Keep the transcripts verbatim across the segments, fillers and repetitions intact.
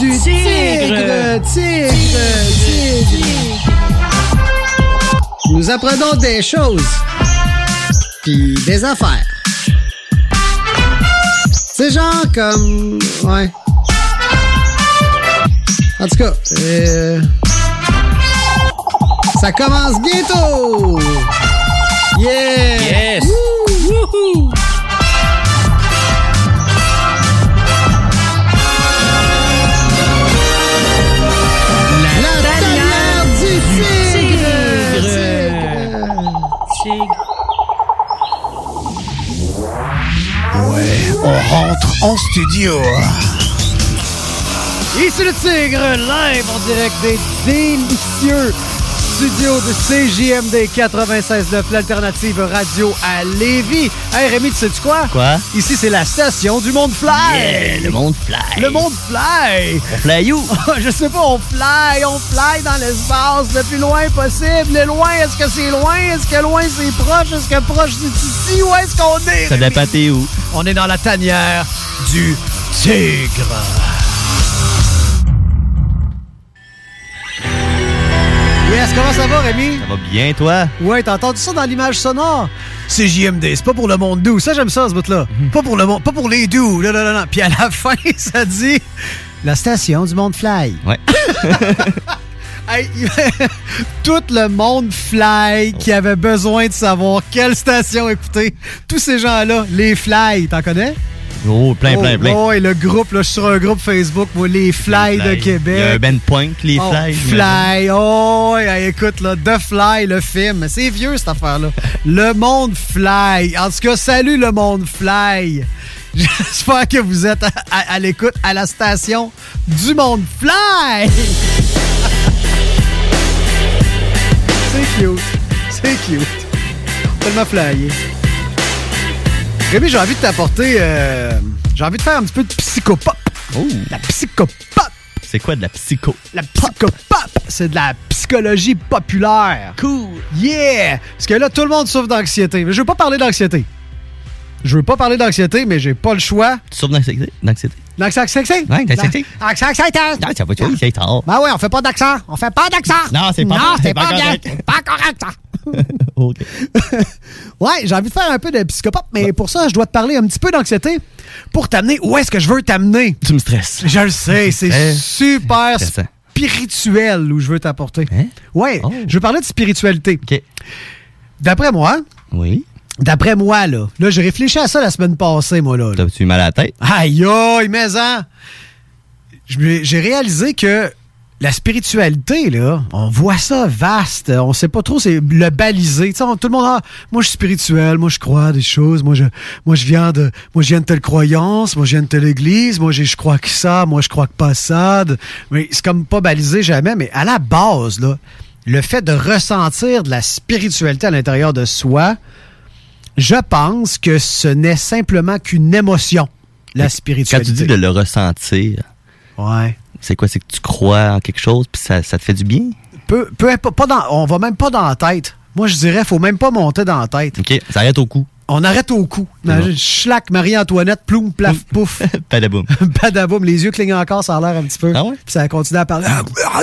du tigre, tigre, tigre, tigre. Nous apprenons des choses, puis des affaires. C'est genre comme... Ouais. En tout cas, euh, ça commence bientôt! Yeah! Yes! Wouhou! La tanière du tigre! Tigre. Ouais, on rentre en studio. Ici le Tigre, live en direct des délicieux studios de C J M D quatre-vingt-seize neuf, l'alternative radio à Lévis. Hey Rémi, tu sais-tu quoi? Quoi? Ici, c'est la station du Monde Fly. Yeah, le Monde Fly. Le Monde Fly. On fly où? Je sais pas, on fly, on fly dans l'espace le plus loin possible. Le loin, est-ce que c'est loin? Est-ce que loin, c'est proche? Est-ce que proche, c'est ici? Où est-ce qu'on est? Ça dépend t'es où? On est dans la tanière du Tigre. Yes, comment ça va, Rémi? Ça va bien, toi? Ouais, t'as entendu ça dans l'image sonore? C'est J M D, c'est pas pour le monde doux. Ça, j'aime ça, ce bout-là. Mm-hmm. Pas pour le monde, pas pour les doux. Là, là, là, là. Puis à la fin, ça dit la station du monde fly. Ouais. Hey, tout le monde fly qui avait besoin de savoir quelle station écouter. Tous ces gens-là, les fly, t'en connais? Oh, plein, plein, plein. Oh, et le groupe, là, je suis sur un groupe Facebook, moi, les Fly, les fly. de Québec. Il y a un Ben Point, les oh, Fly. Fly, oh, hey, écoute, là, The Fly, le film. C'est vieux, cette affaire-là. Le monde Fly. En tout cas, salut le monde Fly. J'espère que vous êtes à, à, à l'écoute à la station du monde Fly. C'est cute. C'est cute. Tellement flyé. Rémi, j'ai envie de t'apporter... Euh, j'ai envie de faire un petit peu de psychopop. Oh. La psychopop. C'est quoi de la psycho? La psychopop, c'est de la psychologie populaire. Cool. Yeah! Parce que là, tout le monde souffre d'anxiété. Mais je veux pas parler d'anxiété. Je veux pas parler d'anxiété, mais j'ai pas le choix. Tu souffres d'anxiété? D'anxiété? D'anxiété? Ouais, d'anxiété. D'anxiété. Non, ça va, tu vois, c'est tard. Ben ouais, on fait pas d'accent. On fait pas d'accent. Non, c'est pas Non, c'est pas, pas bien. correct. C'est pas correct, ça. OK. Ouais, j'ai envie de faire un peu de psychopop, mais ouais. Pour ça, je dois te parler un petit peu d'anxiété pour t'amener où est-ce que je veux t'amener. Tu me stresses. Je le sais, c'est hein? super Stressant. Spirituel où je veux t'apporter. Hein? Ouais, oh. Je veux parler de spiritualité. OK. D'après moi... Oui? D'après moi, là, là, j'ai réfléchi à ça la semaine passée, moi, là. là. T'as-tu mal à la tête? Aïe, aïe, mais hein! J'ai réalisé que la spiritualité, là, on voit ça vaste. On sait pas trop, c'est le balisé. Tu sais, tout le monde, ah, moi, je suis spirituel, moi, je crois à des choses, moi, je, moi, je viens de, moi, je viens de telle croyance, moi, je viens de telle église, moi, je crois que ça, moi, je crois que pas ça. De, mais c'est comme pas balisé jamais, mais à la base, là, le fait de ressentir de la spiritualité à l'intérieur de soi, je pense que ce n'est simplement qu'une émotion, la spiritualité. Quand tu dis de le ressentir, ouais. C'est quoi? C'est que tu crois en quelque chose puis ça, ça te fait du bien? Peu, peu importe, pas dans, on va même pas dans la tête. Moi, je dirais, faut même pas monter dans la tête. OK, ça arrête au cou. On arrête au cou. Imagine, schlac, Marie-Antoinette, ploum, plaf, pouf. Padaboum. Padaboum, les yeux clignent encore, ça a l'air un petit peu. Ah ouais? Puis ça continue à parler.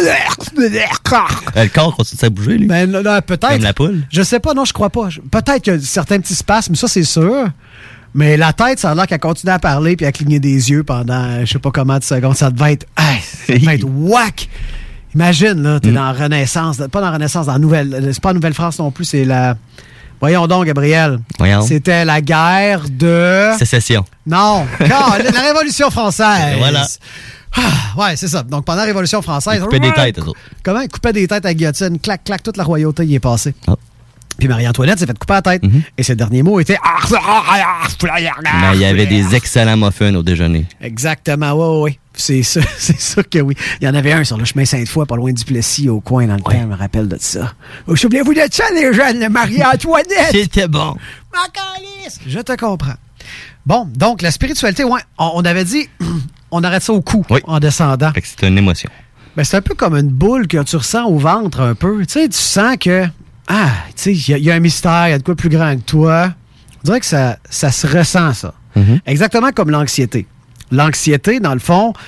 Le corps continue à bouger, lui. Ben, non, non, peut-être. Comme la poule. Je sais pas, non, je crois pas. Peut-être qu'il y a certains petits spasmes, ça, c'est sûr. Mais la tête, ça a l'air qu'elle continue à parler puis à cligner des yeux pendant je sais pas combien de secondes. Ça devait être, hey, ça devait être whack. Imagine, là, t'es mm. dans Renaissance. Pas dans Renaissance, dans Nouvelle... C'est pas Nouvelle-France non plus, c'est la... Voyons donc, Gabriel. Voyons. C'était la guerre de... Sécession. Non. Car, la Révolution française. Et voilà. Ah, ouais, c'est ça. Donc, pendant la Révolution française... Ils coupaient des têtes, eux autres. Comment? Ils coupaient des têtes à guillotine. Clac, clac, toute la royauté y est passée. Oh. Puis Marie-Antoinette s'est fait couper la tête. Mm-hmm. Et ses derniers mots étaient... Mais il y avait des excellents muffins au déjeuner. Exactement, oui, oui. C'est sûr, c'est sûr que oui. Il y en avait un sur le chemin Sainte-Foy, pas loin du Plessis, au coin, dans le ouais. temps, je me rappelle de ça. Vous souvenez-vous de ça, les jeunes, Marie-Antoinette? C'était bon. Je te comprends. Bon, donc, la spiritualité, ouais, on, on avait dit, on arrête ça au cou, oui. en descendant. Fait que c'est une émotion. Ben, c'est un peu comme une boule que tu ressens au ventre, un peu. Tu sais, tu sens que, ah, tu sais, il y, y a un mystère, il y a de quoi plus grand que toi. On dirait que ça, ça se ressent, ça. Mm-hmm. Exactement comme l'anxiété. L'anxiété, dans le fond,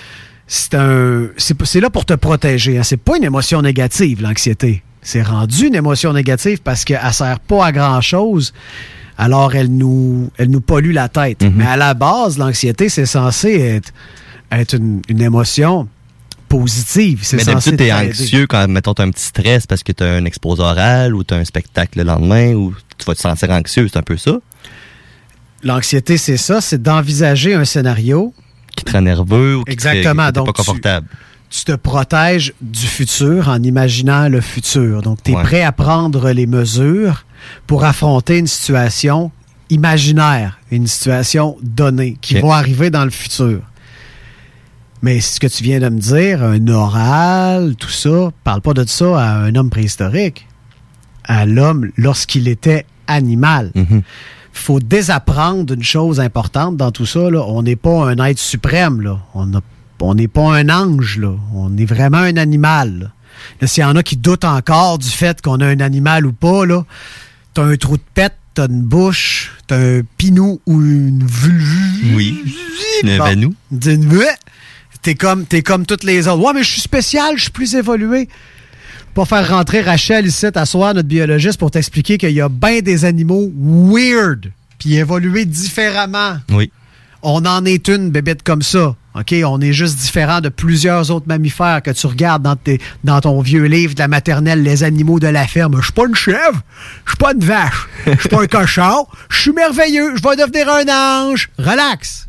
c'est un c'est, c'est là pour te protéger. Hein. C'est pas une émotion négative, l'anxiété. C'est rendu une émotion négative parce qu'elle ne sert pas à grand-chose. Alors, elle nous, elle nous pollue la tête. Mm-hmm. Mais à la base, l'anxiété, c'est censé être, être une, une émotion positive. C'est mais censé d'habitude, t'es anxieux quand, mettons, t'as un petit stress parce que t'as un exposé oral ou t'as un spectacle le lendemain ou tu vas te sentir anxieux. C'est un peu ça? L'anxiété, c'est ça. C'est d'envisager un scénario qui te rend nerveux ou qui Exactement. te fait, qui t'es pas confortable. Tu, tu te protèges du futur en imaginant le futur. Donc, tu es ouais. prêt à prendre les mesures pour affronter une situation imaginaire, une situation donnée qui okay. va arriver dans le futur. Mais ce que tu viens de me dire, un oral, tout ça, parle pas de ça à un homme préhistorique, à l'homme lorsqu'il était animal. Il mm-hmm. faut désapprendre une chose importante dans tout ça. Là. On n'est pas un être suprême. Là. On a, on n'est pas un ange. Là. On est vraiment un animal. Là. Là, s'il y en a qui doutent encore du fait qu'on a un animal ou pas, là, t'as un trou de pète, t'as une bouche, t'as un pinou ou une vulve. Oui, un bon, vanou. T'es comme, t'es comme toutes les autres. Ouais, mais je suis spécial, je suis plus évolué. Pas faire rentrer Rachel ici, t'asseoir, notre biologiste, pour t'expliquer qu'il y a bien des animaux weird, puis évolués différemment. Oui. On en est une bébête comme ça. OK? On est juste différent de plusieurs autres mammifères que tu regardes dans, tes, dans ton vieux livre de la maternelle, Les animaux de la ferme. Je suis pas une chèvre, je suis pas une vache, je suis pas un cochon, je suis merveilleux, je vais devenir un ange. Relax.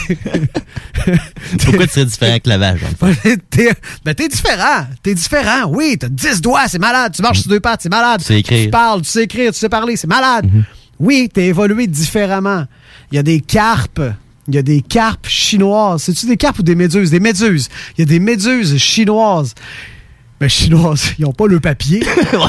Pourquoi tu serais différent que la vache? t'es, ben t'es différent. T'es différent. Oui, t'as dix doigts, c'est malade. Tu marches sur deux pattes, c'est malade. Tu sais écrire. Tu parles, tu sais écrire, tu sais parler, c'est malade. Mm-hmm. Oui, t'es évolué différemment. Il y a des carpes. Il y a des carpes chinoises. C'est-tu des carpes ou des méduses? Des méduses. Il y a des méduses chinoises. Ben, chinoises, ils n'ont pas le papier.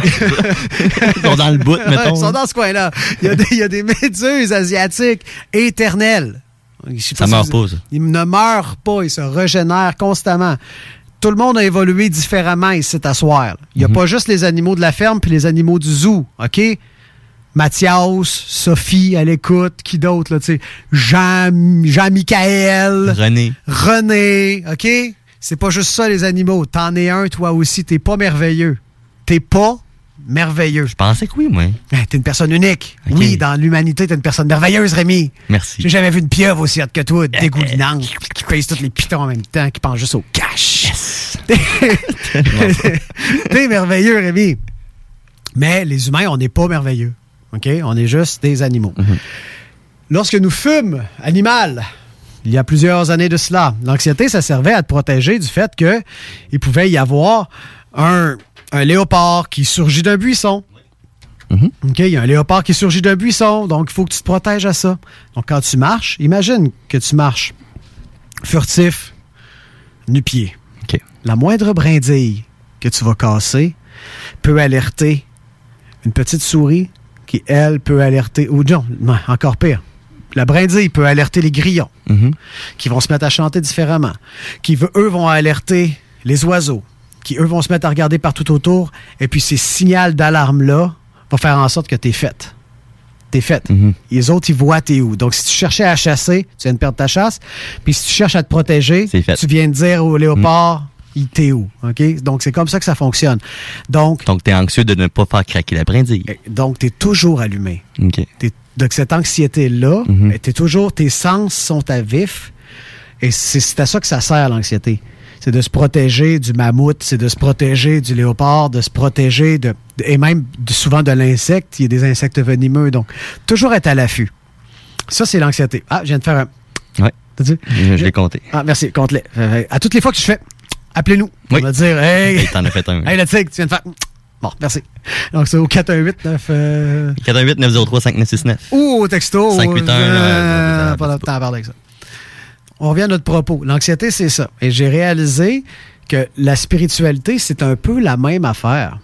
Ils sont dans le bout, mettons. Ils sont dans ce coin-là. Il y a des, il y a des méduses asiatiques éternelles. Ça ne meurt pas, ça. Ils ne meurent pas, ils se régénèrent constamment. Tout le monde a évolué différemment ici à soir. Il n'y a mm-hmm. pas juste les animaux de la ferme puis les animaux du zoo, OK? Mathias, Sophie à l'écoute, qui d'autre, là, tu sais? Jean, Jean-Michael. René. René, OK? C'est pas juste ça, les animaux. T'en es un, toi aussi. T'es pas merveilleux. T'es pas merveilleux. Je pensais que oui, moi. T'es une personne unique. Okay. Oui, dans l'humanité, t'es une personne merveilleuse, Rémi. Merci. J'ai jamais vu une pieuvre aussi haute que toi, dégoulinante, qui pèse tous les pitons en même temps, qui pense juste au cash. Yes. T'es merveilleux, Rémi. Mais les humains, on n'est pas merveilleux. OK? On est juste des animaux. Mm-hmm. Lorsque nous fûmes animal, il y a plusieurs années de cela, l'anxiété, ça servait à te protéger du fait qu'il pouvait y avoir un, un léopard qui surgit d'un buisson. Mm-hmm. OK? Il y a un léopard qui surgit d'un buisson, donc il faut que tu te protèges à ça. Donc, quand tu marches, imagine que tu marches furtif, nu-pied. Okay. La moindre brindille que tu vas casser peut alerter une petite souris qui, elle, peut alerter... Ou non, non, encore pire. La brindille peut alerter les grillons, mm-hmm. qui vont se mettre à chanter différemment, qui, eux, vont alerter les oiseaux, qui, eux, vont se mettre à regarder partout autour, et puis ces signaux d'alarme-là vont faire en sorte que t'es faite. T'es faite. Mm-hmm. Les autres, ils voient t'es où. Donc, si tu cherchais à chasser, tu viens de perdre ta chasse, puis si tu cherches à te protéger, tu viens de dire au léopard... Mm. Il t'es où, OK? Donc, c'est comme ça que ça fonctionne. Donc, donc tu es anxieux de ne pas faire craquer la brindille. Donc, tu es toujours allumé. OK. T'es, donc, cette anxiété-là, mm-hmm. t'es toujours, tes sens sont à vif. Et c'est, c'est à ça que ça sert, l'anxiété. C'est de se protéger du mammouth, c'est de se protéger du léopard, de se protéger de, et même de, souvent de l'insecte. Il y a des insectes venimeux. Donc, toujours être à l'affût. Ça, c'est l'anxiété. Ah, je viens de faire un... Oui. T'as dit? Je, je l'ai compté. Ah, merci. Compte-les. Euh, à toutes les fois que je fais... Appelez-nous. Oui. On va dire, hey. hey t'en as fait un. Hey, le tigre, tu viens de faire. Bon, merci. Donc, c'est au quatre un huit neuf. Euh... quatre un huit neuf zéro trois cinq neuf six neuf. Ou au texto. cinq huit un. Euh, pas le temps à parler avec ça. On revient à notre propos. L'anxiété, c'est ça. Et j'ai réalisé que la spiritualité, c'est un peu la même affaire.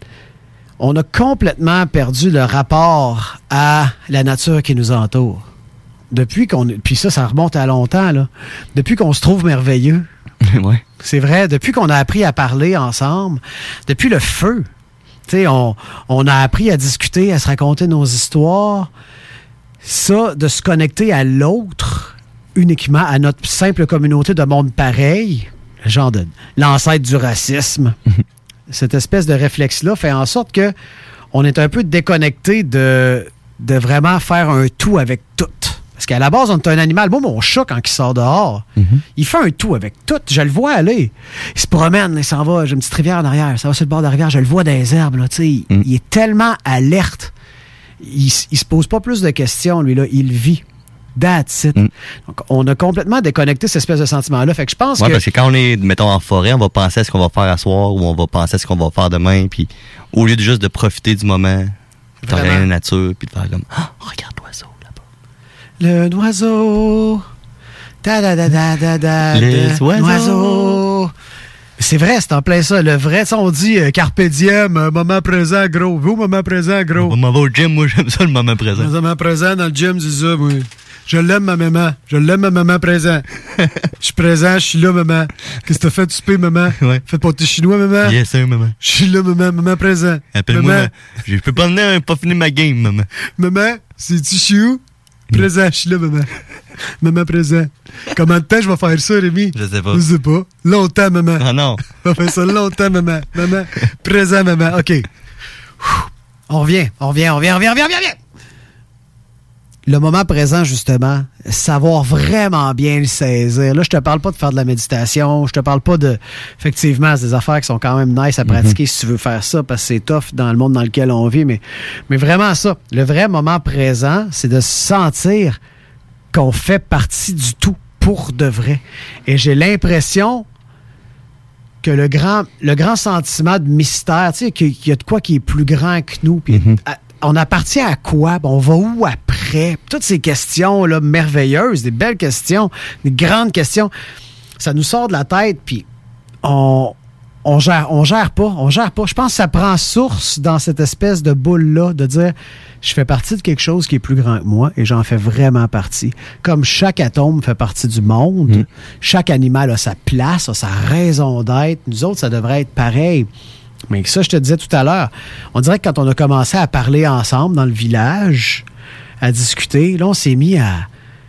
On a complètement perdu le rapport à la nature qui nous entoure. Depuis qu'on. Puis ça, ça remonte à longtemps, là. Depuis qu'on se trouve merveilleux. Ouais. C'est vrai, depuis qu'on a appris à parler ensemble, depuis le feu, tu sais, on, on a appris à discuter, à se raconter nos histoires. Ça, de se connecter à l'autre, uniquement à notre simple communauté de monde pareil, genre de l'ancêtre du racisme. Cette espèce de réflexe-là fait en sorte que on est un peu déconnecté de, de vraiment faire un tout avec tout. Parce qu'à la base, on est un animal. Moi, mon chat, quand il sort dehors, mm-hmm. il fait un tout avec tout. Je le vois aller. Il se promène, il s'en va. J'ai une petite rivière en arrière. Ça va sur le bord de la rivière. Je le vois dans les herbes. Là, mm. Il est tellement alerte. Il, il se pose pas plus de questions, lui. Là. Il vit. That's it. Mm. Donc, on a complètement déconnecté cette espèce de sentiment-là. Fait que je pense ouais, que... parce que quand on est, mettons, en forêt, on va penser à ce qu'on va faire à soir ou on va penser à ce qu'on va faire demain. Puis au lieu de juste de profiter du moment, de regarder la nature, puis de faire comme « Ah, oh, regarde l'oiseau là-bas. » Le oiseau. Da da da da da da. Les oiseaux. C'est vrai, c'est en plein ça. Le vrai, on dit euh, carpe diem, euh, moment présent, gros. Vous, moment présent, gros. On m'en va au gym, moi, j'aime ça, le moment présent. Le moment présent dans le gym, c'est ça, oui. Je l'aime, ma maman. Je l'aime, ma maman présent. Je suis présent, je suis là, maman. Qu'est-ce que t'as fait de souper, maman? Ouais. Faites pas tes chinois, maman? Yes, sir, maman. Je suis là, maman, maman présent. Appelle-moi, maman. Je peux pas venir, pas finir ma game, maman. Maman, c'est-tu chiou? Présent, je suis là, maman. Maman présent. Combien de temps je vais faire ça, Rémi? Je sais pas. Je sais pas. Longtemps, maman. Ah non. On va faire ça longtemps, maman. Maman, présent, maman. OK. On revient, on revient, on revient, on revient, on revient, on revient. Le moment présent, justement, savoir vraiment bien le saisir. Là, je te parle pas de faire de la méditation. Je te parle pas de... Effectivement, c'est des affaires qui sont quand même nice à pratiquer mm-hmm. si tu veux faire ça, parce que c'est tough dans le monde dans lequel on vit. Mais, mais vraiment ça, le vrai moment présent, c'est de se sentir qu'on fait partie du tout pour de vrai. Et j'ai l'impression que le grand, le grand sentiment de mystère, tu sais, qu'il y a de quoi qui est plus grand que nous, puis mm-hmm. à, on appartient à quoi? On va où après? Toutes ces questions-là merveilleuses, des belles questions, des grandes questions, ça nous sort de la tête, puis on, on gère, on gère pas, on gère pas. Je pense que ça prend source dans cette espèce de boule-là, de dire, je fais partie de quelque chose qui est plus grand que moi et j'en fais vraiment partie. Comme chaque atome fait partie du monde, mmh. chaque animal a sa place, a sa raison d'être. Nous autres, ça devrait être pareil. Mais ça, je te disais tout à l'heure, on dirait que quand on a commencé à parler ensemble dans le village, à discuter, là, on s'est mis à,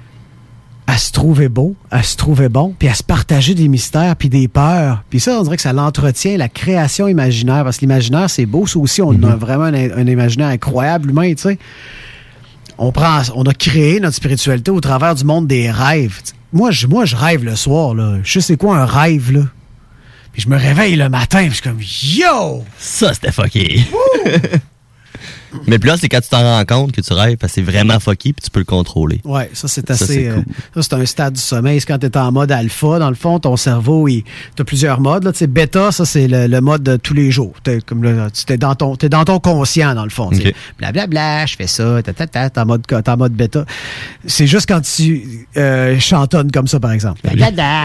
à se trouver beau, à se trouver bon, puis à se partager des mystères puis des peurs. Puis ça, on dirait que ça l'entretient, la création imaginaire, parce que l'imaginaire, c'est beau. Ça aussi, on mm-hmm. a vraiment un, un imaginaire incroyable, humain, tu sais. On prend, on a créé notre spiritualité au travers du monde des rêves. Moi, je, moi, je rêve le soir, là. Je sais c'est quoi un rêve, là. Puis je me réveille le matin, puis je suis comme « Yo! » Ça, c'était fucké. Mais puis là, c'est quand tu t'en rends compte que tu rêves, parce que c'est vraiment fucké, puis tu peux le contrôler. Oui, ça, c'est assez... Ça, c'est, cool. euh, ça, c'est un stade du sommeil. C'est quand tu es en mode alpha. Dans le fond, ton cerveau, tu as plusieurs modes. Là. Bêta, ça, c'est le, le mode de tous les jours. T'es, comme là, t'es, dans ton, t'es dans ton conscient, dans le fond. Okay. Blablabla, bla, bla, je fais ça, ta, ta, ta, t'es en mode, t'es en mode bêta. C'est juste quand tu euh, chantonnes comme ça, par exemple. Oh,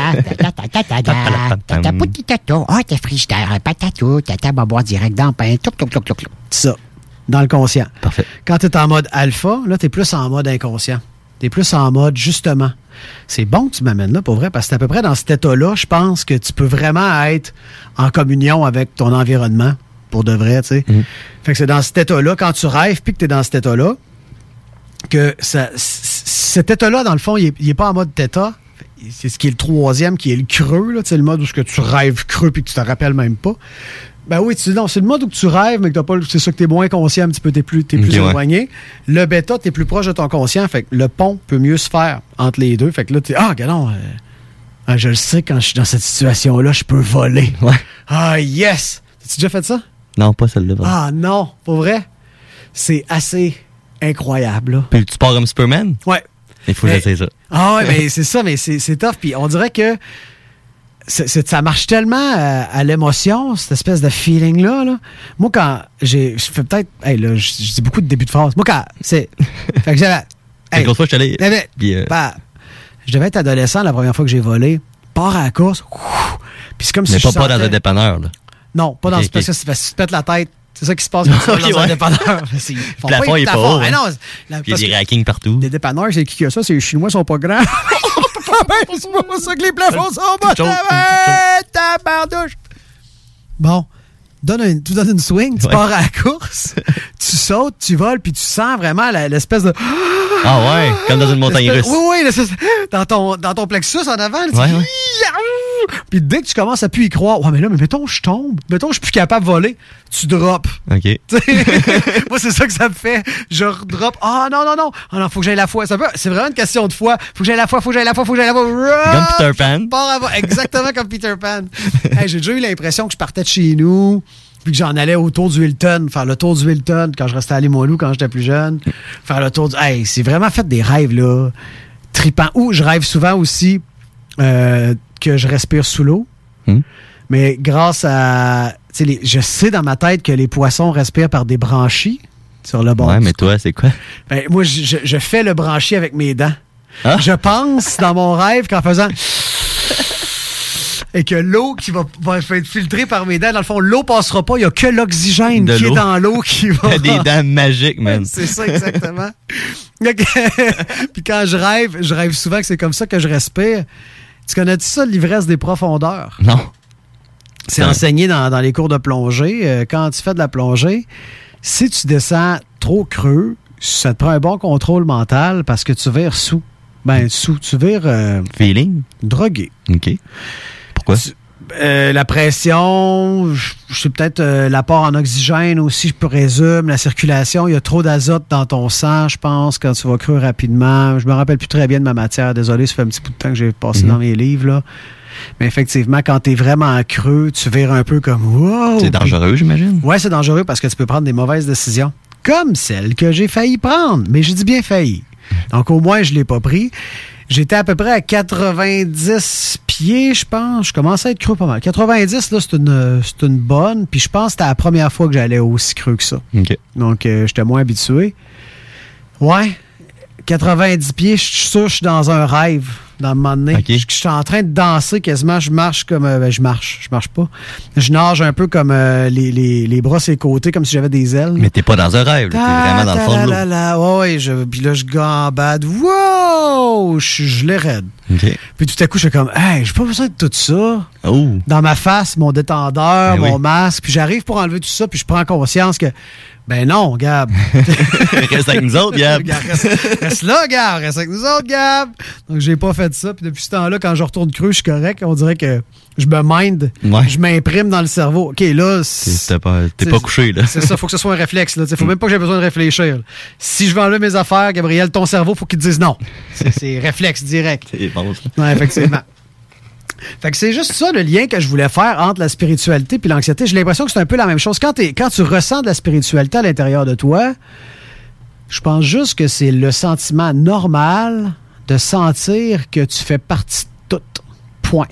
t'es frigidaire, patatou, tata, va boire direct dans le pain. Ça. Dans le conscient. Parfait. Quand tu es en mode alpha, là, tu es plus en mode inconscient. Tu es plus en mode, justement. C'est bon que tu m'amènes là, pour vrai, parce que c'est à peu près dans cet état-là, je pense que tu peux vraiment être en communion avec ton environnement, pour de vrai, tu sais. Mm-hmm. Fait que c'est dans cet état-là, quand tu rêves, puis que tu es dans cet état-là, que ça, cet état-là, dans le fond, il n'est pas en mode theta. C'est ce qui est le troisième, qui est le creux, là, tu sais, le mode où tu rêves creux puis que tu te rappelles même pas. Ben oui, tu, non, c'est le mode où tu rêves, mais que t'as pas, c'est ça que tu es moins conscient un petit peu, tu es plus, t'es plus okay, éloigné. Ouais. Le bêta, tu es plus proche de ton conscient, fait que le pont peut mieux se faire entre les deux. Fait que là, tu es, ah, non, euh, ah, je le sais, quand je suis dans cette situation-là, je peux voler. Ouais. Ah, yes! As-tu déjà fait ça? Non, pas celle-là. Vraiment. Ah, non, pour vrai? C'est assez incroyable, là. Puis tu pars comme Superman? Ouais. Il faut que j'essaie ça. Ah, ouais, mais c'est ça, mais c'est, c'est tough. Puis on dirait que C'est, c'est, ça marche tellement à, à l'émotion, cette espèce de feeling-là. Là. Moi, quand j'ai... Je fais peut-être... Hey, là, je, je dis beaucoup de débuts de phrase. Moi, quand... C'est... Fait que j'avais... Hey, l'autre fois, je suis allé... Puis, euh... bah, je devais être adolescent la première fois que j'ai volé. Pars à la course. Ouf, puis c'est comme si mais je pas, sentais... pas dans un dépanneur, là. Non, pas okay, dans... Okay. Parce que c'est, parce que tu te pètes la tête. C'est ça qui se passe quand tu vas okay, dans ouais. un dépanneur. Le plafond, il est pas haut. Hein. Non, la, il y a des rackings partout. Les dépanneurs, c'est qui qui a ça? C'est les Chinois, ils sont pas grands. C'est pas ça que les plafonds sont bas. Tabardouche. Bon, donne un, tu donnes une swing, tu ouais. pars à la course, tu sautes, tu voles, puis tu sens vraiment la, l'espèce de... Ah ouais, comme dans une montagne russe. Oui, oui, dans ton, dans ton plexus en avant. Ouais, ouais. Puis dès que tu commences à plus y croire, ouais, mais là, mais mettons, je tombe. Mettons, je suis plus capable de voler. Tu drops. OK. Moi, c'est ça que ça me fait. Je redrop. Ah, non, non, non. Ah, non, faut que j'aille la foi. Ça peut, c'est vraiment une question de foi. Faut que j'aille la foi, faut que j'aille la foi, faut que j'aille la foi. Comme Peter Pan. Pars à voir. Exactement comme Peter Pan. Hey, j'ai déjà eu l'impression que je partais de chez nous. Puis que j'en allais autour du Hilton, faire le tour du Hilton quand je restais à Limoilou quand j'étais plus jeune. Faire le tour du... Hey, c'est vraiment fait des rêves, là, tripants. Ou je rêve souvent aussi euh, que je respire sous l'eau. Mm. Mais grâce à... Les, je sais dans ma tête que les poissons respirent par des branchies sur le bord. Ouais, mais toi, c'est quoi? Ben, moi, je, je fais le branchi avec mes dents. Ah? Je pense dans mon rêve qu'en faisant... et que l'eau qui va, va être filtrée par mes dents, dans le fond, l'eau passera pas. Il n'y a que l'oxygène de qui l'eau. est dans l'eau qui va... T'as des dents magiques, man. C'est ça, exactement. Puis quand je rêve, je rêve souvent que c'est comme ça que je respire. Tu connais-tu ça, l'ivresse des profondeurs? Non. C'est enseigné dans, dans les cours de plongée. Euh, quand tu fais de la plongée, si tu descends trop creux, ça te prend un bon contrôle mental parce que tu vires sous. Ben, sous. Tu vires... Euh, Feeling? Drogué. OK. Pourquoi? Tu, euh, la pression, je sais peut-être euh, l'apport en oxygène aussi, je présume, la circulation. Il y a trop d'azote dans ton sang, je pense, quand tu vas creux rapidement. Je me rappelle plus très bien de ma matière. Désolé, ça fait un petit bout de temps que j'ai passé mm-hmm. dans mes livres, là. Mais effectivement, quand t'es vraiment creux, tu vires un peu comme wow! C'est dangereux, j'imagine? Ouais, c'est dangereux parce que tu peux prendre des mauvaises décisions. Comme celle que j'ai failli prendre. Mais j'ai dit bien failli. Donc, au moins, je l'ai pas pris. J'étais à peu près à quatre-vingt-dix pieds, je pense. Je commençais à être creux pas mal. quatre-vingt-dix, là, c'est une, c'est une bonne. Puis je pense que c'était la première fois que j'allais aussi creux que ça. OK. Donc, euh, j'étais moins habitué. Ouais. quatre-vingt-dix pieds, je suis sûr que je suis dans un rêve. Dans le moment donné. Okay. Je, je suis en train de danser quasiment. Je marche comme... Euh, ben, je marche. Je marche pas. Je nage un peu comme euh, les, les, les bras sur les côtés, comme si j'avais des ailes. Mais t'es pas dans un rêve. Là. T'es vraiment dans le fond de l'eau. Là, là, ouais, ouais. Je, puis là, je gambade. Wow! Je, je l'ai raide. Okay. Puis tout à coup, je suis comme, hey, j'ai pas besoin de tout ça. Oh. Dans ma face, mon détendeur, ben mon oui. masque. Puis j'arrive pour enlever tout ça, puis je prends conscience que, ben non, Gab. Reste avec nous autres, Gab. reste, reste là, Gab. Reste avec nous autres, Gab. Donc, j'ai pas fait ça. Puis depuis ce temps-là, quand je retourne creux, je suis correct. On dirait que je me mind. Ouais. Je m'imprime dans le cerveau. OK, là... T'es pas, t'es pas couché, là. C'est ça. Faut que ce soit un réflexe, là. Faut même pas que j'ai besoin de réfléchir. Là. Si je veux enlever mes affaires, Gabriel, ton cerveau, faut qu'il te dise non. C'est, c'est réflexe direct. C'est bon, ça. Ouais, effectivement. Fait que c'est juste ça le lien que je voulais faire entre la spiritualité et l'anxiété. J'ai l'impression que c'est un peu la même chose. Quand, t'es, quand tu ressens de la spiritualité à l'intérieur de toi, je pense juste que c'est le sentiment normal de sentir que tu fais partie de tout. Point.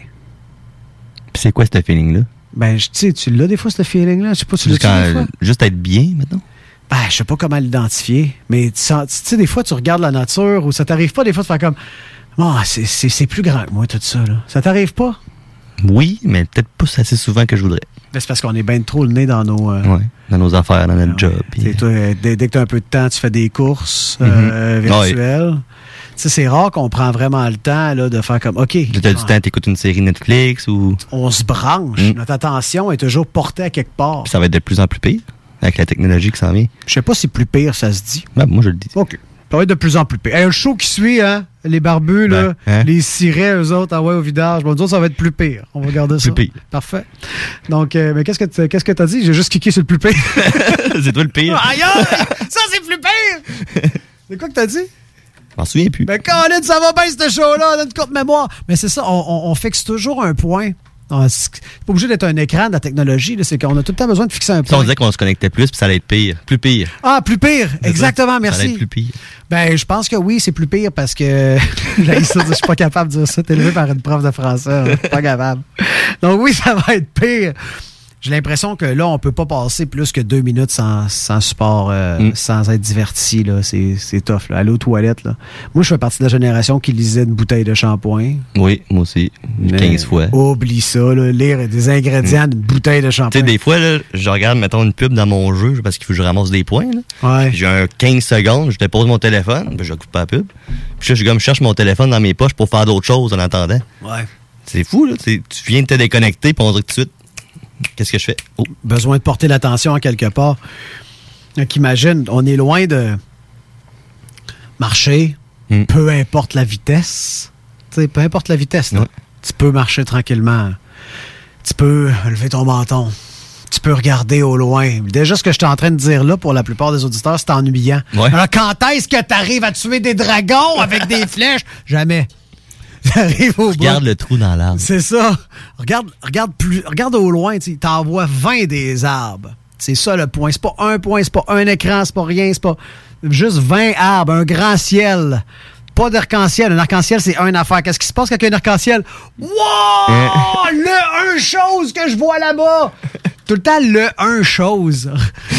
Puis c'est quoi ce feeling-là? Ben, tu sais, tu l'as des fois, ce feeling-là. Je sais pas, tu juste, l'as des fois? Juste être bien, maintenant? Ben, je sais pas comment l'identifier. Mais tu sais, des fois, tu regardes la nature ou ça t'arrive pas des fois de faire comme... Oh, c'est, c'est, c'est plus grand que moi, tout ça. Là. Ça t'arrive pas? Oui, mais peut-être pas assez souvent que je voudrais. Ben, c'est parce qu'on est bien trop le nez dans nos... Euh... Ouais, dans nos affaires, dans notre ouais, job. Pis... Toi, dès, dès que tu as un peu de temps, tu fais des courses euh, mm-hmm. virtuelles. Ouais. Tu sais, c'est rare qu'on prend vraiment le temps là, de faire comme, OK. Tu as du temps, t'écoutes une série Netflix ou... On se branche. Mm. Notre attention est toujours portée à quelque part. Puis ça va être de plus en plus pire avec la technologie qui s'en vient. Je sais pas si plus pire, ça se dit. Ben, moi, je le dis. OK. Ça va être de plus en plus pire. Hey, le show qui suit, hein? Les barbus, ben, là, hein? Les cirets, eux autres, ah ouais, au vidage. Bon, nous autres, ça va être plus pire. On va garder ça. Plus pire. Parfait. Donc, euh, mais qu'est-ce que, t- qu'est-ce que t'as dit? J'ai juste kické sur le plus pire. C'est toi le pire. Aïe, aïe! Ça, c'est plus pire! C'est quoi que t'as dit? Je m'en souviens plus. Ben, Colin, ça va bien, ce show-là, notre courte mémoire. Mais c'est ça, on, on, on fixe toujours un point. Non, c'est pas obligé d'être un écran de la technologie, là, c'est qu'on a tout le temps besoin de fixer un point. On disait qu'on se connectait plus, puis ça allait être pire. Plus pire. Ah, plus pire. C'est exactement, ça? Merci. Ça allait être plus pire. Ben, je pense que oui, c'est plus pire parce que je suis pas capable de dire ça. T'es élevé par une prof de français. Je suis pas capable. Donc oui, ça va être pire. J'ai l'impression que là, on peut pas passer plus que deux minutes sans, sans support, euh, mm. sans être diverti. Là. C'est, c'est tough. Là. Aller aux toilettes. Là. Moi, je fais partie de la génération qui lisait une bouteille de shampoing. Oui, moi aussi. quinze fois. Oublie ça. Là, lire des ingrédients mm. d'une bouteille de shampoing. Tu sais, des fois, là, je regarde, mettons, une pub dans mon jeu parce qu'il faut que je ramasse des points. Là. Ouais. J'ai un quinze secondes, je dépose mon téléphone, puis je coupe pas la pub. Puis là, je, comme, je cherche mon téléphone dans mes poches pour faire d'autres choses en attendant. Ouais. C'est fou, là. Tu viens de te déconnecter, puis on dirait tout de suite. Qu'est-ce que je fais? Oh. Besoin de porter l'attention à quelque part. Donc, imagine, on est loin de marcher, mm. peu importe la vitesse. T'sais, peu importe la vitesse. Là. Ouais. Tu peux marcher tranquillement. Tu peux lever ton menton. Tu peux regarder au loin. Déjà, ce que je suis en train de dire là, pour la plupart des auditeurs, c'est ennuyant. Ouais. Alors, quand est-ce que tu arrives à tuer des dragons avec des flèches? Jamais. T'arrives au bout. Regarde le trou dans l'arbre. C'est ça. Regarde, regarde, plus, regarde au loin. Tu en vois vingt des arbres. C'est ça le point. C'est pas un point, c'est pas un écran, c'est pas rien, c'est pas juste vingt arbres, un grand ciel. Pas d'arc-en-ciel. Un arc-en-ciel, c'est une affaire. Qu'est-ce qui se passe avec un arc-en-ciel? Wow! Le un chose que je vois là-bas! Tout le temps, le un chose.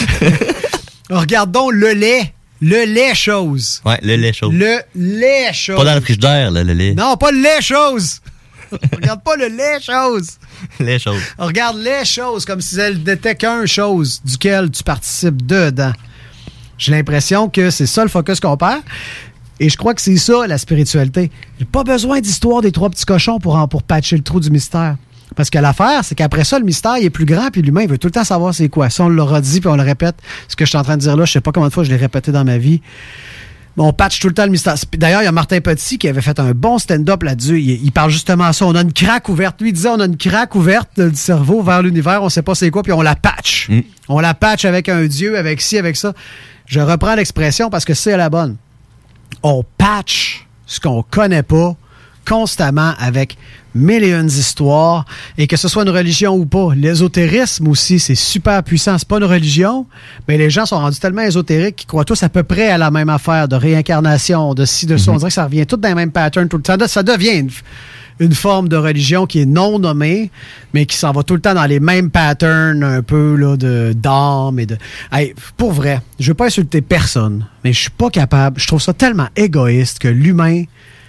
Regardons le lait. Le lait chose. Ouais, le lait chose. Le lait chose. Pas dans le frigidaire, là, le lait. Non, pas le lait chose. Regarde pas le lait chose. Lait chose. Regarde les choses comme si elles n'étaient qu'un chose duquel tu participes dedans. J'ai l'impression que c'est ça le focus qu'on perd. Et je crois que c'est ça, la spiritualité. Il n'y a pas besoin d'histoire des trois petits cochons pour, en, pour patcher le trou du mystère. Parce que l'affaire, c'est qu'après ça, le mystère, il est plus grand, puis l'humain, il veut tout le temps savoir c'est quoi. Ça, on l'aura dit, puis on le répète. Ce que je suis en train de dire là, je sais pas combien de fois je l'ai répété dans ma vie. Mais on patch tout le temps le mystère. D'ailleurs, il y a Martin Petit qui avait fait un bon stand-up là-dessus. Il, il parle justement à ça. On a une craque ouverte. Lui, il disait, on a une craque ouverte du cerveau vers l'univers, on sait pas c'est quoi, puis on la patch. Mm. On la patch avec un dieu, avec ci, avec ça. Je reprends l'expression parce que c'est la bonne. On patch ce qu'on connaît pas constamment avec mille et une histoires, et que ce soit une religion ou pas. L'ésotérisme aussi, c'est super puissant. C'est pas une religion, mais les gens sont rendus tellement ésotériques qu'ils croient tous à peu près à la même affaire de réincarnation, de ci, de ça. Mm-hmm. On dirait que ça revient tout dans les mêmes patterns tout le temps. Ça devient une, une forme de religion qui est non nommée, mais qui s'en va tout le temps dans les mêmes patterns un peu là, de, d'âme et de... Hey, pour vrai, je veux pas insulter personne, mais je suis pas capable. Je trouve ça tellement égoïste que l'humain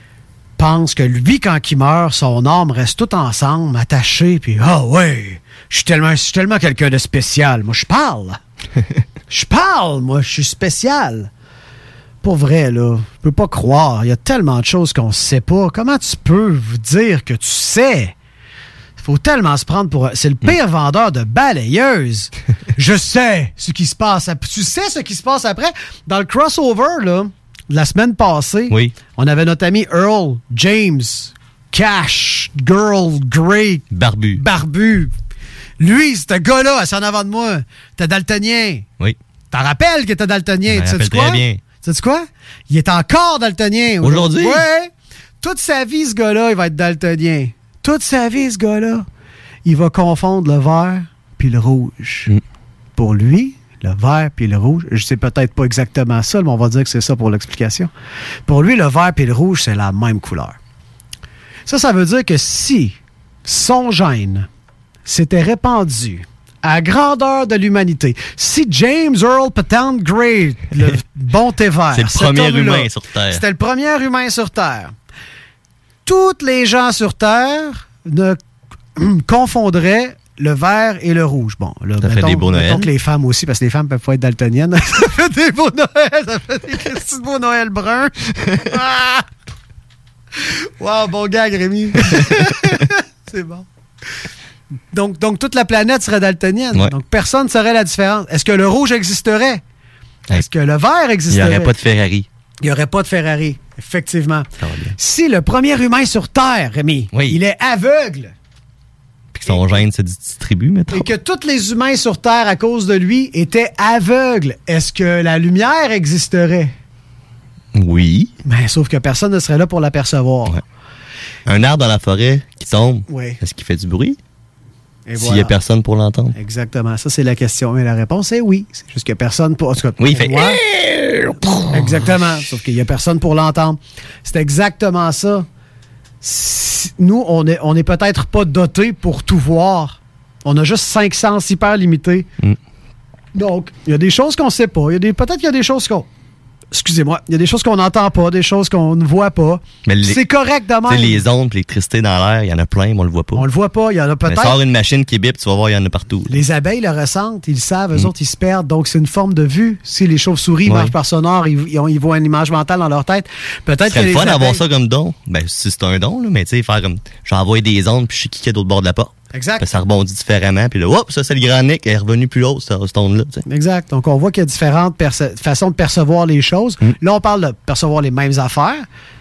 pense que lui, quand il meurt, son âme reste tout ensemble, attachée, puis « Ah oh, ouais, je suis tellement, je suis tellement quelqu'un de spécial. Moi, je parle. Je parle, moi, je suis spécial. » Pour vrai, là, je peux pas croire. Il y a tellement de choses qu'on sait pas. Comment tu peux vous dire que tu sais? Il faut tellement se prendre pour... C'est le pire vendeur de balayeuses. Je sais ce qui se passe. Après. Tu sais ce qui se passe après? Dans le crossover, là, de la semaine passée, oui. On avait notre ami Earl, James, Cash, Girl, Grey, Barbu. Barbu. Lui, ce gars-là, assis en avant de moi, t'es daltonien. Oui. T'en rappelles qu'il était daltonien. Tu sais quoi? Très bien. Sais-tu quoi? Il est encore daltonien. Aujourd'hui? Oui. Toute sa vie, ce gars-là, il va être daltonien. Toute sa vie, ce gars-là, il va confondre le vert puis le rouge. Mm. Pour lui, le vert puis le rouge, je sais peut-être pas exactement ça, mais on va dire que c'est ça pour l'explication. Pour lui, le vert puis le rouge, c'est la même couleur. Ça, ça veut dire que si son gène s'était répandu à la grandeur de l'humanité, si James Earl Patent Gray, le bon thé vert, c'est le premier humain sur Terre. C'était le premier humain sur Terre. Toutes les gens sur Terre ne confondraient le vert et le rouge. Bon, là, ça mettons, fait des beaux Noël. Mettons que les femmes aussi, parce que les femmes peuvent pas être daltoniennes. Ça fait des beaux Noël. Ça fait des petits beaux Noël bruns. Ah! Wow, bon gag, Rémi. C'est bon. Donc, donc, toute la planète serait daltonienne. Ouais. Donc, personne ne saurait la différence. Est-ce que le rouge existerait? Hey. Est-ce que le vert existerait? Il n'y aurait pas de Ferrari. Il n'y aurait pas de Ferrari, effectivement. Si le premier humain sur Terre, Rémi, oui. il est aveugle... Puis que son gène se distribue, mettons. Et que tous les humains sur Terre, à cause de lui, étaient aveugles, est-ce que la lumière existerait? Oui. Ben, sauf que personne ne serait là pour l'apercevoir. Ouais. Un arbre dans la forêt qui tombe, oui. Est-ce qu'il fait du bruit? Et S'il voilà. n'y a personne pour l'entendre. Exactement. Ça, c'est la question. Mais la réponse est oui. C'est juste qu'il n'y a personne pour... En tout cas, oui, il fait... Moi, exactement. Sauf qu'il n'y a personne pour l'entendre. C'est exactement ça. Si, nous, on est, on est peut-être pas dotés pour tout voir. On a juste cinq sens hyper limités. Mm. Donc, il y a des choses qu'on ne sait pas. Il y a des, peut-être qu'il y a des choses qu'on... Excusez-moi. Il y a des choses qu'on n'entend pas, des choses qu'on ne voit pas. Mais les, c'est correct de même. Les ondes, l'électricité dans l'air, il y en a plein, mais on le voit pas. On le voit pas. Il y en a peut-être... Mais sors une machine qui bip, tu vas voir, il y en a partout. Là. Les abeilles le ressentent, ils le savent, eux mm. autres, ils se perdent. Donc, c'est une forme de vue. Si les chauves-souris ouais. marchent par sonore, ils, ils, ont, ils voient une image mentale dans leur tête. Peut-être que c'est les le fun abeilles... d'avoir ça comme don. Ben, si c'est un don, là, mais tu sais, faire comme... J'envoie des ondes, puis je sais qui est d'autre bord de la porte. Exact. Puis ça rebondit différemment. Puis là, hop, ça, c'est le grand Nick. Elle est revenu plus haut, cette onde-là. Exact. Donc, on voit qu'il y a différentes perce- façons de percevoir les choses. Mm. Là, on parle de percevoir les mêmes affaires.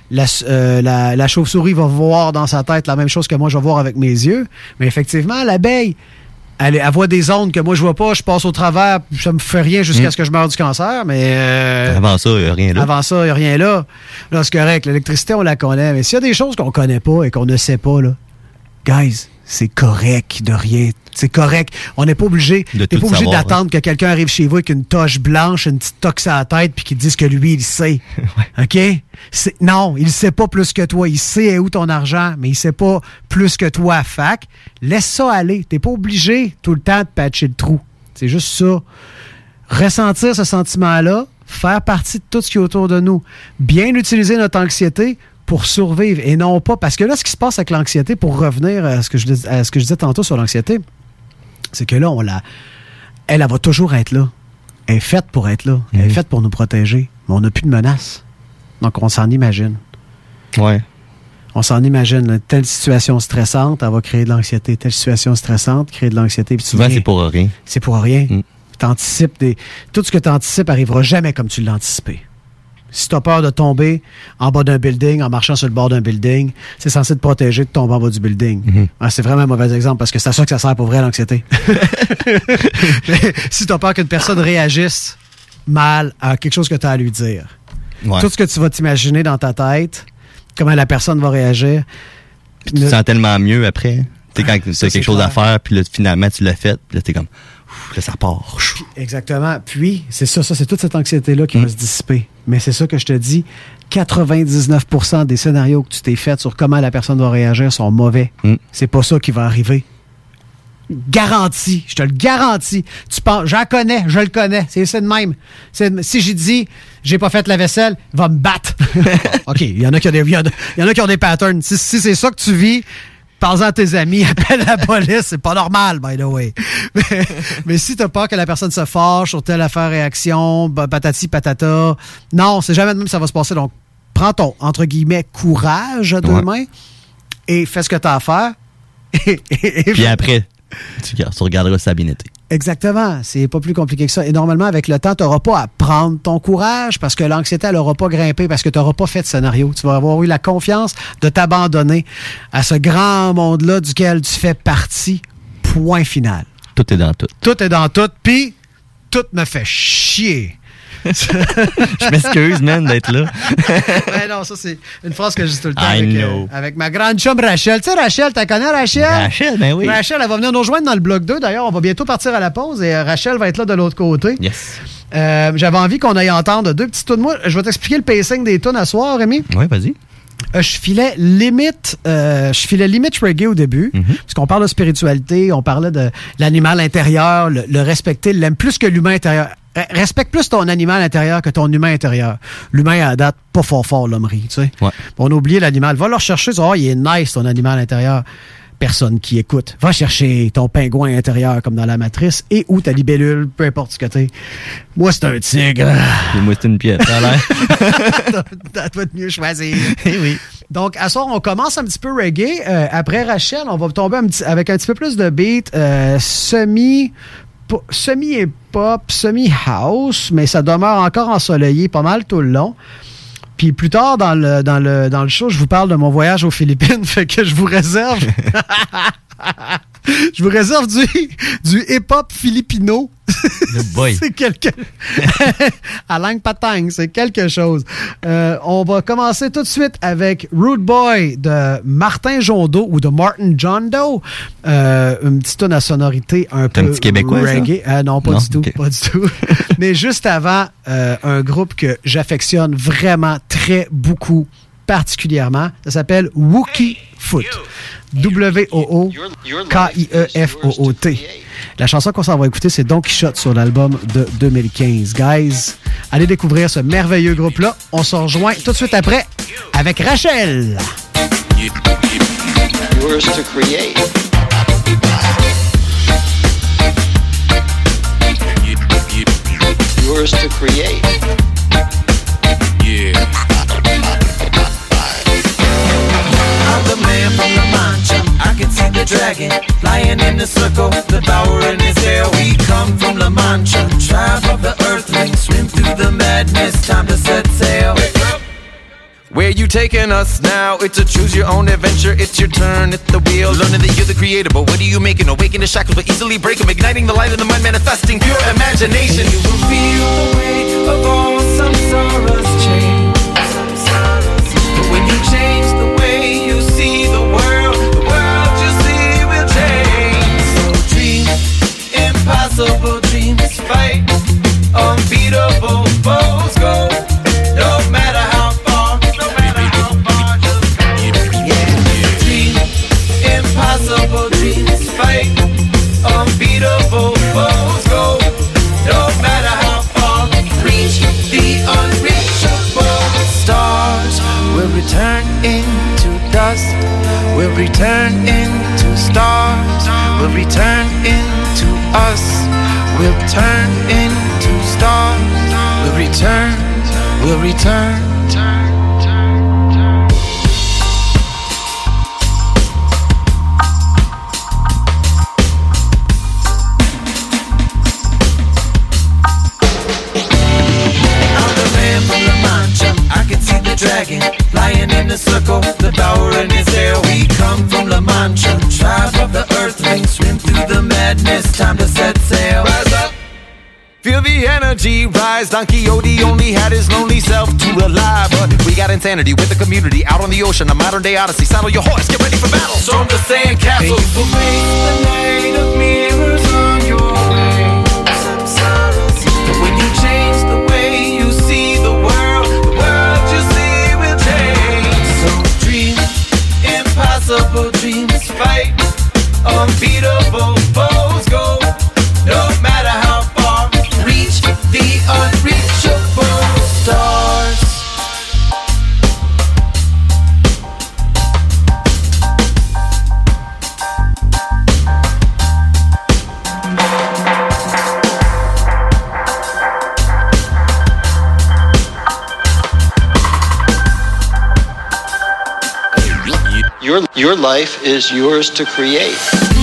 La, euh, la, la chauve-souris va voir dans sa tête la même chose que moi, je vais voir avec mes yeux. Mais effectivement, l'abeille, elle, elle voit des ondes que moi, je vois pas. Je passe au travers, ça me fait rien jusqu'à mmh. ce que je meure du cancer. Mais euh, avant ça, il n'y a rien là. Avant ça, il n'y a rien là. Là, c'est correct. L'électricité, on la connaît. Mais s'il y a des choses qu'on connaît pas et qu'on ne sait pas, là, guys, c'est correct de rien. C'est correct. On n'est pas obligé. T'es pas obligé savoir, d'attendre ouais. que quelqu'un arrive chez vous avec une toche blanche, une petite toque à la tête, puis qu'il dise que lui, il sait. ouais. OK? C'est, non, il sait pas plus que toi. Il sait où ton argent, mais il sait pas plus que toi. Fac, laisse ça aller. T'es pas obligé tout le temps de patcher le trou. C'est juste ça. Ressentir ce sentiment-là, faire partie de tout ce qui est autour de nous. Bien utiliser notre anxiété pour survivre et non pas... Parce que là, ce qui se passe avec l'anxiété, pour revenir à ce que je, à ce que je disais tantôt sur l'anxiété, c'est que là, on la, elle, elle va toujours être là. Elle est faite pour être là. Mm-hmm. Elle est faite pour nous protéger. Mais on n'a plus de menace. Donc, on s'en imagine. Ouais. On s'en imagine. Là, telle situation stressante, elle va créer de l'anxiété. Telle situation stressante, créer de l'anxiété. Puis souvent, c'est pour rien. C'est pour rien. Mm. T'anticipes des... Tout ce que tu anticipes arrivera jamais comme tu l'as anticipé. Si tu as peur de tomber en bas d'un building, en marchant sur le bord d'un building, c'est censé te protéger de tomber en bas du building. Mm-hmm. Ah, c'est vraiment un mauvais exemple parce que c'est à ça que ça sert pour vrai, l'anxiété. Si tu as peur qu'une personne réagisse mal à quelque chose que tu as à lui dire, ouais. tout ce que tu vas t'imaginer dans ta tête, comment la personne va réagir. Puis tu te sens tellement mieux après. Tu sais, quand tu as quelque chose clair. à faire, puis là, finalement, tu l'as fait, puis là, t'es comme... Là, ça part. Exactement. Puis, c'est ça, ça c'est toute cette anxiété-là qui mmh. va se dissiper. Mais c'est ça que je te dis, quatre-vingt-dix-neuf pour cent des scénarios que tu t'es fait sur comment la personne va réagir sont mauvais. Mmh. C'est pas ça qui va arriver. Garanti. Je te le garantis. Tu penses, j'en connais, je le connais. C'est, c'est de même. C'est, si j'ai dit, j'ai pas fait la vaisselle, il va me battre. OK, il y en a qui ont des, il y en a, il y en a qui ont des patterns. Si, si c'est ça que tu vis, parle-en à tes amis, appelle la police, c'est pas normal, by the way. Mais, mais si t'as peur que la personne se fâche sur telle affaire, réaction, patati, patata, non, c'est jamais de même que ça va se passer. Donc, prends ton, entre guillemets, courage à deux ouais. mains et fais ce que t'as à faire. Et, et, et puis après, tu, tu regarderas si ça a bien été. Exactement. C'est pas plus compliqué que ça. Et normalement, avec le temps, tu n'auras pas à prendre ton courage parce que l'anxiété, elle n'aura pas grimpé parce que tu n'auras pas fait de scénario. Tu vas avoir eu la confiance de t'abandonner à ce grand monde-là duquel tu fais partie. Point final. Tout est dans tout. Tout est dans tout. Puis, tout me fait chier. Je m'excuse, man, d'être là. Ben non, ça, c'est une phrase que je dis tout le temps avec, euh, avec ma grande chum Rachel. Tu sais, Rachel, tu connais Rachel? Rachel, ben oui. Rachel, elle va venir nous rejoindre dans le bloc deux. D'ailleurs, on va bientôt partir à la pause et euh, Rachel va être là de l'autre côté. Yes. Euh, j'avais envie qu'on aille entendre deux petits tunes. Moi, je vais t'expliquer le pacing des tunes à soir, Rémi. Oui, vas-y. Euh, je filais limite euh, je filais limite reggae au début, mm-hmm. parce qu'on parle de spiritualité, on parlait de l'animal intérieur, le, le respecter, l'aime plus que l'humain intérieur. Respecte plus ton animal intérieur que ton humain intérieur. L'humain, à la date, pas fort fort, l'hommerie, tu sais. Ouais. On a oublié l'animal. Va le rechercher, oh, il est nice, ton animal intérieur. Personne qui écoute. Va chercher ton pingouin intérieur, comme dans la Matrice, et ou ta libellule, peu importe ce que t'es. Moi, c'est un tigre. Et moi, c'est une pièce, ça a l'air. Ça doit être mieux choisir. Eh oui. Donc, à soir, on commence un petit peu reggae. Euh, après Rachel, on va tomber un petit, avec un petit peu plus de beat euh, semi... semi-hip-hop, semi-house, mais ça demeure encore ensoleillé pas mal tout le long. Puis plus tard dans le, dans le, dans le show, je vous parle de mon voyage aux Philippines, fait que je vous réserve... je vous réserve du, du hip-hop philippino. Boy. C'est quelque... à langue patang, c'est quelque chose. Euh, on va commencer tout de suite avec Rude Boy de Martin Jondeau ou de Martin John Doe. Euh, une petite tonne à sonorité un T'es peu un petit Québécois, reggae. Euh, non, pas non? du tout. Okay. Pas du tout. Mais juste avant, euh, un groupe que j'affectionne vraiment très beaucoup, particulièrement. Ça s'appelle Wookie Foot. W O O K I E F O O T. La chanson qu'on s'en va écouter, c'est Don Quichotte sur l'album de deux mille quinze. Guys, allez découvrir ce merveilleux groupe-là. On se rejoint tout de suite après avec Rachel. Yours to create. Yours to create. Yeah. I'm the man from La Mancha. I can see the dragon flying in the circle, the power in his hair. We come from La Mancha, tribe of the earthlings, swim through the madness, time to set sail. Where you taking us now? It's a choose your own adventure. It's your turn at the wheel. Learning that you're the creator, but what are you making? Awaken the shackles, but easily break them. Igniting the light in the mind, manifesting pure imagination. You will feel the weight of all samsara's chains. But when you change the way you see the world, the world you see will change. So dream impossible dreams, fight unbeatable foes, go no matter how far, no matter how far, just go. Yeah. Dream impossible dreams, fight unbeatable foes, go no matter how far. Reach the unreachable. Stars will return into dust, will return into stars, will return into us, will turn into stars, will return, will return. Dragon, flying in the circle, the power in his tail. We come from La Mancha, tribe of the earthlings. Swim through the madness, time to set sail. Rise up, feel the energy rise. Don Quixote only had his lonely self to rely, but we got insanity with the community out on the ocean. A modern day odyssey, saddle your horse, get ready for battle. Storm the sand castle. And you will face the night of mirrors on your way. But when you change the way you see the world, the world you see. Impossible dreams, fight unbeatable foes, go no matter how far. Reach the unreachable stars. Your, your life is yours to create.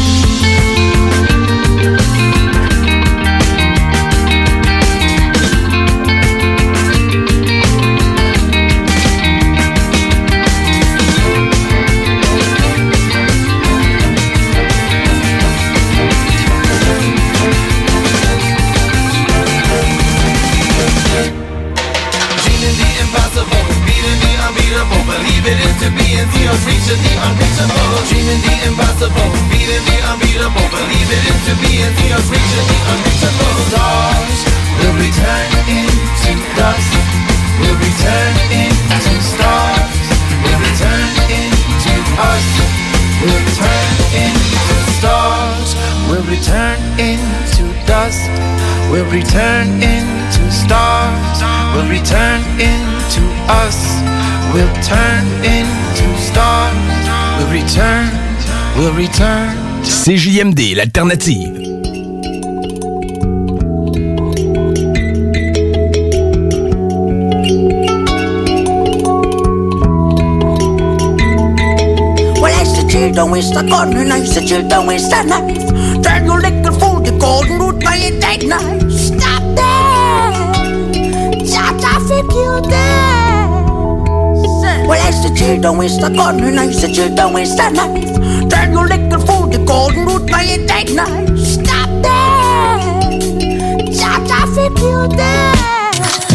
Reaching the unreachable, dreaming the impossible, beating the unbeatable, believe it into being the reaching the unreachable. Stars will return into dust, will return into stars, will return into us, will turn into stars, will return into dust, will return into stars, will return into us, will turn into stars, will return, will return. C J M D, l'alternative. Well, I said, don't waste a gun, and I said, don't waste a knife. Turn your liquor full, the golden root by a dead knife. Stop there, just I figure there. Well, I said, chill, don't waste a gun, and I said, chill, don't waste a knife. Turn your liquor full, the golden root by a dead knife. Stop there, just I figure there.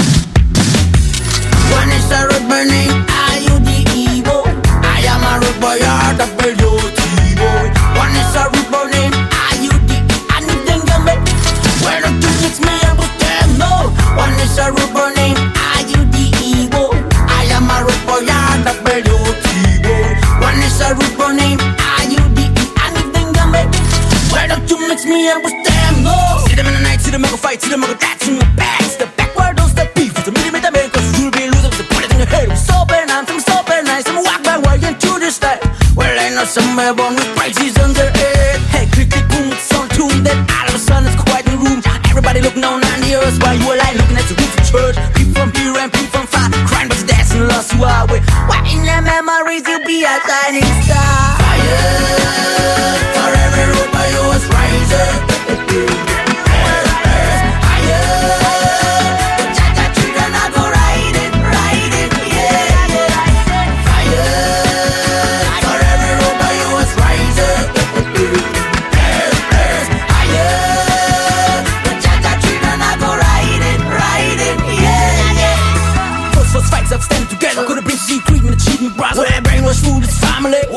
When it's a root burning, are you the evil? I am a root boy, you're the beauty boy. When it's a root burning, are you the anything you make? Why don't you mix me up with them? No. When it's a root burning, are you the evil? I am a root boy, you're the beauty boy. When it's a root burning, are you the anything you make? Why don't you mix me up with them? No. See them in the night, see them go fight, see them go dance in the back. Step backward, don't step beef. It's a millimeter man, cause you'll be losing with the bullet in your head. I'm so bad, I'm so bad, nice. I'm walk backward into the style. Well, I know somewhere born with prices on their head. Hey, click, click, boom, with some tune. Then all of a sudden it's quiet in the room. Everybody looking on on the earth while you alive, looking at the roof of church. People from here and people from far, crying but dancing, lost you are with. Why in their memories you'll be a shining star? Fire, for every road by yours rising.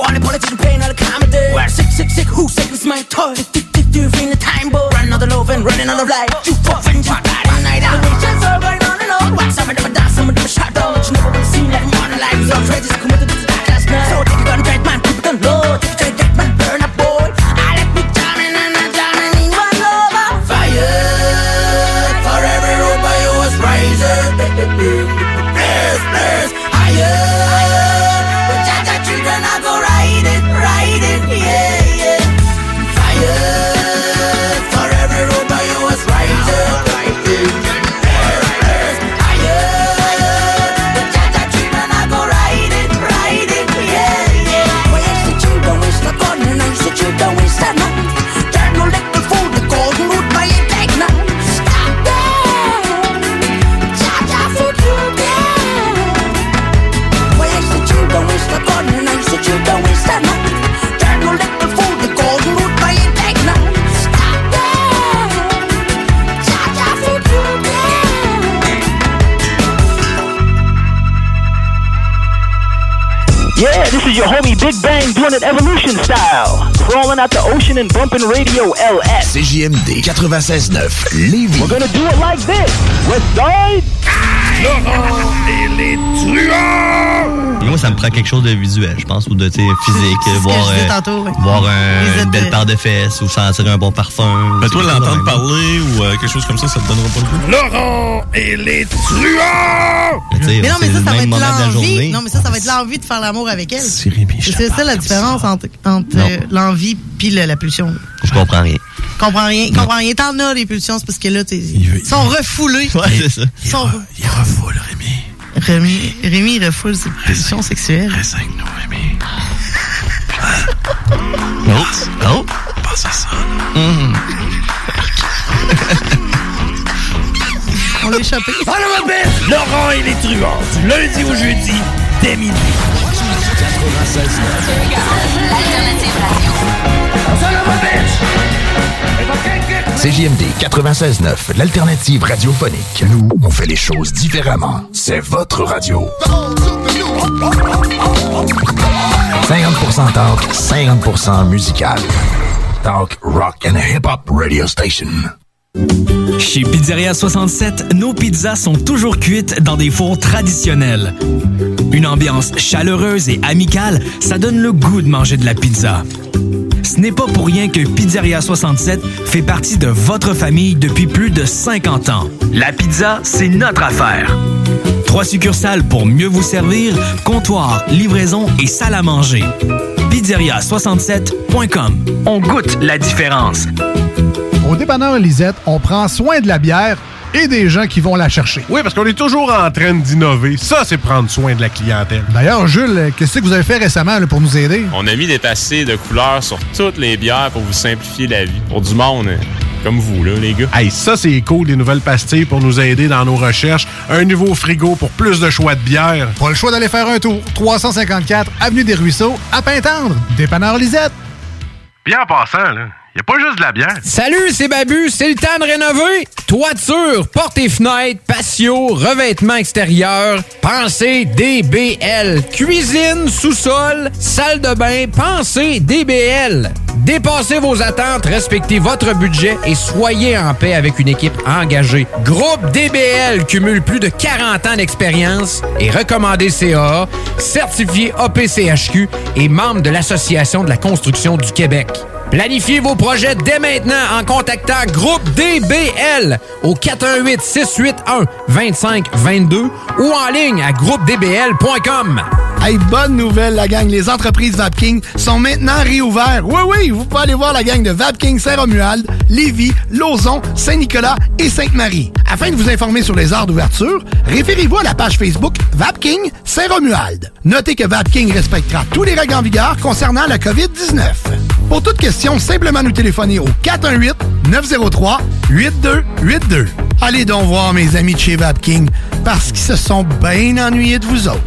All the politicians playing all the comedy. Well, sick, sick, sick, who sick is my toy? Do you feel the time, boy? Run out the love and running out of life. You fuck and you bad all night out. The nations are going on and on. Watch some of them dance, some of them shut down. But you never will see that modern life is outrageous. Come with the dark last night. So take it on dead man, keep it on low. Take it to the dead man, burn up, boy. I like me jamming and I'm jamming in one over. Fire for every road by you was rising. Blaze, blaze, higher. With Jaja children I go riding, riding, yeah, yeah. Fire. Yeah, this is your homie Big Bang doing it evolution style. Crawling out the ocean and bumping radio L S. C J M D quatre-vingt-seize neuf, Lévis. We're gonna do it like this. West Side. Laurent et les truands! Moi, ça me prend quelque chose de visuel, je pense, ou de physique. C'est ce voir que je disais euh, tantôt, ouais. voir un, Les une belle aides- paire de fesses ou sentir un bon parfum. Ben toi, C'est l'entendre quelque chose de même. parler ou euh, quelque chose comme ça, ça te donnera pas le goût? Laurent et les truands! Mais, tu sais, Mais non, mais c'est ça, le ça va même être moment de la l'envie. journée. Non, mais ça, ça va être l'envie de faire l'amour avec elle. C'est Rémi C'est Chapard ça la comme différence ça. entre, entre Non. euh, l'envie puis le- la pulsion. Je comprends rien. Comprends rien. Comprends rien. T'en as les pulsions, c'est parce que là, t'es- veut- ils sont refoulés. Ouais, c'est ça. Ils sont re- Il refoule, Rémi. Rémi, Rémi il refoule ses pulsions sexuelles. Ressigne-nous, Rémi. Oh, oh. Pense à ça. On l'a échappé. Alors, ma belle, Laurent et les truands, du lundi au jeudi, dès minuit. C J M D quatre-vingt-seize neuf, l'alternative radiophonique. Nous, on fait les choses différemment. C'est votre radio. cinquante pour cent talk, cinquante pour cent musical. Talk, rock and hip-hop radio station. Chez Pizzeria soixante-sept, nos pizzas sont toujours cuites dans des fours traditionnels. Une ambiance chaleureuse et amicale, ça donne le goût de manger de la pizza. Ce n'est pas pour rien que Pizzeria soixante-sept fait partie de votre famille depuis plus de cinquante ans. La pizza, c'est notre affaire. Trois succursales pour mieux vous servir, comptoir, livraison et salle à manger. pizzeria soixante-sept point com. On goûte la différence. Au dépanneur Lisette, on prend soin de la bière et des gens qui vont la chercher. Oui, parce qu'on est toujours en train d'innover. Ça, c'est prendre soin de la clientèle. D'ailleurs, Jules, qu'est-ce que vous avez fait récemment là, pour nous aider? On a mis des passés de couleurs sur toutes les bières pour vous simplifier la vie. Pour du monde euh, comme vous, là, les gars. Hey, ça, c'est cool, des nouvelles pastilles pour nous aider dans nos recherches. Un nouveau frigo pour plus de choix de bière. Pas le choix d'aller faire un tour. trois cent cinquante-quatre Avenue des Ruisseaux, à Pintendre. Dépanneur Lisette. Bien en passant, là, y a pas juste de la bière. Salut, c'est Babu, c'est le temps de rénover. Toiture, portes et fenêtres, patio, revêtement extérieur, pensez D B L. Cuisine, sous-sol, salle de bain, pensez D B L. Dépassez vos attentes, respectez votre budget et soyez en paix avec une équipe engagée. Groupe D B L cumule plus de quarante ans d'expérience et recommandé C A A, certifié A P C H Q et membre de l'Association de la construction du Québec. Planifiez vos projets dès maintenant en contactant Groupe D B L au quatre un huit, six huit un, deux cinq deux deux ou en ligne à groupe d b l point com. Hey, bonne nouvelle, la gang. Les entreprises Vapking sont maintenant réouvertes. Oui, oui, vous pouvez aller voir la gang de Vapking Saint-Romuald, Lévis, Lauson, Saint-Nicolas et Sainte-Marie. Afin de vous informer sur les heures d'ouverture, référez-vous à la page Facebook Vapking Saint-Romuald. Notez que Vapking respectera tous les règles en vigueur concernant la covid dix-neuf. Pour toute question, simplement nous téléphoner au quatre un huit, neuf zéro trois, huit deux huit deux. Allez donc voir mes amis de chez Vapking parce qu'ils se sont bien ennuyés de vous autres.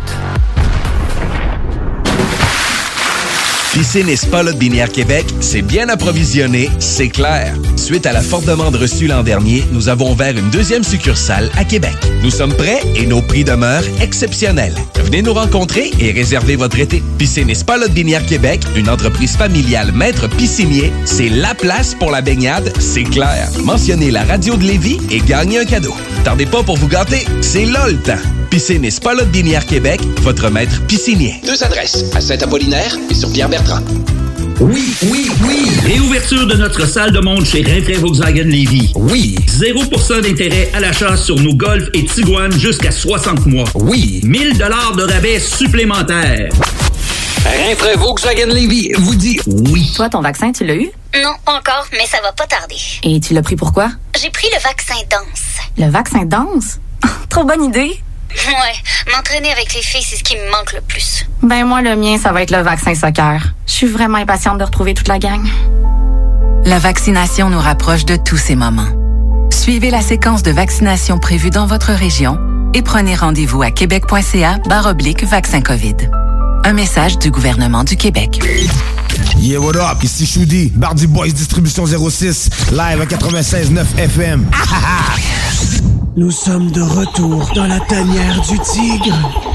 Piscine et Spa Lot Binière Québec, c'est bien approvisionné, c'est clair. Suite à la forte demande reçue l'an dernier, nous avons ouvert une deuxième succursale à Québec. Nous sommes prêts et nos prix demeurent exceptionnels. Venez nous rencontrer et réserver votre été. Piscine et Spa Lot Binière Québec, une entreprise familiale maître piscinier, c'est la place pour la baignade, c'est clair. Mentionnez la radio de Lévis et gagnez un cadeau. Tardez pas pour vous gâter, c'est là le temps. Piscine et Spa Lot Binière Québec, votre maître piscinier. Deux adresses, à Saint-Apollinaire et sur Pierre-Bertrand. Oui, oui, oui! Réouverture de notre salle de monde chez Rinfraie Volkswagen Lévis. Oui! zéro pour cent d'intérêt à l'achat sur nos Golf et Tiguan jusqu'à soixante mois. Oui! mille dollars de rabais supplémentaires. Rinfraie Volkswagen Lévis vous dit oui. Toi, ton vaccin, tu l'as eu? Non, pas encore, mais ça va pas tarder. Et tu l'as pris pourquoi? J'ai pris le vaccin danse. Le vaccin danse? Trop bonne idée! Ouais, m'entraîner avec les filles, c'est ce qui me manque le plus. Ben moi, le mien, ça va être le vaccin soccer. Je suis vraiment impatiente de retrouver toute la gang. La vaccination nous rapproche de tous ces moments. Suivez la séquence de vaccination prévue dans votre région et prenez rendez-vous à québec.ca barre oblique vaccin COVID. Un message du gouvernement du Québec. Yeah, what up? Ici Choudi, Bardi Boys Distribution zéro six, live à quatre-vingt-seize neuf F M. Nous sommes de retour dans la tanière du tigre.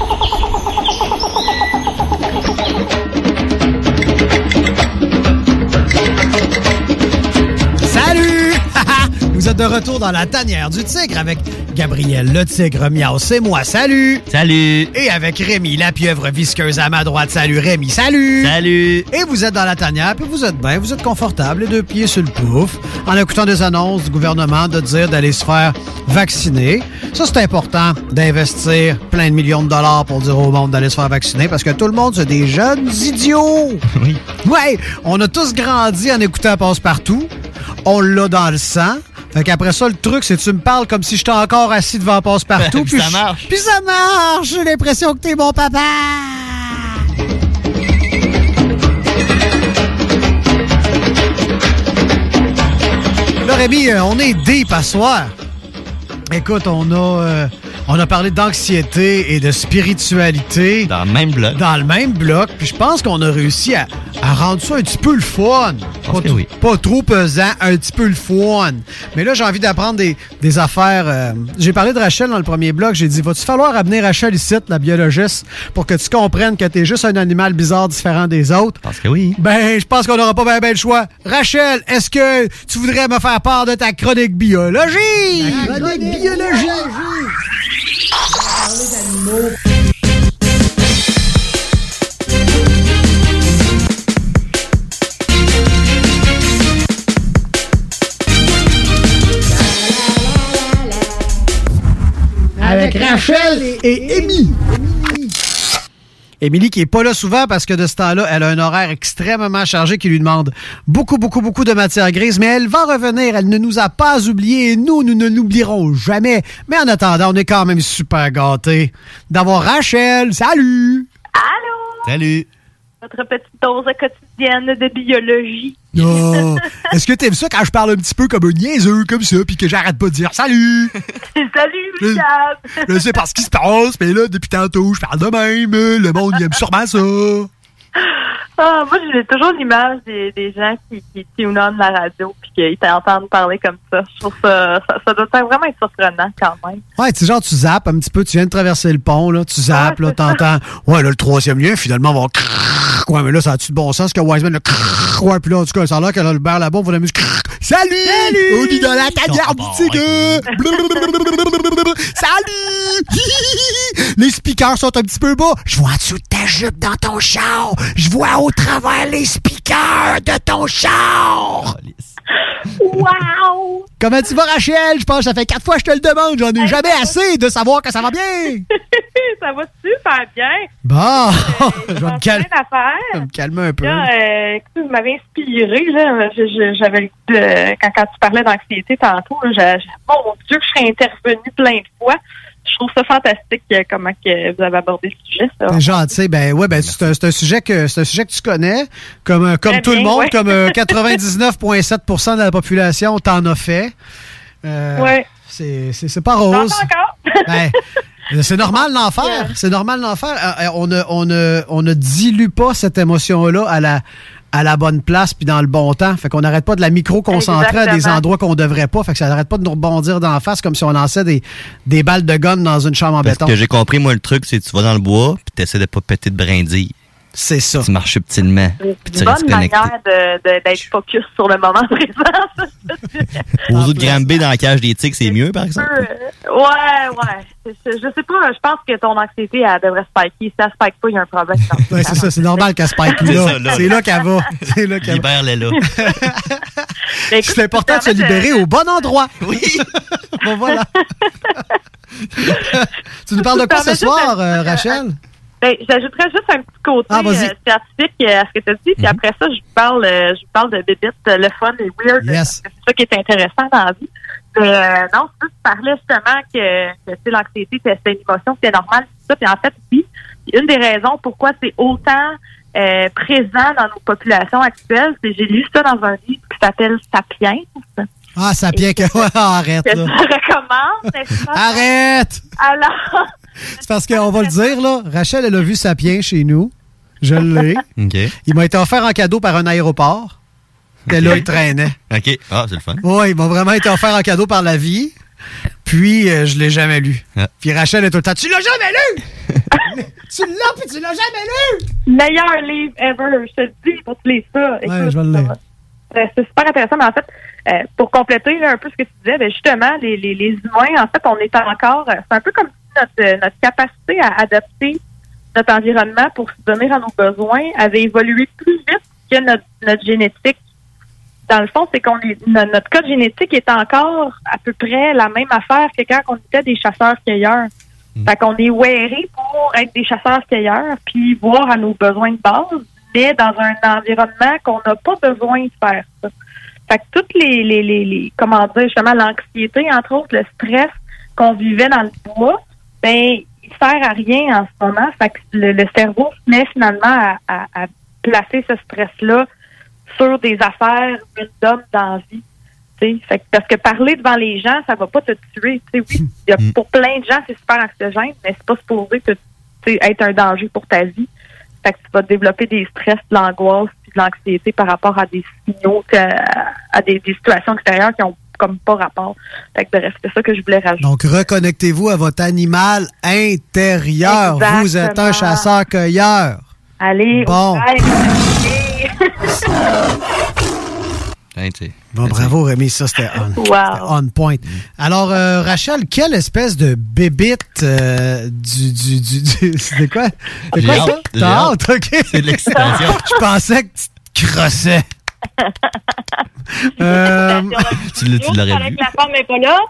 Salut! Vous êtes de retour dans la tanière du tigre avec Gabriel le tigre miaou, c'est moi, salut! Salut! Et avec Rémi la pieuvre visqueuse à ma droite, salut Rémi, salut! Salut! Et vous êtes dans la tanière, puis vous êtes bien, vous êtes confortable, les deux pieds sur le pouf, en écoutant des annonces du gouvernement de dire d'aller se faire vacciner. Ça, c'est important d'investir plein de millions de dollars pour dire au monde d'aller se faire vacciner, parce que tout le monde, c'est des jeunes idiots! Oui. Ouais! On a tous grandi en écoutant Passe-Partout. On l'a dans le sang. Fait qu'après ça, le truc, c'est que tu me parles comme si j'étais encore assis devant Passe-Partout. puis ça marche. Puis ça marche! J'ai l'impression que t'es mon papa! Là, Rémi, euh, on est deep à soir. Écoute, on a... Euh, On a parlé d'anxiété et de spiritualité. Dans le même bloc. Dans le même bloc. Puis je pense qu'on a réussi à, à rendre ça un petit peu le fun. Pas, que oui. pas trop pesant, un petit peu le fun. Mais là, j'ai envie d'apprendre des, des affaires. Euh, j'ai parlé de Rachel dans le premier bloc. J'ai dit, va-tu falloir amener Rachel ici, la biologiste, pour que tu comprennes que t'es juste un animal bizarre différent des autres? Parce que oui. Ben, je pense qu'on n'aura pas bien ben le choix. Rachel, est-ce que tu voudrais me faire part de ta chronique biologie? La chronique biologie! Parler d'animaux. Avec Rachel et Amy. Émilie qui est pas là souvent parce que de ce temps-là, elle a un horaire extrêmement chargé qui lui demande beaucoup, beaucoup, beaucoup de matière grise, mais elle va revenir. Elle ne nous a pas oubliés et nous, nous ne l'oublierons jamais. Mais en attendant, on est quand même super gâtés d'avoir Rachel. Salut! Allô? Salut! Votre petite dose quotidienne de biologie. Oh. Est-ce que t'aimes ça quand je parle un petit peu comme un niaiseux, comme ça, puis que j'arrête pas de dire salut? Salut, Lucas! Je sais pas ce qui se passe, mais là, depuis tantôt, je parle de même. Le monde, il aime sûrement ça. Ah, moi, j'ai toujours l'image des, des gens qui, qui tunent on la radio puis qu'ils t'entendent parler comme ça. Je trouve ça, ça, ça doit vraiment être surprenant quand même. Ouais, tu sais, genre, tu zappes un petit peu, tu viens de traverser le pont, là, tu zappes, ouais, là, t'entends. Ouais, là, le troisième lien, finalement, va crrrr. Ouais, mais là, ça a-tu de bon sens que Wiseman, le crrrr. Ouais, puis là, en tout cas, ça a l'air qu'elle a le beurre là-bas, on va la musique. Salut! Salut! On est dans la tanière du tigre! Salut! Les speakers sont un petit peu bas. Je vois en dessous de ta jupe dans ton char. Je vois au travers les speakers de ton char. Wow! Comment tu vas, Rachel? Je pense que ça fait quatre fois que je te le demande. J'en ai jamais assez de savoir que ça va bien. Ça va super bien. Bon, euh, je vais me, cal... je vais me calmer un peu. Là, euh, écoute, vous m'avez inspiré. Là. Je, je, j'avais le goût de... Quand, quand tu parlais d'anxiété tantôt, là, je... mon Dieu, que je serais intervenue plein de fois. Je trouve ça fantastique euh, comment que vous avez abordé le sujet. Ça. C'est gentil. Ben ouais, ben c'est un, c'est un sujet que c'est un sujet que tu connais, comme comme Très tout bien, le monde, ouais. Comme euh, quatre-vingt-dix-neuf virgule sept pour cent de la population t'en a fait. Euh, ouais. C'est c'est c'est pas rose. Encore. Ben, c'est normal d'en faire. C'est normal d'en faire. On ne on ne on ne dilue pas cette émotion là à la à la bonne place puis dans le bon temps. Fait qu'on n'arrête pas de la micro-concentrer à des endroits qu'on devrait pas. Fait que ça n'arrête pas de nous rebondir d'en face comme si on lançait des, des balles de gun dans une chambre en Parce béton. Ce que j'ai compris, moi, le truc, c'est que tu vas dans le bois puis tu essaies de pas péter de brindilles. C'est ça. Tu marches subtilement. C'est une bonne manière de, de, d'être focus sur le moment présent. Aux autres grands dans la cage des tiques, c'est mieux, par exemple? Euh, ouais, ouais. Je, je sais pas, je pense que ton anxiété, elle devrait spiker. Si elle spike pas, il y a un problème. Ouais, c'est ça, c'est normal qu'elle spike là. C'est, ça, là. c'est là qu'elle va. C'est là qu'elle Libère-les là. C'est important de se libérer de... au bon endroit. Oui. Bon, voilà. Tu nous parles de quoi ce soir, euh, Rachel? Ben, j'ajouterais juste un petit côté ah, euh, scientifique euh, à ce que tu as dit, puis mm-hmm. après ça, je vous parle, euh, je vous parle de bébites, euh, le fun et weird. Yes. C'est ça qui est intéressant dans la vie. Mais euh, non, tu parlais justement que, que tu sais, l'anxiété, c'est une émotion, c'est normal, tout ça. Puis en fait, oui, une des raisons pourquoi c'est autant euh, présent dans nos populations actuelles, c'est j'ai lu ça dans un livre qui s'appelle Sapiens. Ah, Sapiens, que... ouais, arrête, que là. Je recommence. Arrête! Alors... C'est parce qu'on va le dire, là. Rachel, elle a vu Sapiens chez nous. Je l'ai. Okay. Il m'a été offert en cadeau par un aéroport. Okay. Là, il traînait. OK. Ah, c'est le fun. Oui, il m'a vraiment été offert en cadeau par la vie. Puis, euh, je l'ai jamais lu. Ah. Puis Rachel est tout le temps, tu l'as jamais lu! Tu l'as, puis tu l'as jamais lu! Meilleur livre ever, je te le dis, pour te lire ça. Écoute, ouais, je vais le lire. Euh, c'est super intéressant, mais en fait, euh, pour compléter là, un peu ce que tu disais, ben, justement, les, les, les humains, en fait, on est encore... Euh, c'est un peu comme Notre, notre capacité à adapter notre environnement pour subvenir à nos besoins avait évolué plus vite que notre, notre génétique. Dans le fond, c'est qu'on est, notre code génétique est encore à peu près la même affaire que quand on était des chasseurs-cueilleurs. Mmh. Fait qu'on est wearés pour être des chasseurs-cueilleurs puis voir à nos besoins de base, mais dans un environnement qu'on n'a pas besoin de faire ça. Fait que toutes les, les, les, les comment dire, justement, l'anxiété, entre autres, le stress qu'on vivait dans le bois, ben, il sert à rien en ce moment. Fait que le, le cerveau se met finalement à, à, à placer ce stress-là sur des affaires random dans la vie. T'sais. Fait que, parce que parler devant les gens, ça va pas te tuer. T'sais, oui, y a, pour plein de gens, c'est super anxiogène, mais c'est pas supposé te, être un danger pour ta vie. Fait que tu vas développer des stress, de l'angoisse, puis de l'anxiété par rapport à des signaux, que, à des, des situations extérieures qui ont comme pas rapport. Fait que bref, c'est ça que je voulais rajouter. Donc, reconnectez-vous à votre animal intérieur. Exactement. Vous êtes un chasseur-cueilleur. Allez, bon. Bon, bravo, Rémi, ça, c'était on, wow. c'était on point. Alors, euh, Rachel, quelle espèce de bébite euh, du, du, du, du... C'était quoi? C'est quoi ça? T'as hâte, OK? C'est de l'excitation. Je pensais que tu te crossais. euh, tu, l'as, tu l'aurais vu. La femme n'est pas là.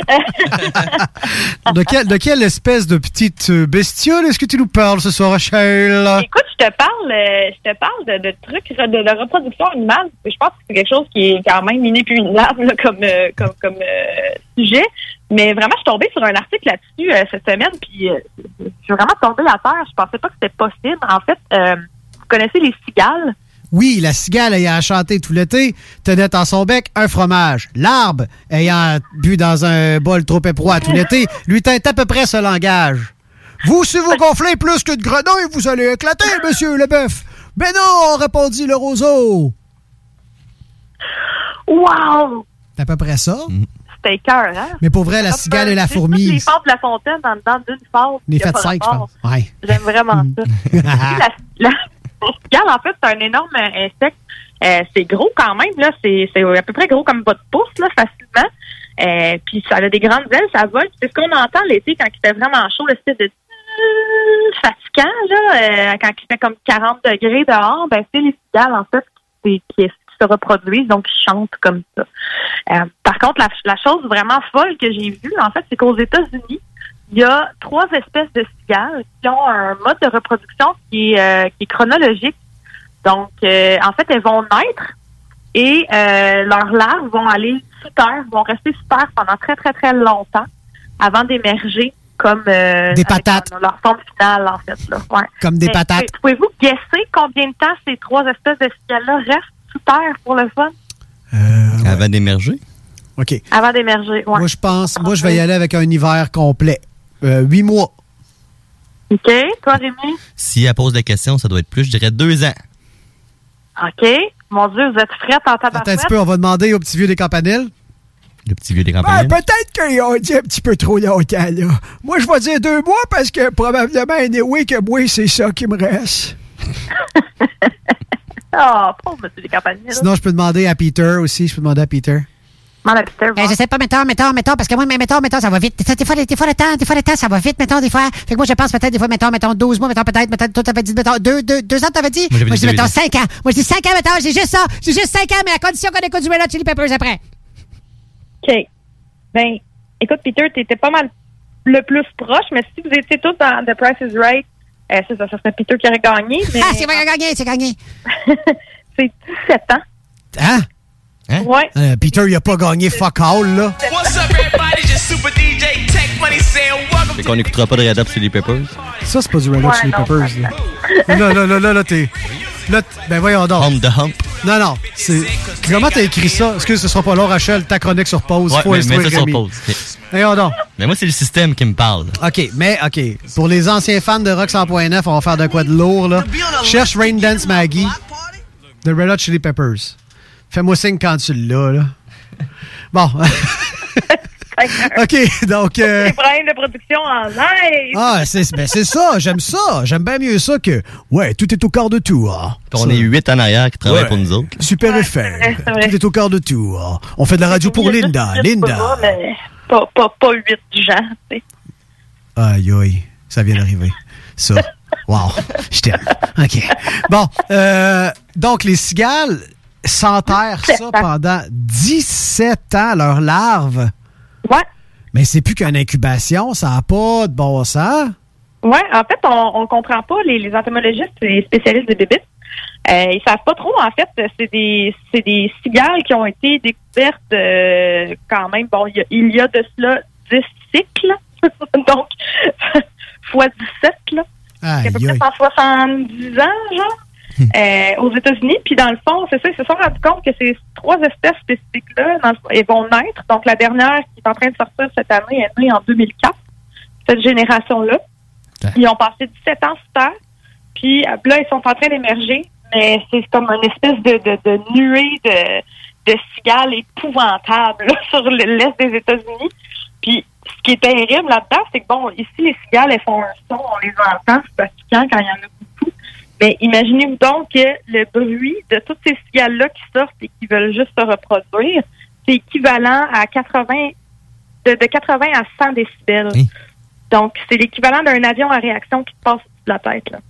de, quelle, de quelle espèce de petite bestiole est-ce que tu nous parles ce soir, Rachel? Écoute, je te parle, euh, je te parle de, de trucs de, de reproduction animale. Je pense que c'est quelque chose qui est quand même inépuisable là, comme, euh, comme, comme euh, sujet. Mais vraiment, je suis tombée sur un article là-dessus euh, cette semaine, puis euh, je suis vraiment tombée à terre. Je pensais pas que c'était possible. En fait, euh, vous connaissez les cigales? Oui, la cigale ayant chanté tout l'été tenait en son bec un fromage. L'arbre ayant bu dans un bol trop étroit tout l'été lui tint à peu près ce langage. Vous, si vous gonflez plus que de grenouilles, vous allez éclater, monsieur le bœuf. Mais non, répondit le roseau. Wow! C'est à peu près ça. Mm. C'était cœur, hein? Mais pour vrai, la cigale et la fourmi. Les fables de La Fontaine dans, dans d'une phase. Les fêtes cinq, je pense. Ouais. J'aime vraiment ça. la, la, la cigale, en fait, c'est un énorme insecte. Euh, c'est gros quand même, là. C'est, c'est à peu près gros comme votre pouce, là, facilement. Euh, puis ça a des grandes ailes, ça vole. C'est ce qu'on entend l'été quand il fait vraiment chaud, l'espèce de fatigant, là, euh, quand il fait comme quarante degrés dehors, ben c'est les cigales, en fait, qui, qui, qui se reproduisent, donc qui chantent comme ça. Euh, par contre, la, la chose vraiment folle que j'ai vue, en fait, c'est qu'aux États-Unis, il y a trois espèces de cigales qui ont un mode de reproduction qui est, euh, qui est chronologique. Donc, euh, en fait, elles vont naître et euh, leurs larves vont aller sous terre, vont rester sous terre pendant très, très, très longtemps avant d'émerger comme euh, des patates. Leur, leur forme finale, en fait. Là. Ouais. Comme des Mais, patates. Pouvez-vous guesser combien de temps ces trois espèces de cigales-là restent sous terre pour le fun? Euh, ouais. Avant d'émerger? OK. Avant d'émerger, oui. Moi, je pense, moi, je vais y aller avec un hiver complet. Euh, huit mois. OK. Toi, Rémi? Si elle pose la question, ça doit être plus, je dirais deux ans. OK. Mon Dieu, vous êtes frette en Attends un tabarouette. petit peu, on va demander au petit vieux des campaniles. Le petit vieux des Ben, campagnes. peut-être qu'ils ont dit un petit peu trop longtemps, là. Moi, je vais dire deux mois parce que probablement, anyway, que moi, c'est ça qui me reste. Ah, oh, pauvre monsieur des campagnes. Sinon, je peux demander à Peter aussi. Je peux demander à Peter. Euh, je sais pas, mettons, mettons, mettons, parce que moi, mais mettons, mettons, ça va vite. Des fois, des fois, le temps, des fois, le temps, ça va vite, mettons, des fois. Fait que moi, je pense peut-être, des fois, mettons, mettons, douze mois, mettons, peut-être, peut-être, toi, t'avais dit, mettons, deux, deux, deux ans, t'avais dit? Moi, j'avais Moi, dit je dis, deux mettons, ans. cinq ans. Moi, je dis cinq ans, mettons, j'ai juste ça. J'ai juste cinq ans, mais à condition qu'on écoute du Red Hot Chili Peppers après. OK. Ben, écoute, Peter, t'étais pas mal le plus proche, mais si vous étiez tous dans The Price is Right, euh, c'est ça, ça serait Peter qui aurait gagné. Mais... Ah, c'est vrai, gagné, c'est gagné. c'est dix-sept ans. Hein? Hein? Ouais. Euh, Peter, il a pas gagné fuck all, là. What's up, everybody? Just Super D J Tech Money saying welcome Fait qu'on n'écoutera pas de Red Hot Chili Peppers. Ça, c'est pas du Red Hot Ouais, Chili non, Peppers, là. Là, là, là, là, là, t'es... Là, t- ben voyons donc. Hump the hump. Non, non. C'est... Comment t'as écrit ça? Excuse, ce sera pas long, Rachel. Ta chronique sur pause. Ouais, Faut mais, instruire mais ça sur Rémi. pause. Ok. Voyons donc. Mais moi, c'est le système qui me parle. OK, mais OK. Pour les anciens fans de Rock cent point neuf, on va faire de quoi de lourd, là. Cherche Rain Dance Maggie de Red Hot Chili Peppers. Fais-moi signe quand tu l'as, là. Bon. OK, donc... Euh... Les problèmes de production en live. Ah, c'est, ben c'est ça. J'aime ça. J'aime bien mieux ça que... Ouais, tout est au quart de tour. Puis on est huit en arrière qui travaillent Ouais. pour nous autres. Super Ouais, F c'est vrai, c'est M. vrai. Tout est au quart de tour. On fait de la radio pour Il y a Linda. juste huit Linda. pas, mais pas, pas, pas huit gens, tu sais. Aïe, aïe. Ça vient d'arriver. Ça. Wow. Je t'aime. OK. Bon. Euh, donc, les cigales s'enterrent ça pendant dix-sept ans, leurs larves. Ouais. Mais c'est plus qu'une incubation. Ça n'a pas de bon sens. Ouais, en fait, on ne comprend pas, les, les entomologistes et les spécialistes des bébites. Euh, ils savent pas trop, en fait. C'est des c'est des cigales qui ont été découvertes euh, quand même. Bon, il y, a- il y a de cela dix cycles. Donc, fois dix-sept, là. Aïe, C'est à peu près aïe. cent soixante-dix ans, genre, euh, aux États-Unis. Puis, dans le fond, c'est ça, ils se sont rendus compte que ces trois espèces spécifiques-là, dans le fond, elles vont naître. Donc, la dernière qui est en train de sortir cette année est née en deux mille quatre, cette génération-là. Ils ont passé dix-sept ans sur Terre. Puis, euh, là, ils sont en train d'émerger. Mais c'est comme une espèce de, de, de nuée de, de cigales épouvantables là, sur l'est des États-Unis. Puis, ce qui est terrible là-dedans, c'est que, bon, ici, les cigales, elles font un son, on les entend, c'est fatigant quand il y en a beaucoup. Mais imaginez-vous donc que le bruit de toutes ces cigales-là qui sortent et qui veulent juste se reproduire, c'est équivalent à quatre-vingts, de, de quatre-vingts à cent décibels. Oui. Donc, c'est l'équivalent d'un avion à réaction qui te passe sur la tête, là.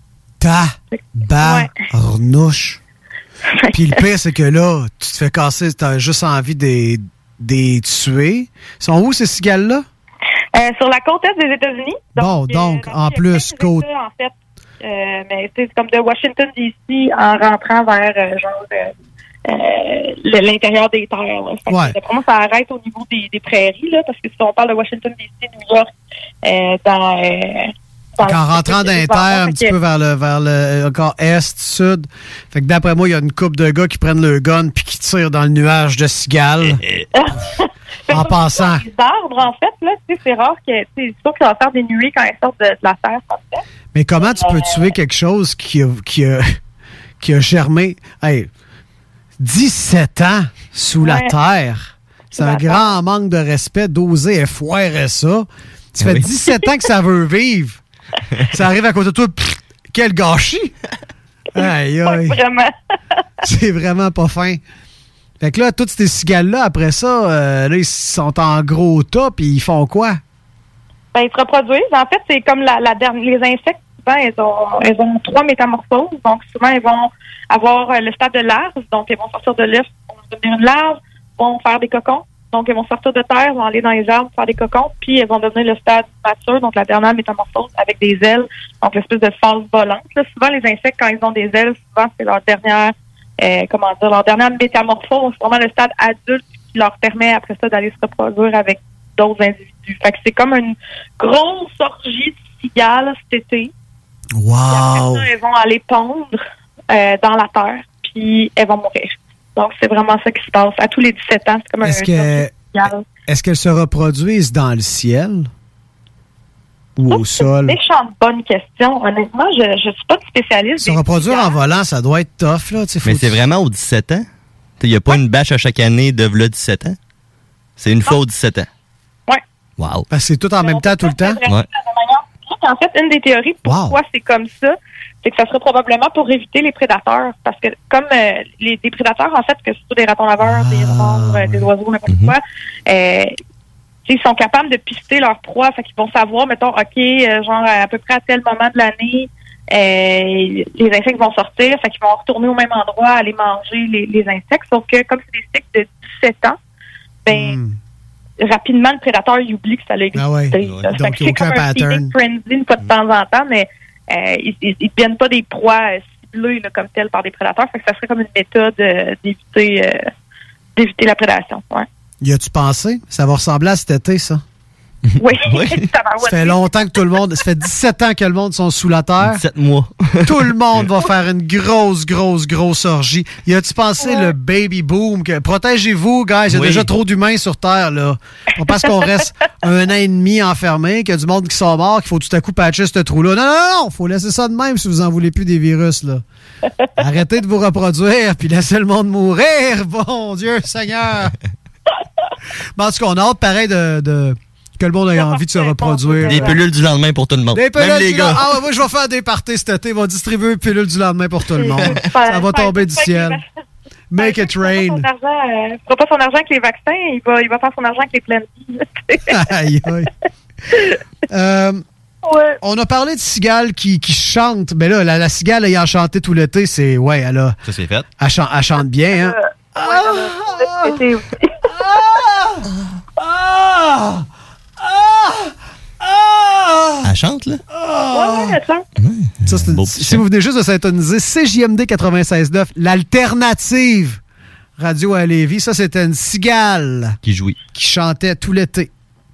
Tabarnouche. Puis le pire, c'est que là, tu te fais casser, t'as juste envie de des tuer. Ils sont où, ces cigales-là? Euh, sur la côte est des États-unis. Bon, donc, en plus, côte... En fait, euh, mais c'est comme de Washington, D C en rentrant vers, euh, genre, euh, euh, le- l'intérieur des terres. Là. Fait que, Ouais. d'après moi, ça arrête au niveau des, des prairies, là, parce que si on parle de Washington, D C, New York, euh, dans... Euh, dans En rentrant dans d'inter, un petit peu vers le vers le encore est, sud. Fait que d'après moi, il y a une couple de gars qui prennent le gun puis qui tirent dans le nuage de cigales. en passant. Les arbres, en fait, là, tu sais, c'est rare que, tu sais, c'est sûr que ça va faire des nuées quand elles sortent de, de la terre, comme ça. Mais comment tu peux tuer quelque chose qui a, qui a, qui a germé? Hey, dix-sept ans sous la Ouais. terre. C'est un grand manque de respect d'oser effoirer ça. Tu fais oui. dix-sept ans que ça veut vivre. Ça arrive à côté de toi. Pff, quel gâchis! Aïe, aïe. Ouais, vraiment. C'est vraiment pas fin. Fait que là, toutes ces cigales-là, après ça, euh, là, ils sont en gros tas, puis ils font quoi? Ben, ils se reproduisent. En fait, c'est comme la, la dernière. Les insectes, souvent, elles ont, elles ont trois métamorphoses. Donc, souvent, elles vont avoir euh, le stade de larve. Donc, elles vont sortir de l'œuf, vont devenir une larve, vont faire des cocons. Donc, elles vont sortir de terre, vont aller dans les arbres, faire des cocons, puis elles vont devenir le stade mature, donc la dernière métamorphose avec des ailes, donc l'espèce de phase volante. Là, souvent, les insectes, quand ils ont des ailes, souvent, c'est leur dernière, euh, comment dire, leur dernière métamorphose, c'est vraiment le stade adulte qui leur permet, après ça, d'aller se reproduire avec d'autres individus. Fait que c'est comme une grosse orgie de cigales cet été. Wow! Après ça, elles vont aller pondre euh, dans la terre, puis elles vont mourir. Donc, c'est vraiment ça qui se passe. À tous les dix-sept ans, c'est comme Est-ce un... que cigale. est-ce qu'elles se reproduisent dans le ciel? ou au sol? Méchante bonne question. Honnêtement, je ne suis pas de spécialiste. Se reproduire en volant, ça doit être tough. Là. Faut Mais c'est vraiment aux dix-sept ans? Il n'y a pas une bâche à chaque année de v'là dix-sept ans? C'est une non. fois aux dix-sept ans? Oui. Wow. Parce que c'est tout en même temps, tout le temps? Ouais. En fait, une des théories pourquoi wow. c'est comme ça, c'est que ça serait probablement pour éviter les prédateurs. Parce que comme euh, les, les prédateurs, en fait, que ce soit des ratons laveurs, ah, des renards, euh, des oiseaux, n'importe mm-hmm. quoi, euh, ils sont capables de pister leur proie. Fait qu'ils vont savoir, mettons, OK, euh, genre à peu près à tel moment de l'année, euh, les insectes vont sortir. Fait qu'ils vont retourner au même endroit, aller manger les, les insectes. Sauf que comme c'est des cycles de dix-sept ans, ben... Mm. rapidement, le prédateur, il oublie que ça l'a existé. Ah ouais. Ouais. Donc, c'est comme un feeding frenzy une fois de temps en temps, mais euh, ils ne deviennent pas des proies euh, ciblées là, comme telles par des prédateurs. Fait que ça serait comme une méthode euh, d'éviter, euh, d'éviter la prédation. Ouais. Y a-tu pensé? Ça va ressembler à cet été, ça? Oui. oui. Ça fait longtemps que tout le monde... Ça fait dix-sept ans que le monde sont sous la terre. dix-sept mois. Tout le monde va faire une grosse, grosse, grosse orgie. Y a-tu pensé ouais. le baby boom? Que, protégez-vous, guys. Il y a oui. déjà trop d'humains sur Terre, là. On pense qu'on reste un an et demi enfermé, qu'il y a du monde qui sont morts, qu'il faut tout à coup patcher ce trou-là. Non, non, non! Faut laisser ça de même si vous en voulez plus des virus, là. Arrêtez de vous reproduire, puis laissez le monde mourir. Bon Dieu Seigneur! Mais en tout cas, on a hâte, pareil, de... de que le monde ait envie de se reproduire. Des pilules du lendemain pour tout le monde. Des pilules Même les du gars. Ah, moi, je vais faire des parties cet été. Ils vont distribuer des pilules du lendemain pour tout le monde. Ça va tomber du ciel. Make it rain. Il ne fera pas son argent avec les vaccins. Il va, il va faire son argent avec les pleines vies. Aïe, aïe. euh, ouais. On a parlé de cigale qui, qui chante. Mais là, la, la cigale ayant chanté tout l'été, c'est... Ouais, elle a... Ça, c'est fait. Elle chante, elle chante bien, hein? Euh, ouais, ah! Ah! Ah! Ah! Elle chante, là? Ah! Ouais, elle chante. Ouais, ça, c'est une, si vous venez juste de s'intoniser, C J M D quatre-vingt-seize neuf, l'alternative radio à Lévis. Ça, c'était une cigale. Qui jouit. Qui chantait tout l'été.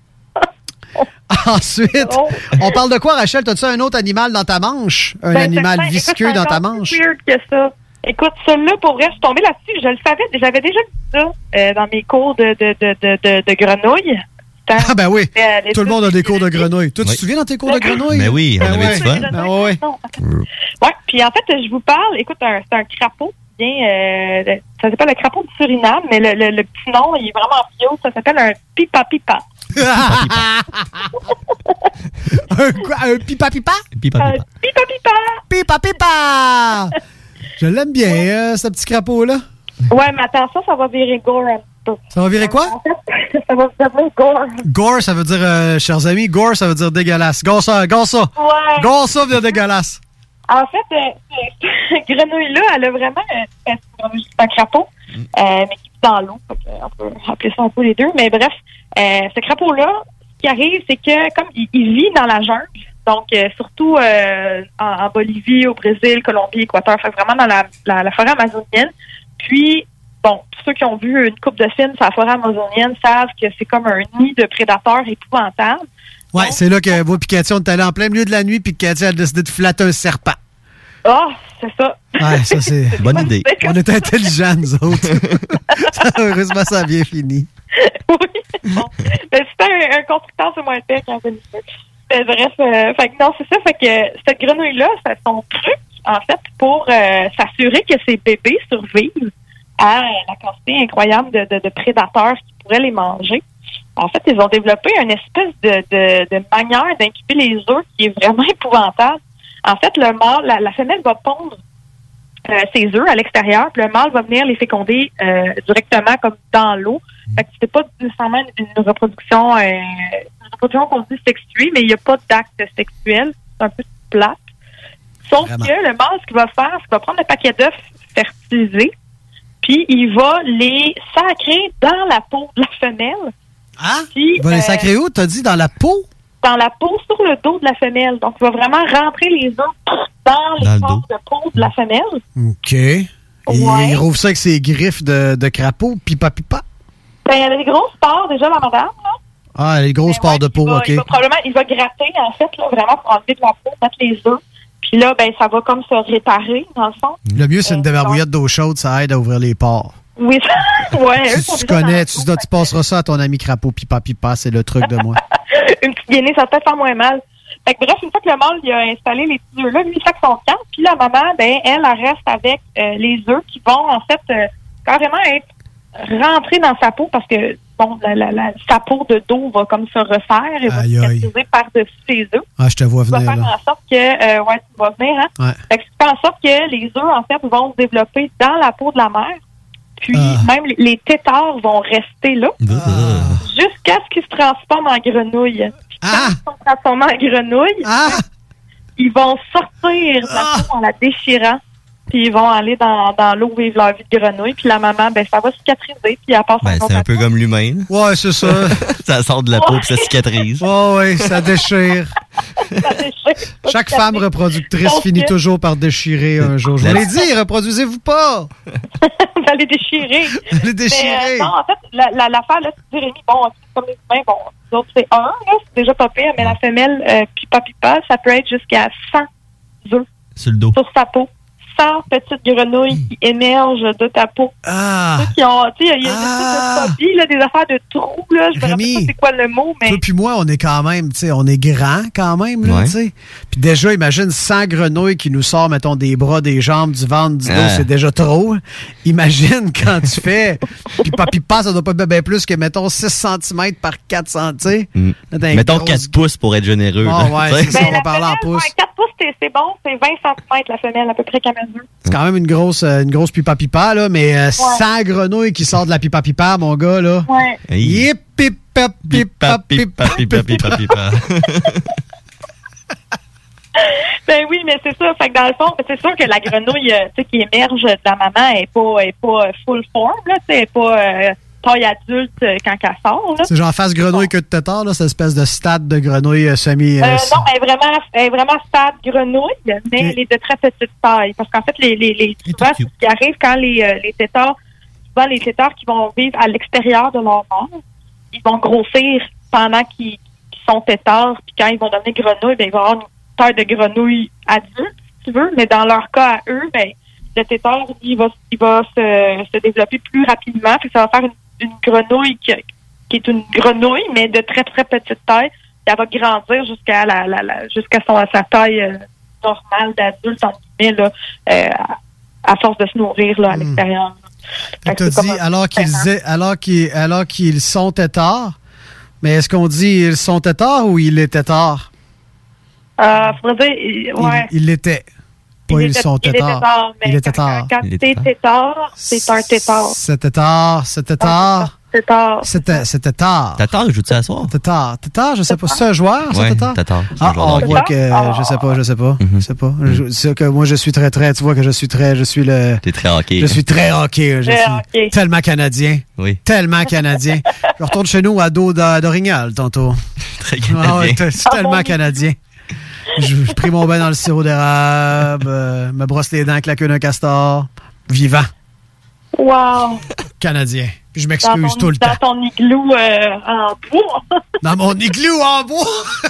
Ensuite, oh. on parle de quoi, Rachel? T'as-tu un autre animal dans ta manche? Un ben, animal certain. visqueux Écoute, dans ta manche? C'est weird que ça. Écoute, celui-là, pour vrai, je suis tombée là-dessus. Je le savais, j'avais déjà vu ça euh, dans mes cours de, de, de, de, de, de grenouilles. Ah ben oui, euh, tout le monde a des cours de grenouilles. Toi, oui. tu te souviens dans tes cours de grenouilles? Ben oui, on ben avait ouais. du fun. Ben oui. Ouais, puis en fait, je vous parle, écoute, un, c'est un crapaud. Bien, euh, ça s'appelle le crapaud du Suriname, mais le, le, le petit nom, il est vraiment vieux. Ça s'appelle un pipa-pipa. un quoi? Un pipa-pipa? Pipa-pipa. Euh, pipa-pipa. Pipa-pipa! Je l'aime bien, ouais. euh, ce petit crapaud-là. Ouais, mais attention, ça va virer gore un peu. Ça va virer quoi? Ça va virer gore. Gore, ça veut dire, euh, chers amis, gore, ça veut dire dégueulasse. Gore ça, gore ça. Ouais. Gore ça veut dire dégueulasse. En fait, euh, cette grenouille-là, elle a vraiment euh, c'est un crapaud, euh, mais qui vit dans l'eau. On peut appeler ça un peu les deux. Mais bref, euh, ce crapaud-là, ce qui arrive, c'est que comme il, il vit dans la jungle, donc euh, surtout euh, en, en Bolivie, au Brésil, Colombie, Équateur, fait vraiment dans la, la, la forêt amazonienne. Puis, bon, ceux qui ont vu une coupe de films sur la forêt amazonienne savent que c'est comme un nid de prédateurs épouvantables. Ouais, donc, c'est là que vous, Cathy, on est allé en plein milieu de la nuit, puis Cathy a décidé de flatter un serpent. Ah, oh, c'est ça. Ouais, ça, c'est bonne idée. On est intelligents, nous autres. Heureusement, ça a bien fini. Oui, bon. Mais c'était un, un constructeur sur moins pire qu'un bonifeux. Bref, euh, fait que non, c'est ça. Fait que cette grenouille-là, c'est son truc, en fait, pour euh, s'assurer que ses bébés survivent à la quantité incroyable de, de, de prédateurs qui pourraient les manger. En fait, ils ont développé une espèce de, de, de manière d'incuber les œufs qui est vraiment épouvantable. En fait, le mâle, la, la femelle va pondre euh, ses œufs à l'extérieur, puis le mâle va venir les féconder euh, directement comme dans l'eau. Fait que c'est pas nécessairement une, une reproduction, euh, une reproduction qu'on dit sexuée, mais il n'y a pas d'acte sexuel. C'est un peu plate. Sauf Vraiment. que le mâle, ce qu'il va faire, c'est qu'il va prendre un paquet d'œufs fertilisés, puis il va les sacrer dans la peau de la femelle. Ah? Puis, il va euh, les sacrer où? T'as dit dans la peau? Dans la peau, sur le dos de la femelle. Donc, il va vraiment rentrer les œufs dans les corps de peau de la femelle. OK. Et ouais. Il rouvre ça avec ses griffes de, de crapaud, pipa-pipa? Ben, il y a des grosses pores, déjà, la madame, là. Ah, les grosses ben, pores ouais, de peau, il va, OK. Il va probablement, il va gratter, en fait, là, vraiment, pour enlever de la peau, mettre les œufs. Puis là, ben, ça va comme se réparer, dans le fond. Le mieux, c'est une débarbouillette d'eau chaude, ça aide à ouvrir les pores. Oui, ouais. Si tu connais, tu, tu passeras ça à ton ami crapaud, pipa-pipa, c'est le truc de moi. Une petite gainée, ça va peut-être faire moins mal. Fait que bref, une fois que le mâle il a installé les petits œufs-là, lui, il fait son camp. Puis la maman, ben, elle, elle reste avec euh, les œufs qui vont, en fait, euh, carrément être rentrés dans sa peau parce que, bon, la, la, la, sa peau de dos va comme se refaire et va se cicatriser par-dessus ses œufs. Ah, je te vois venir, ça va faire là. en sorte que, euh, ouais, tu vas venir, hein? Ouais. Fait que ça fait en sorte que les œufs, en fait, vont se développer dans la peau de la mère. Puis, ah. même les, les tétards vont rester là. Ah. Jusqu'à ce qu'ils se transforment en grenouille. Puis, quand ah. ils sont transformés en grenouille, ah. ils vont sortir de la peau en la déchirant. Puis ils vont aller dans, dans l'eau vivre leur vie de grenouille. Puis la maman, ben ça va cicatriser. Puis elle passe ben, c'est un peu comme l'humain. Ouais, c'est ça. Ça sort de la peau puis ça cicatrise. Oh oui, ça déchire. ça déchire. Chaque femme reproductrice Donc, finit toujours par déchirer un jour. Je vous l'ai dit, reproduisez-vous pas. Vous allez déchirer. Vous allez déchirer. Mais, euh, non, en fait, la, la, l'affaire, là, tu dis, Rémi, bon, comme les humains, bon, les autres, c'est un, là, c'est déjà pas pire, mais la femelle, euh, pipa pipa, ça peut être jusqu'à cent œufs sur le dos. Sur sa peau. cent petites grenouilles qui émergent de ta peau. Ah! Ceux qui ont, tu sais, il y a ah. des phobie, là, des affaires de trous, là. Je me rappelle pas c'est quoi le mot, mais. Toi puis moi, on est quand même, tu sais, on est grand quand même, là, ouais. tu sais. Puis déjà, imagine cent grenouilles qui nous sortent, mettons, des bras, des jambes, du ventre, du dos, ah. c'est déjà trop. Imagine quand tu fais. Puis papi pas, ça doit pas bien plus que, mettons, six centimètres par quatre centimètres, tu sais. Mm. Mettons grosse... quatre pouces pour être généreux. Oh, ouais, c'est ça, ben, on va parler en pouces. Ouais, quatre pouces, c'est, c'est bon, c'est vingt centimètres la femelle, à peu près qu'à mesure. C'est quand même une grosse, une grosse pipa-pipa, là, mais euh, ouais. cent grenouilles qui sortent de la pipa-pipa, mon gars, là. Ouais. Yip, pipa, pipa, pipa, pipa, pipa, pipa. Ben oui, mais c'est ça. Fait que dans le fond, c'est sûr que la grenouille, tu sais, qui émerge de la maman, elle est pas, est pas full form, là, tu sais, elle est pas euh, taille adulte quand elle sort, là. C'est genre face grenouille que de tétard, là, cette espèce de stade de grenouille semi... Euh, euh, non, elle est vraiment, elle est vraiment stade grenouille, mais okay. elle est de très petite taille. Parce qu'en fait, les, les, les, souvent, ce qui arrive quand les, euh, les tétards, souvent les tétards qui vont vivre à l'extérieur de leur mort, ils vont grossir pendant qu'ils, qu'ils sont tétards, puis quand ils vont devenir grenouilles, ben, ils vont avoir une taille de grenouille adulte, si tu veux, mais dans leur cas à eux, ben, le tétard, il va, il va se, se développer plus rapidement, puis ça va faire une une grenouille qui, qui est une grenouille, mais de très, très petite taille. Elle va grandir jusqu'à la, la, la jusqu'à son, sa taille euh, normale d'adulte, en guillemets, là, euh, à force de se nourrir là, à mmh. l'extérieur. Tu as dit, alors qu'ils, alors, qu'ils, alors qu'ils sont tétards, mais est-ce qu'on dit ils sont tétards ou il est tétard? Euh, faudrait dire, ouais. Il, il l'était. Pas ils sont tétards. Il est tétard. Quand c'est tétard, c'est un tétard. C'est tétard, c'est tétard. Tétard. C'est tétard. Tétard, joue-tu à soir? Tétard. Tétard, je sais pas. C'est un joueur, ça, tétard? Tétard. Ah, on voit que, je sais pas, je sais pas. Je sais pas. C'est que moi, je suis très, très, tu vois que je suis très, je suis le. T'es très hockey. Je suis très hockey. Je suis tellement canadien. Oui. Tellement canadien. Je retourne chez nous à dos d'Orignal, tantôt. Très canadien. Ah ouais, tellement canadien. Je, je pris mon bain dans le sirop d'érable, euh, me brosse les dents avec la queue d'un castor. Vivant. Wow. Canadien. Puis je m'excuse ton, tout le dans temps. Dans ton igloo euh, en bois. Dans mon igloo en bois.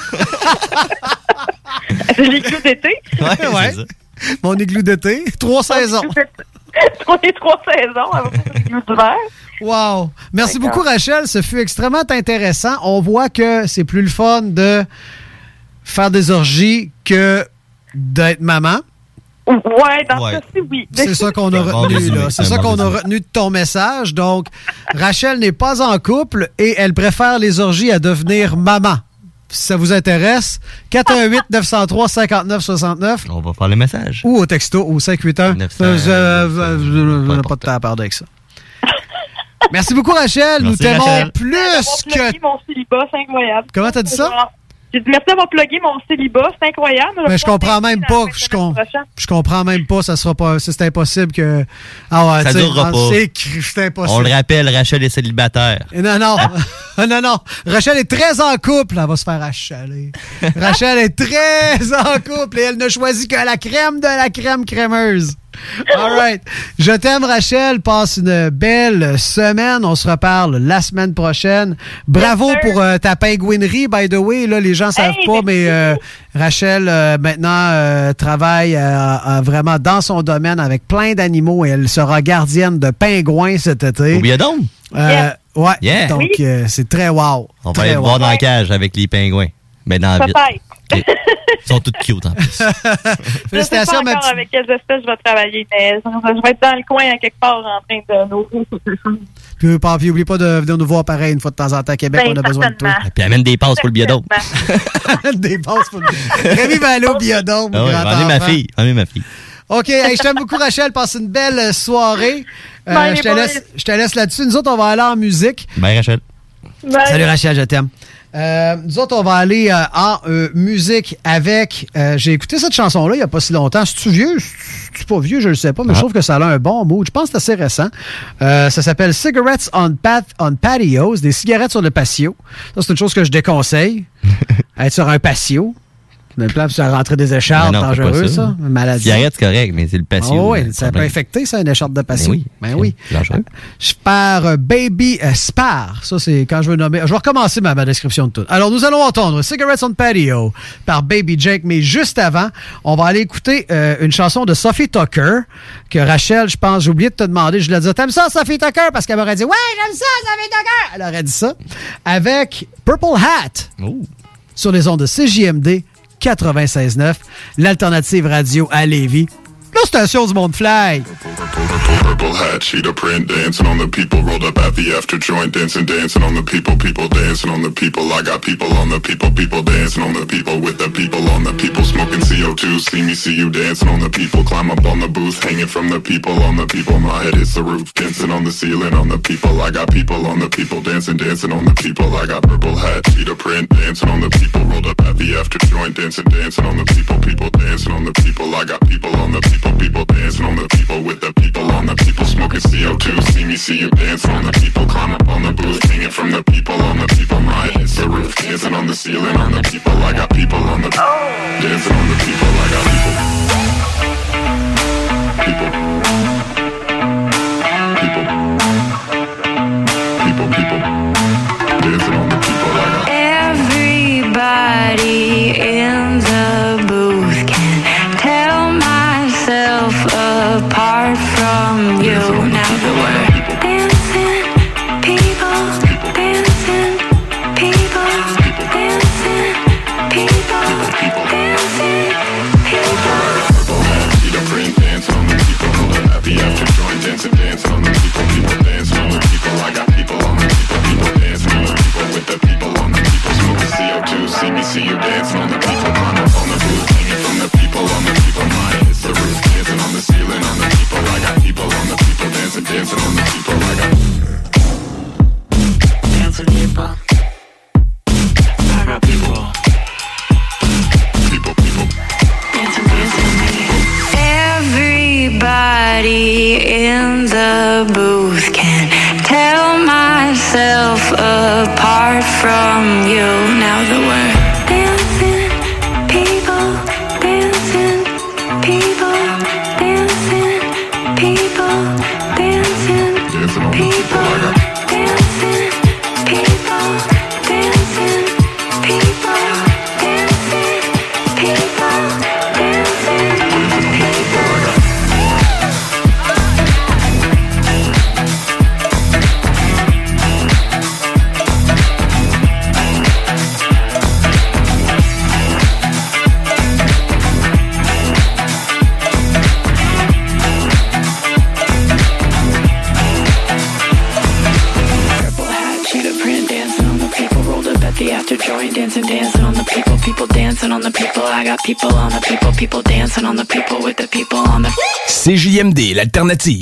C'est l'igloo d'été. Ouais, ouais. C'est ça. Mon igloo d'été. Trois saisons. Trois et trois saisons avec l'igloo d'hiver. Wow. Merci D'accord. beaucoup, Rachel. Ce fut extrêmement intéressant. On voit que c'est plus le fun de faire des orgies que d'être maman. Ouais, dans ouais. ce cas-ci, oui. C'est ça qu'on a retenu, là. C'est ça qu'on a retenu de ton message. Donc, Rachel n'est pas en couple et elle préfère les orgies à devenir maman. Si ça vous intéresse, quatre un huit neuf zéro trois cinquante-neuf soixante-neuf. On va faire les messages. Ou au texto, au cinq huit un. neuf cents, je n'ai pas de temps à parler avec ça. Merci beaucoup, Rachel. Merci, Nous t'aimons Rachel. plus que... Mon célibat, c'est incroyable. Comment t'as dit ça? J'ai dit merci d'avoir plugué mon célibat, c'est incroyable. Mais je comprends même pas. Je, com- je comprends même pas. Ça sera pas. C'est impossible que. Ah ouais, ça durera pas. C'est, c'est impossible. On le rappelle, Rachel est célibataire. Et non, non. non, non. Rachel est très en couple. Elle va se faire achaler. Rachel est très en couple et elle ne choisit que la crème de la crème crémeuse. All right. Je t'aime, Rachel. Passe une belle semaine. On se reparle la semaine prochaine. Bravo yes, pour euh, ta pingouinerie, by the way. Là, les gens savent hey, pas, mais euh, Rachel, euh, maintenant, euh, travaille euh, euh, vraiment dans son domaine avec plein d'animaux et elle sera gardienne de pingouins cet été. Au biodôme? Euh, yeah. Ouais. Yeah. Donc, oui. euh, c'est très wow. On très va aller wow. voir dans la cage avec les pingouins. Mais dans la ville. Okay. Ils sont toutes cute en plus. Félicitations, je sais pas encore avec quelles espèces je vais travailler, mais je vais être dans le coin à quelque part en train de nourrir toutes les choses. Puis, puis oublie pas de venir nous voir pareil une fois de temps en temps à Québec, Ben, on a besoin de toi. Et puis amène des passes pour le biodôme. Des passes pour le biodôme. Rémi va aller au biodôme. Ah oui, j'en ai ma fille. J'en ai ma fille. OK, hey, je t'aime beaucoup, Rachel. Passe une belle soirée. Euh, Bye, je, te bye. laisse, je te laisse là-dessus. Nous autres, on va aller en musique. Bye, Rachel. Bye. Salut, Rachel, je t'aime. Euh, nous autres, on va aller euh, en euh, musique avec... Euh, j'ai écouté cette chanson-là il n'y a pas si longtemps. C'est-tu vieux? C'est pas vieux, je ne sais pas, mais Ah. je trouve que ça a un bon mood. Je pense que c'est assez récent. Euh, ça s'appelle Cigarettes on, Pat on Patios, des cigarettes sur le patio. Ça, c'est une chose que je déconseille. Être sur un patio. Même plan, ça rentrer des écharpes, Mais non, c'est dangereux, pas ça. Une maladie. Cigarette, c'est correct, mais c'est le patio. Oh oui, le ça peut problème. infecter, ça, une écharpe de patio. Ben oui. Ben oui. C'est dangereux. Spar euh, Baby euh, Spar. Ça, c'est quand je veux nommer. Je vais recommencer ma, ma description de tout. Alors, nous allons entendre Cigarettes on Patio par Baby Jake, mais juste avant, on va aller écouter euh, une chanson de Sophie Tucker que Rachel, je pense, j'ai oublié de te demander. Je lui ai dit, t'aimes ça, Sophie Tucker? Parce qu'elle m'aurait dit, ouais, j'aime ça, Sophie Tucker. Elle aurait dit ça. Avec Purple Hat Ooh. sur les ondes de C J M D quatre-vingt-seize neuf, l'alternative radio à Lévis. La station du monde fly. Purple hat, cheetah print, dancing on the people, rolled up at the after joint, dancing, dancing on the people, people dancing on the people. I got people on the people, people dancing on the people, with the people on the people, smoking C O two. See me, see you dancing on the people, climb up on the booth, hanging from the people on the people. My head hits the roof, dancing on the ceiling on the people. I got people on the people, dancing, dancing on the people. I got purple hat, cheetah print, dancing on the people, rolled up at the after joint, dancing, dancing on the people, people dancing on the people. I got people on the people. People dancing on the people, with the people on the people, smoking C O two. See me, see you dancing on the people, climb up on the booth, hanging from the people on the people. My head hits the roof, dancing on the ceiling on the people. I got people on the dancing on the people. I got people. People. People. People. People. Dancing on the people. I got everybody in the booth can tell myself apart from you. Now that we're dancing, people, dancing, people, dancing, people, dancing, people. cheetah print, dancing on the people, happy after joint, dancing, dancing on the people, people dancing on the people. I got people on the people, people dancing on the people, with the people on the people, smoking C O two. See me, see you dancing on the people, climb up on the booth, hanging from the people on the people. My head hits the roof, dancing on the ceiling on the people. I got people on the people, dancing, dancing on the people. I got dancing people. I got people. People, people. Dancing, dancing, everybody in the booth can tell myself apart from you. Now that we're dancing, people, dancing, people, dancing, people, dancing, people, dancing, people, dancing, people, dancing, people, dancing, people. The after joint, dancing, dancing on the people, people dancing on the people. I got people on the people, people dancing on the people, with the people on the. C J M D, l'alternative.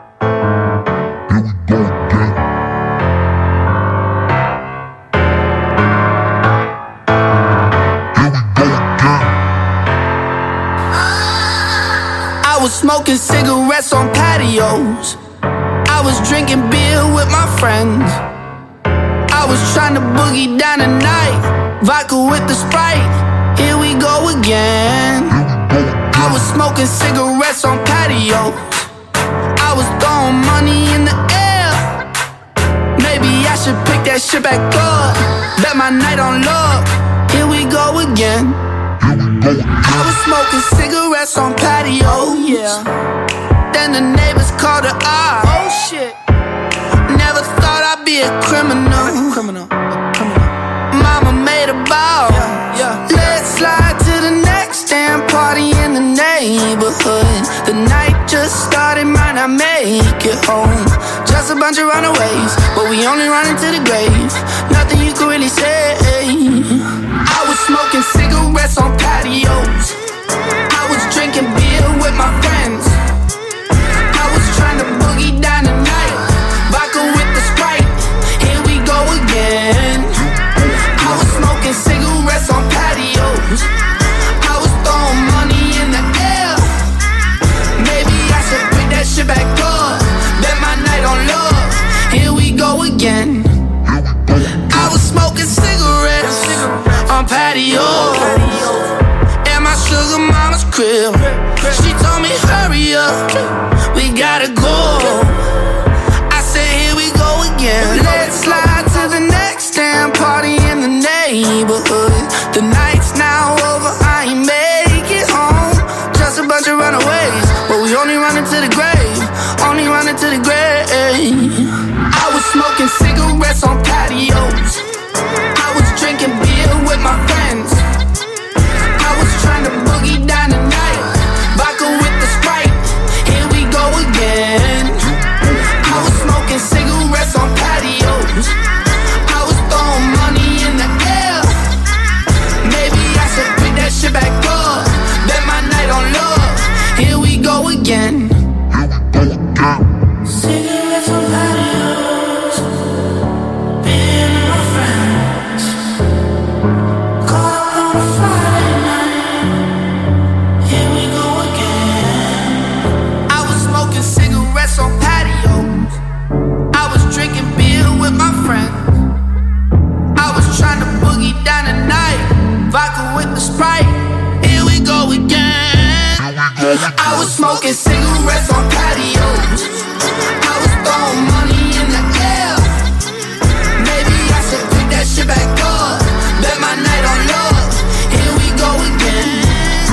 I was smoking cigarettes on patios. I was drinking beer with my friends. I was trying to boogie down the night, vodka with the Sprite, here we go again. I was smoking cigarettes on patios. I was throwing money in the air. Maybe I should pick that shit back up. Bet my night on love, here we go again. I was smoking cigarettes on patios. Yeah. Then the neighbors called the odds. Oh shit. Never thought I'd be a criminal. Criminal. Criminal. Mama made a vow. Yeah, yeah. Let's slide. just started, might not make it home. Just a bunch of runaways, but we only running to the grave. Nothing you can really say. I was smoking cigarettes on patios. I was drinking beer with my friends. I was trying to boogie down the night. Vodka with the Sprite. Here we go again. I was smoking cigarettes on patios. I was throwing money in the air. Maybe I should pick that shit back up. Bet my night on love. Here we go again. I was smoking cigarettes on patios at my sugar mama's crib. She told me hurry up, we gotta go. I said here we go again. Let's slide to the next damn party in the neighborhood. The night's now over, I ain't make it home. Just a bunch of runaways, but we only running to the grave. Only running to the grave. I was smoking cigarettes on patios. I was drinking beer with my friends. I was trying to boogie down the night. Vodka with the Sprite. Here we go again. I was smoking cigarettes on patios. I was throwing money in the air. Maybe I should pick that shit back up. Bet my night on love. Here we go again. Cigarettes on patios. Beer with my friends. Caught on a Friday night. Here we go again. I was smoking cigarettes on patios. I was drinking beer with my friends. I was trying to boogie down the night. Vodka with the Sprite. Here we go again. I was smoking cigarettes on patios. I was throwing money in the air. Maybe I should pick that shit back up. Bet my night on love. Here we go again.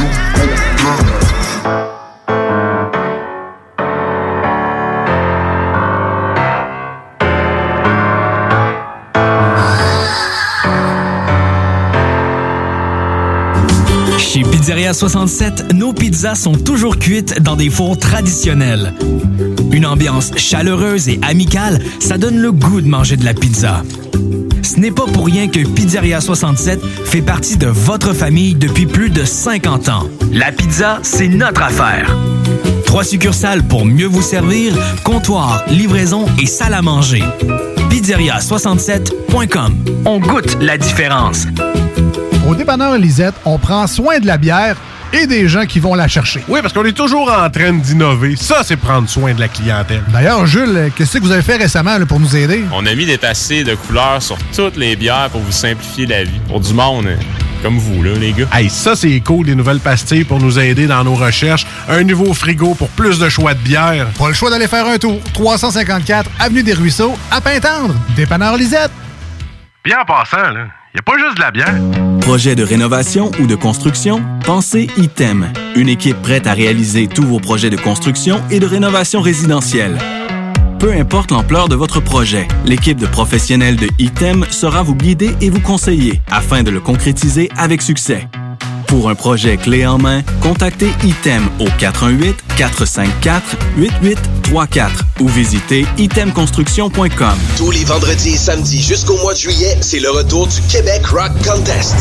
Chez Pizzeria soixante-sept, nos pizzas sont toujours cuites dans des fours traditionnels. Une ambiance chaleureuse et amicale, ça donne le goût de manger de la pizza. Ce n'est pas pour rien que Pizzeria soixante-sept fait partie de votre famille depuis plus de cinquante ans. La pizza, c'est notre affaire. Trois succursales pour mieux vous servir, comptoir, livraison et salle à manger. pizzeria soixante-sept point com. On goûte la différence. Au dépanneur Lisette, on prend soin de la bière et des gens qui vont la chercher. Oui, parce qu'on est toujours en train d'innover. Ça, c'est prendre soin de la clientèle. D'ailleurs, Jules, qu'est-ce que vous avez fait récemment là, pour nous aider? On a mis des tassés de couleurs sur toutes les bières pour vous simplifier la vie. Pour du monde comme vous, là, les gars. Hey, ça, c'est cool, des nouvelles pastilles pour nous aider dans nos recherches. Un nouveau frigo pour plus de choix de bière. Pas le choix d'aller faire un tour. trois cent cinquante-quatre Avenue des Ruisseaux, à Pintendre. Dépanneur Lisette. Bien en passant, là, il n'y a pas juste de la bière. Projet de rénovation ou de construction? Pensez Item. Une équipe prête à réaliser tous vos projets de construction et de rénovation résidentielle. Peu importe l'ampleur de votre projet, l'équipe de professionnels de Item sera vous guider et vous conseiller afin de le concrétiser avec succès. Pour un projet clé en main, contactez Item au quatre un huit, quatre cinq quatre, huit huit trois quatre ou visitez item construction point com. Tous les vendredis et samedis jusqu'au mois de juillet, c'est le retour du Québec Rock Contest.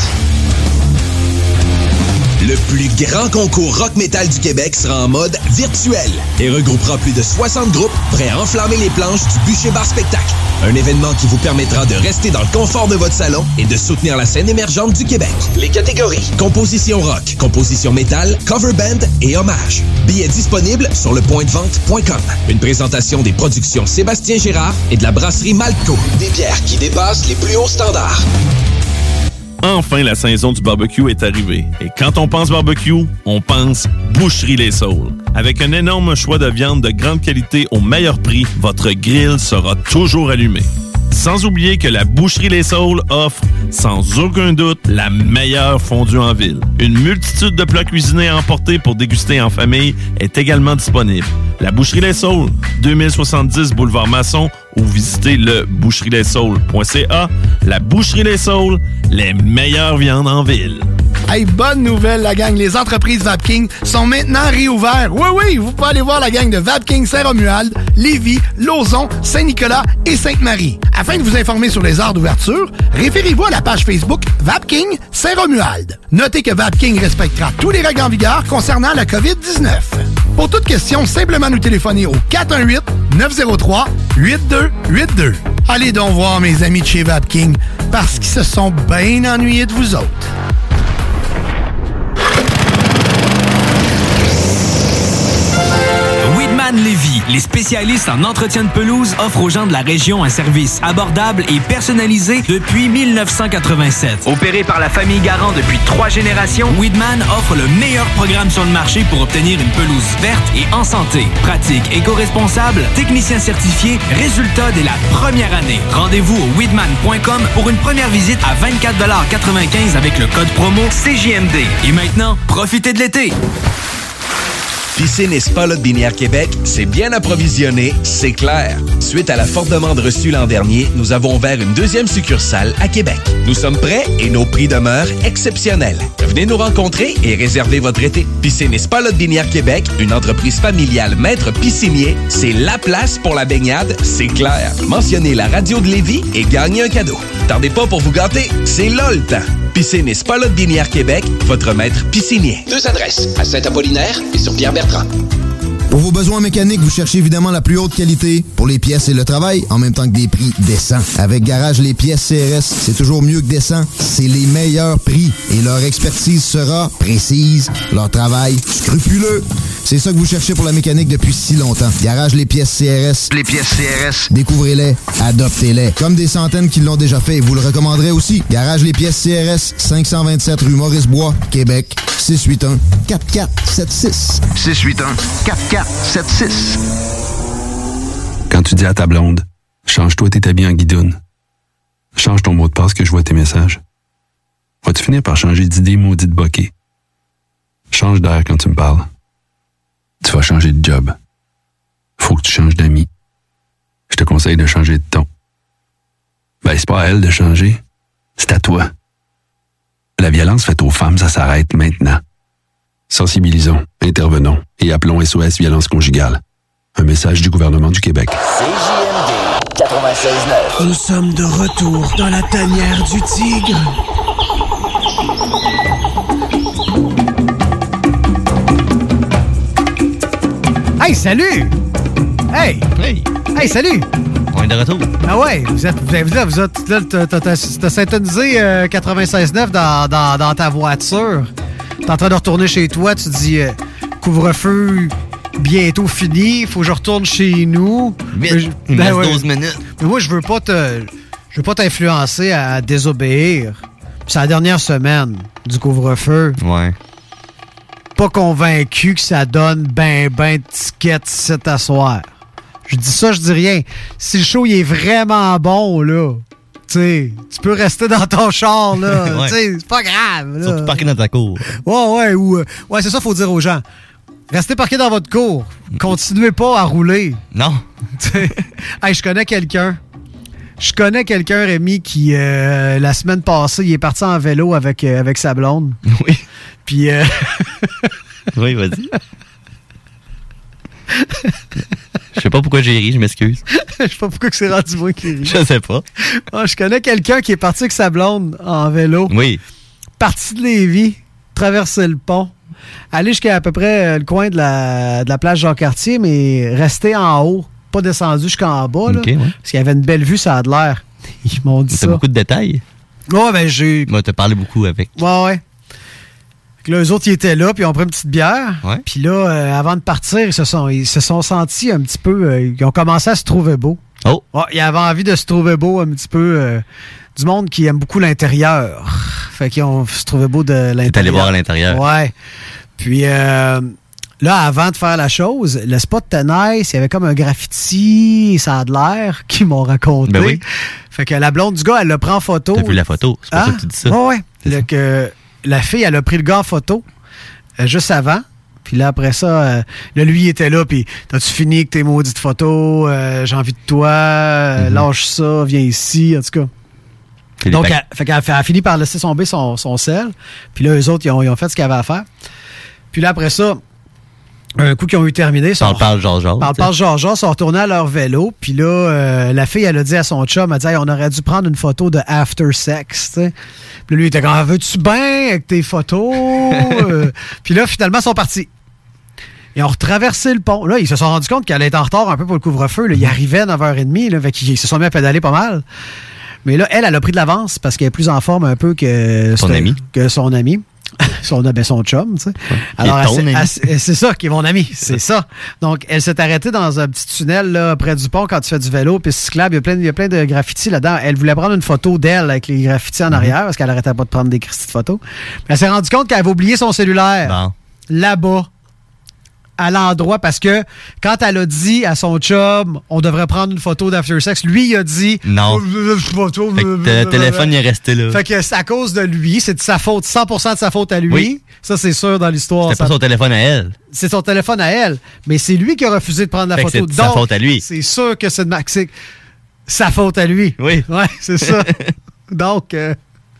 Le plus grand concours rock metal du Québec sera en mode virtuel et regroupera plus de soixante groupes prêts à enflammer les planches du Bûcher Bar Spectacle. Un événement qui vous permettra de rester dans le confort de votre salon et de soutenir la scène émergente du Québec. Les catégories: composition rock, composition métal, cover band et hommage. Billets disponibles sur le point de vente point com. Une présentation des productions Sébastien Gérard et de la brasserie Malco. Des bières qui dépassent les plus hauts standards. Enfin, la saison du barbecue est arrivée. Et quand on pense barbecue, on pense Boucherie Les Saules. Avec un énorme choix de viande de grande qualité au meilleur prix, votre grill sera toujours allumé. Sans oublier que la Boucherie Les Saules offre, sans aucun doute, la meilleure fondue en ville. Une multitude de plats cuisinés à emporter pour déguster en famille est également disponible. La Boucherie Les Saules, deux mille soixante-dix Boulevard Masson, ou visitez le boucherie les saules point c a. La Boucherie Les Saules, les meilleures viandes en ville. Hey, bonne nouvelle, la gang. Les entreprises Vapking sont maintenant réouvertes. Oui, oui, vous pouvez aller voir la gang de Vapking Saint-Romuald, Lévis, Lauson, Saint-Nicolas et Sainte-Marie. Afin de vous informer sur les heures d'ouverture, référez-vous à la page Facebook Vapking Saint-Romuald. Notez que Vapking respectera tous les règles en vigueur concernant la covid dix-neuf. Pour toute question, simplement nous téléphoner au quatre un huit, neuf zéro trois, huit deux huit deux. Allez donc voir mes amis de chez Vapking, parce qu'ils se sont bien ennuyés de vous autres. Weedman Lévis, les spécialistes en entretien de pelouse, offrent aux gens de la région un service abordable et personnalisé depuis mille neuf cent quatre-vingt-sept. Opéré par la famille Garand depuis trois générations, Weedman offre le meilleur programme sur le marché pour obtenir une pelouse verte et en santé. Pratique, éco-responsable, technicien certifié, résultat dès la première année. Rendez-vous au weedman point com pour une première visite à vingt-quatre quatre-vingt-quinze avec le code promo C J M D. Et maintenant, profitez de l'été! Piscine et Spa Lot-Binière Québec, c'est bien approvisionné, c'est clair. Suite à la forte demande reçue l'an dernier, nous avons ouvert une deuxième succursale à Québec. Nous sommes prêts et nos prix demeurent exceptionnels. Venez nous rencontrer et réserver votre été. Piscine et Spa Lot-Binière Québec, une entreprise familiale maître piscinier, c'est la place pour la baignade, c'est clair. Mentionnez la radio de Lévis et gagnez un cadeau. Tardez pas pour vous gâter, c'est là le temps. Piscine et Spa Lot-Binière Québec, votre maître piscinier. Deux adresses, à Saint-Apollinaire et sur Pierre-Bertrand. Pour vos besoins mécaniques, vous cherchez évidemment la plus haute qualité pour les pièces et le travail, en même temps que des prix décents. Avec Garage Les Pièces C R S, c'est toujours mieux que décent. C'est les meilleurs prix et leur expertise sera précise, leur travail scrupuleux. C'est ça que vous cherchez pour la mécanique depuis si longtemps. Garage Les Pièces C R S. Les pièces C R S. Découvrez-les, adoptez-les. Comme des centaines qui l'ont déjà fait et vous le recommanderez aussi. Garage Les Pièces C R S, cinq cent vingt-sept rue Maurice-Bois, Québec, six huit un, quatre quatre sept six. six huit un, quatre quatre sept six. Quand tu dis à ta blonde, change-toi tes habits en guidoune. Change ton mot de passe que je vois tes messages. Vas-tu finir par changer d'idée maudite bokeh? Change d'air quand tu me parles. Tu vas changer de job. Faut que tu changes d'amis. Je te conseille de changer de ton. Ben, c'est pas à elle de changer. C'est à toi. La violence faite aux femmes, ça s'arrête maintenant. Sensibilisons, intervenons et appelons S O S Violence Conjugale. Un message du gouvernement du Québec. C J M D quatre-vingt-seize neuf. Nous sommes de retour dans la tanière du tigre. Hey, salut! Hey! Hey! Hey, salut! On est de retour. Ah ouais, vous êtes, vous êtes, vous êtes, vous êtes là, t'as, t'as, t'as syntonisé euh, quatre-vingt-seize neuf dans, dans, dans ta voiture. T'es en train de retourner chez toi, tu dis euh, couvre-feu bientôt fini, faut que je retourne chez nous. Vite, je, il me ben reste ouais. douze minutes. Mais moi, je veux pas te, je veux pas t'influencer à désobéir. C'est la dernière semaine du couvre-feu. Ouais. Pas convaincu que ça donne ben ben de tickets cet asseoir. Je dis ça, je dis rien. Si le show il est vraiment bon, là, tu sais, tu peux rester dans ton char, là. Ouais. Tu sais, c'est pas grave, là. Surtout parquer dans ta cour. Ouais, ouais, ou, euh, ouais, c'est ça, faut dire aux gens. Restez parqués dans votre cour. Continuez pas à rouler. Non. Hey, je connais quelqu'un. Je connais quelqu'un, Rémi, qui, euh, la semaine passée, il est parti en vélo avec, euh, avec sa blonde. Oui. Puis, euh... oui, vas-y. Je sais pas pourquoi j'ai ri, je m'excuse. Je sais pas pourquoi que c'est rendu moi qui rit. Je sais pas. Ah, je connais quelqu'un qui est parti avec sa blonde en vélo. Oui. Parti de Lévis, traverser le pont, aller jusqu'à à peu près euh, le coin de la, de la plage Jean-Cartier, mais rester en haut, pas descendu jusqu'en bas, là, okay, ouais. parce qu'il y avait une belle vue, ça a de l'air. Ils m'ont dit T'as ça. beaucoup de détails? Ouais, ben j'ai... Moi, t'as parlé beaucoup avec. Ouais, ouais. Puis là, eux autres, ils étaient là, puis ils ont pris une petite bière. Ouais. Puis là, euh, avant de partir, ils se sont, ils se sont sentis un petit peu... Euh, ils ont commencé à se trouver beaux. Oh! Ouais, ils avaient envie de se trouver beaux un petit peu. Euh, du monde qui aime beaucoup l'intérieur. Fait qu'ils ont se trouvé beaux de l'intérieur. T'es allé voir à l'intérieur. Ouais. Puis euh, là, avant de faire la chose, le spot était nice. Il y avait comme un graffiti, ça a de l'air, qu'ils m'ont raconté. Ben oui. Fait que la blonde du gars, elle le prend en photo. T'as vu la photo? C'est pour ah? ça que tu dis ça. Ouais, ouais. Le, que, la fille, elle a pris le gars en photo euh, juste avant. Puis là, après ça, euh, là, lui, il était là, puis t'as-tu fini avec tes maudites photos? Euh, j'ai envie de toi, euh, mm-hmm. lâche ça, viens ici, en tout cas. Donc, elle, fait qu'elle a fini par laisser tomber son, son sel. Puis là, eux autres, ils ont, ils ont fait ce qu'ils avaient à faire. Puis là, après ça, un coup qu'ils ont eu terminé... Parle, parle, genre, genre. Parle, parle, genre, genre, sont retournés à leur vélo. Puis là, euh, la fille, elle a dit à son chum, elle a dit, hey, on aurait dû prendre une photo de after sex, tu sais. Puis lui, il était comme, veux-tu bien avec tes photos? euh, puis là, finalement, ils sont partis. Ils ont retraversé le pont. Là, ils se sont rendus compte qu'elle était en retard un peu pour le couvre-feu. Là. Il arrivait à neuf heures trente. Là, fait qu'ils se sont mis à pédaler pas mal. Mais là, elle, elle a pris de l'avance parce qu'elle est plus en forme un peu que son ami. Que son ami. Son, ben, son chum, tu sais. Alors, elle, elle, elle, c'est ça qui est mon ami, c'est ça. Donc, elle s'est arrêtée dans un petit tunnel là, près du pont quand tu fais du vélo, puis cyclable, il y a plein, il y a plein de graffitis là-dedans. Elle voulait prendre une photo d'elle avec les graffitis en arrière, parce qu'elle arrêtait pas de prendre des graffitis de photos. Mais elle s'est rendue compte qu'elle avait oublié son cellulaire. Bon. Là-bas. À l'endroit, parce que quand elle a dit à son chum, on devrait prendre une photo d'after sex, lui, il a dit... Non. Photo, fait que le téléphone, il est resté là. Fait que c'est à cause de lui, c'est de sa faute, cent pour cent de sa faute à lui. Oui. Ça, c'est sûr dans l'histoire. C'était pas son téléphone à elle. C'est son téléphone à elle, mais c'est lui qui a refusé de prendre la fait photo. C'est sa faute à lui. C'est sûr que c'est de ma... c'est sa faute à lui. Oui. Ouais, c'est ça. Donc... Euh...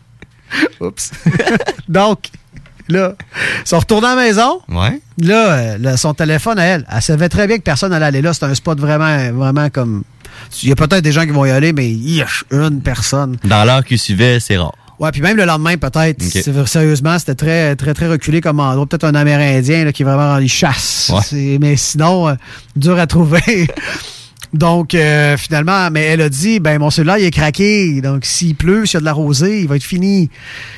Oups. Donc... Là, ils sont retournés à la maison. Ouais. Là, euh, là, son téléphone à elle, elle savait très bien que personne n'allait aller là. C'est un spot vraiment, vraiment comme... Il y a peut-être des gens qui vont y aller, mais il y a une personne. Dans l'heure qui suivait, c'est rare. Ouais, puis même le lendemain, peut-être. Okay. C'est, sérieusement, c'était très, très, très reculé comme endroit. Peut-être un Amérindien là, qui est vraiment dans les chasses. Ouais. C'est, mais sinon, euh, dur à trouver. Donc, euh, finalement, mais elle a dit, ben mon cellulaire, il est craqué. Donc, s'il pleut, s'il y a de la rosée, il va être fini.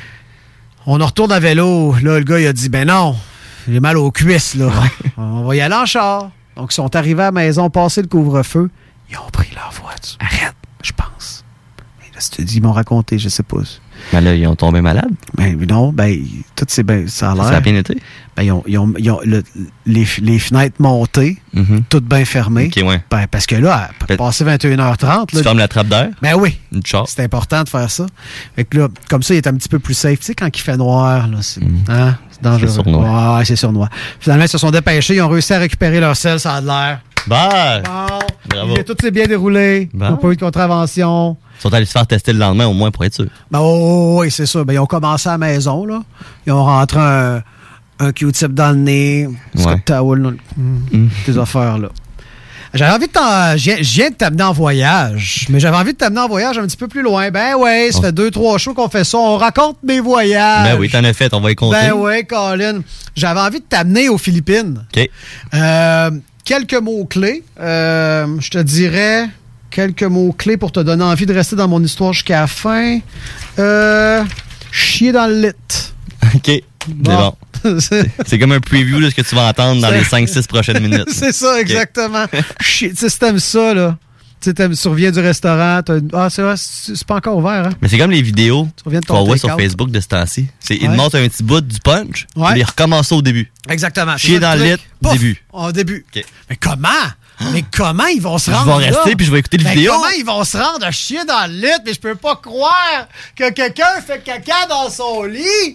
On en retourne à vélo. Là, le gars, il a dit, ben non, j'ai mal aux cuisses, là. Ouais. On va y aller en char. Donc, ils sont arrivés à la maison, passé le couvre-feu. Ils ont pris leur voiture. Arrête, je pense. Mais là, si tu dis, ils m'ont raconté, je sais pas. Ben là, ils ont tombé malades. Ben non, ben, tout c'est ben, ça a l'air. Ça a bien été. Ben, ils ont, ils ont, ils ont le, les, les fenêtres montées, mm-hmm. toutes bien fermées. OK, ouais. Ben, parce que là, à passer vingt et une heures trente. Tu fermes la trappe d'air? Ben oui. Une char. C'est important de faire ça. Fait que là, comme ça, il est un petit peu plus safe. Tu sais, quand il fait noir, là, c'est, mm. hein, c'est dangereux. C'est sournois. Ouais, c'est sournois. Finalement, ils se sont dépêchés, ils ont réussi à récupérer leur sel, ça a de l'air. Ben! Bon. Bravo. Et tout s'est bien déroulé. Ils n'ont pas eu de contravention. Ils sont allés se faire tester le lendemain au moins pour être sûr. Ben oh, oui, c'est ça. Ben, ils ont commencé à la maison, là. Ils ont rentré un, un Q-tip dans le nez, un ouais. towel dans le... Mm. Des affaires, là. J'avais envie de t'en... Je viens de t'amener en voyage, mais j'avais envie de t'amener en voyage un petit peu plus loin. Ben ouais, ça on... fait deux, trois shows qu'on fait ça. On raconte mes voyages. Ben oui, t'en as fait, on va y compter. Ben oui, Colin. J'avais envie de t'amener aux Philippines. OK. Euh, quelques mots-clés. Euh, je te dirais... Quelques mots-clés pour te donner envie de rester dans mon histoire jusqu'à la fin. Euh, chier dans le lit. OK. Bon. C'est bon. C'est comme un preview de ce que tu vas entendre dans les cinq six prochaines minutes. C'est ça, exactement. Chier. Tu sais, si t'aimes ça, là. Tu sais, tu reviens du restaurant. Ah, c'est vrai, c'est pas encore ouvert, hein? Mais c'est comme les vidéos qu'on voit sur take-out. Facebook de ce temps-ci. C'est, ouais. Ils montrent un petit bout du punch, ouais. puis ils recommencent au début. Exactement. Chier dans le lit, Pouf, début. Au début. Okay. Mais comment? Mais comment ils vont se rendre là? Je vais rester là? puis je vais écouter le mais vidéo. Comment ils vont se rendre à chier dans le lit? Mais je peux pas croire que quelqu'un fait caca dans son lit.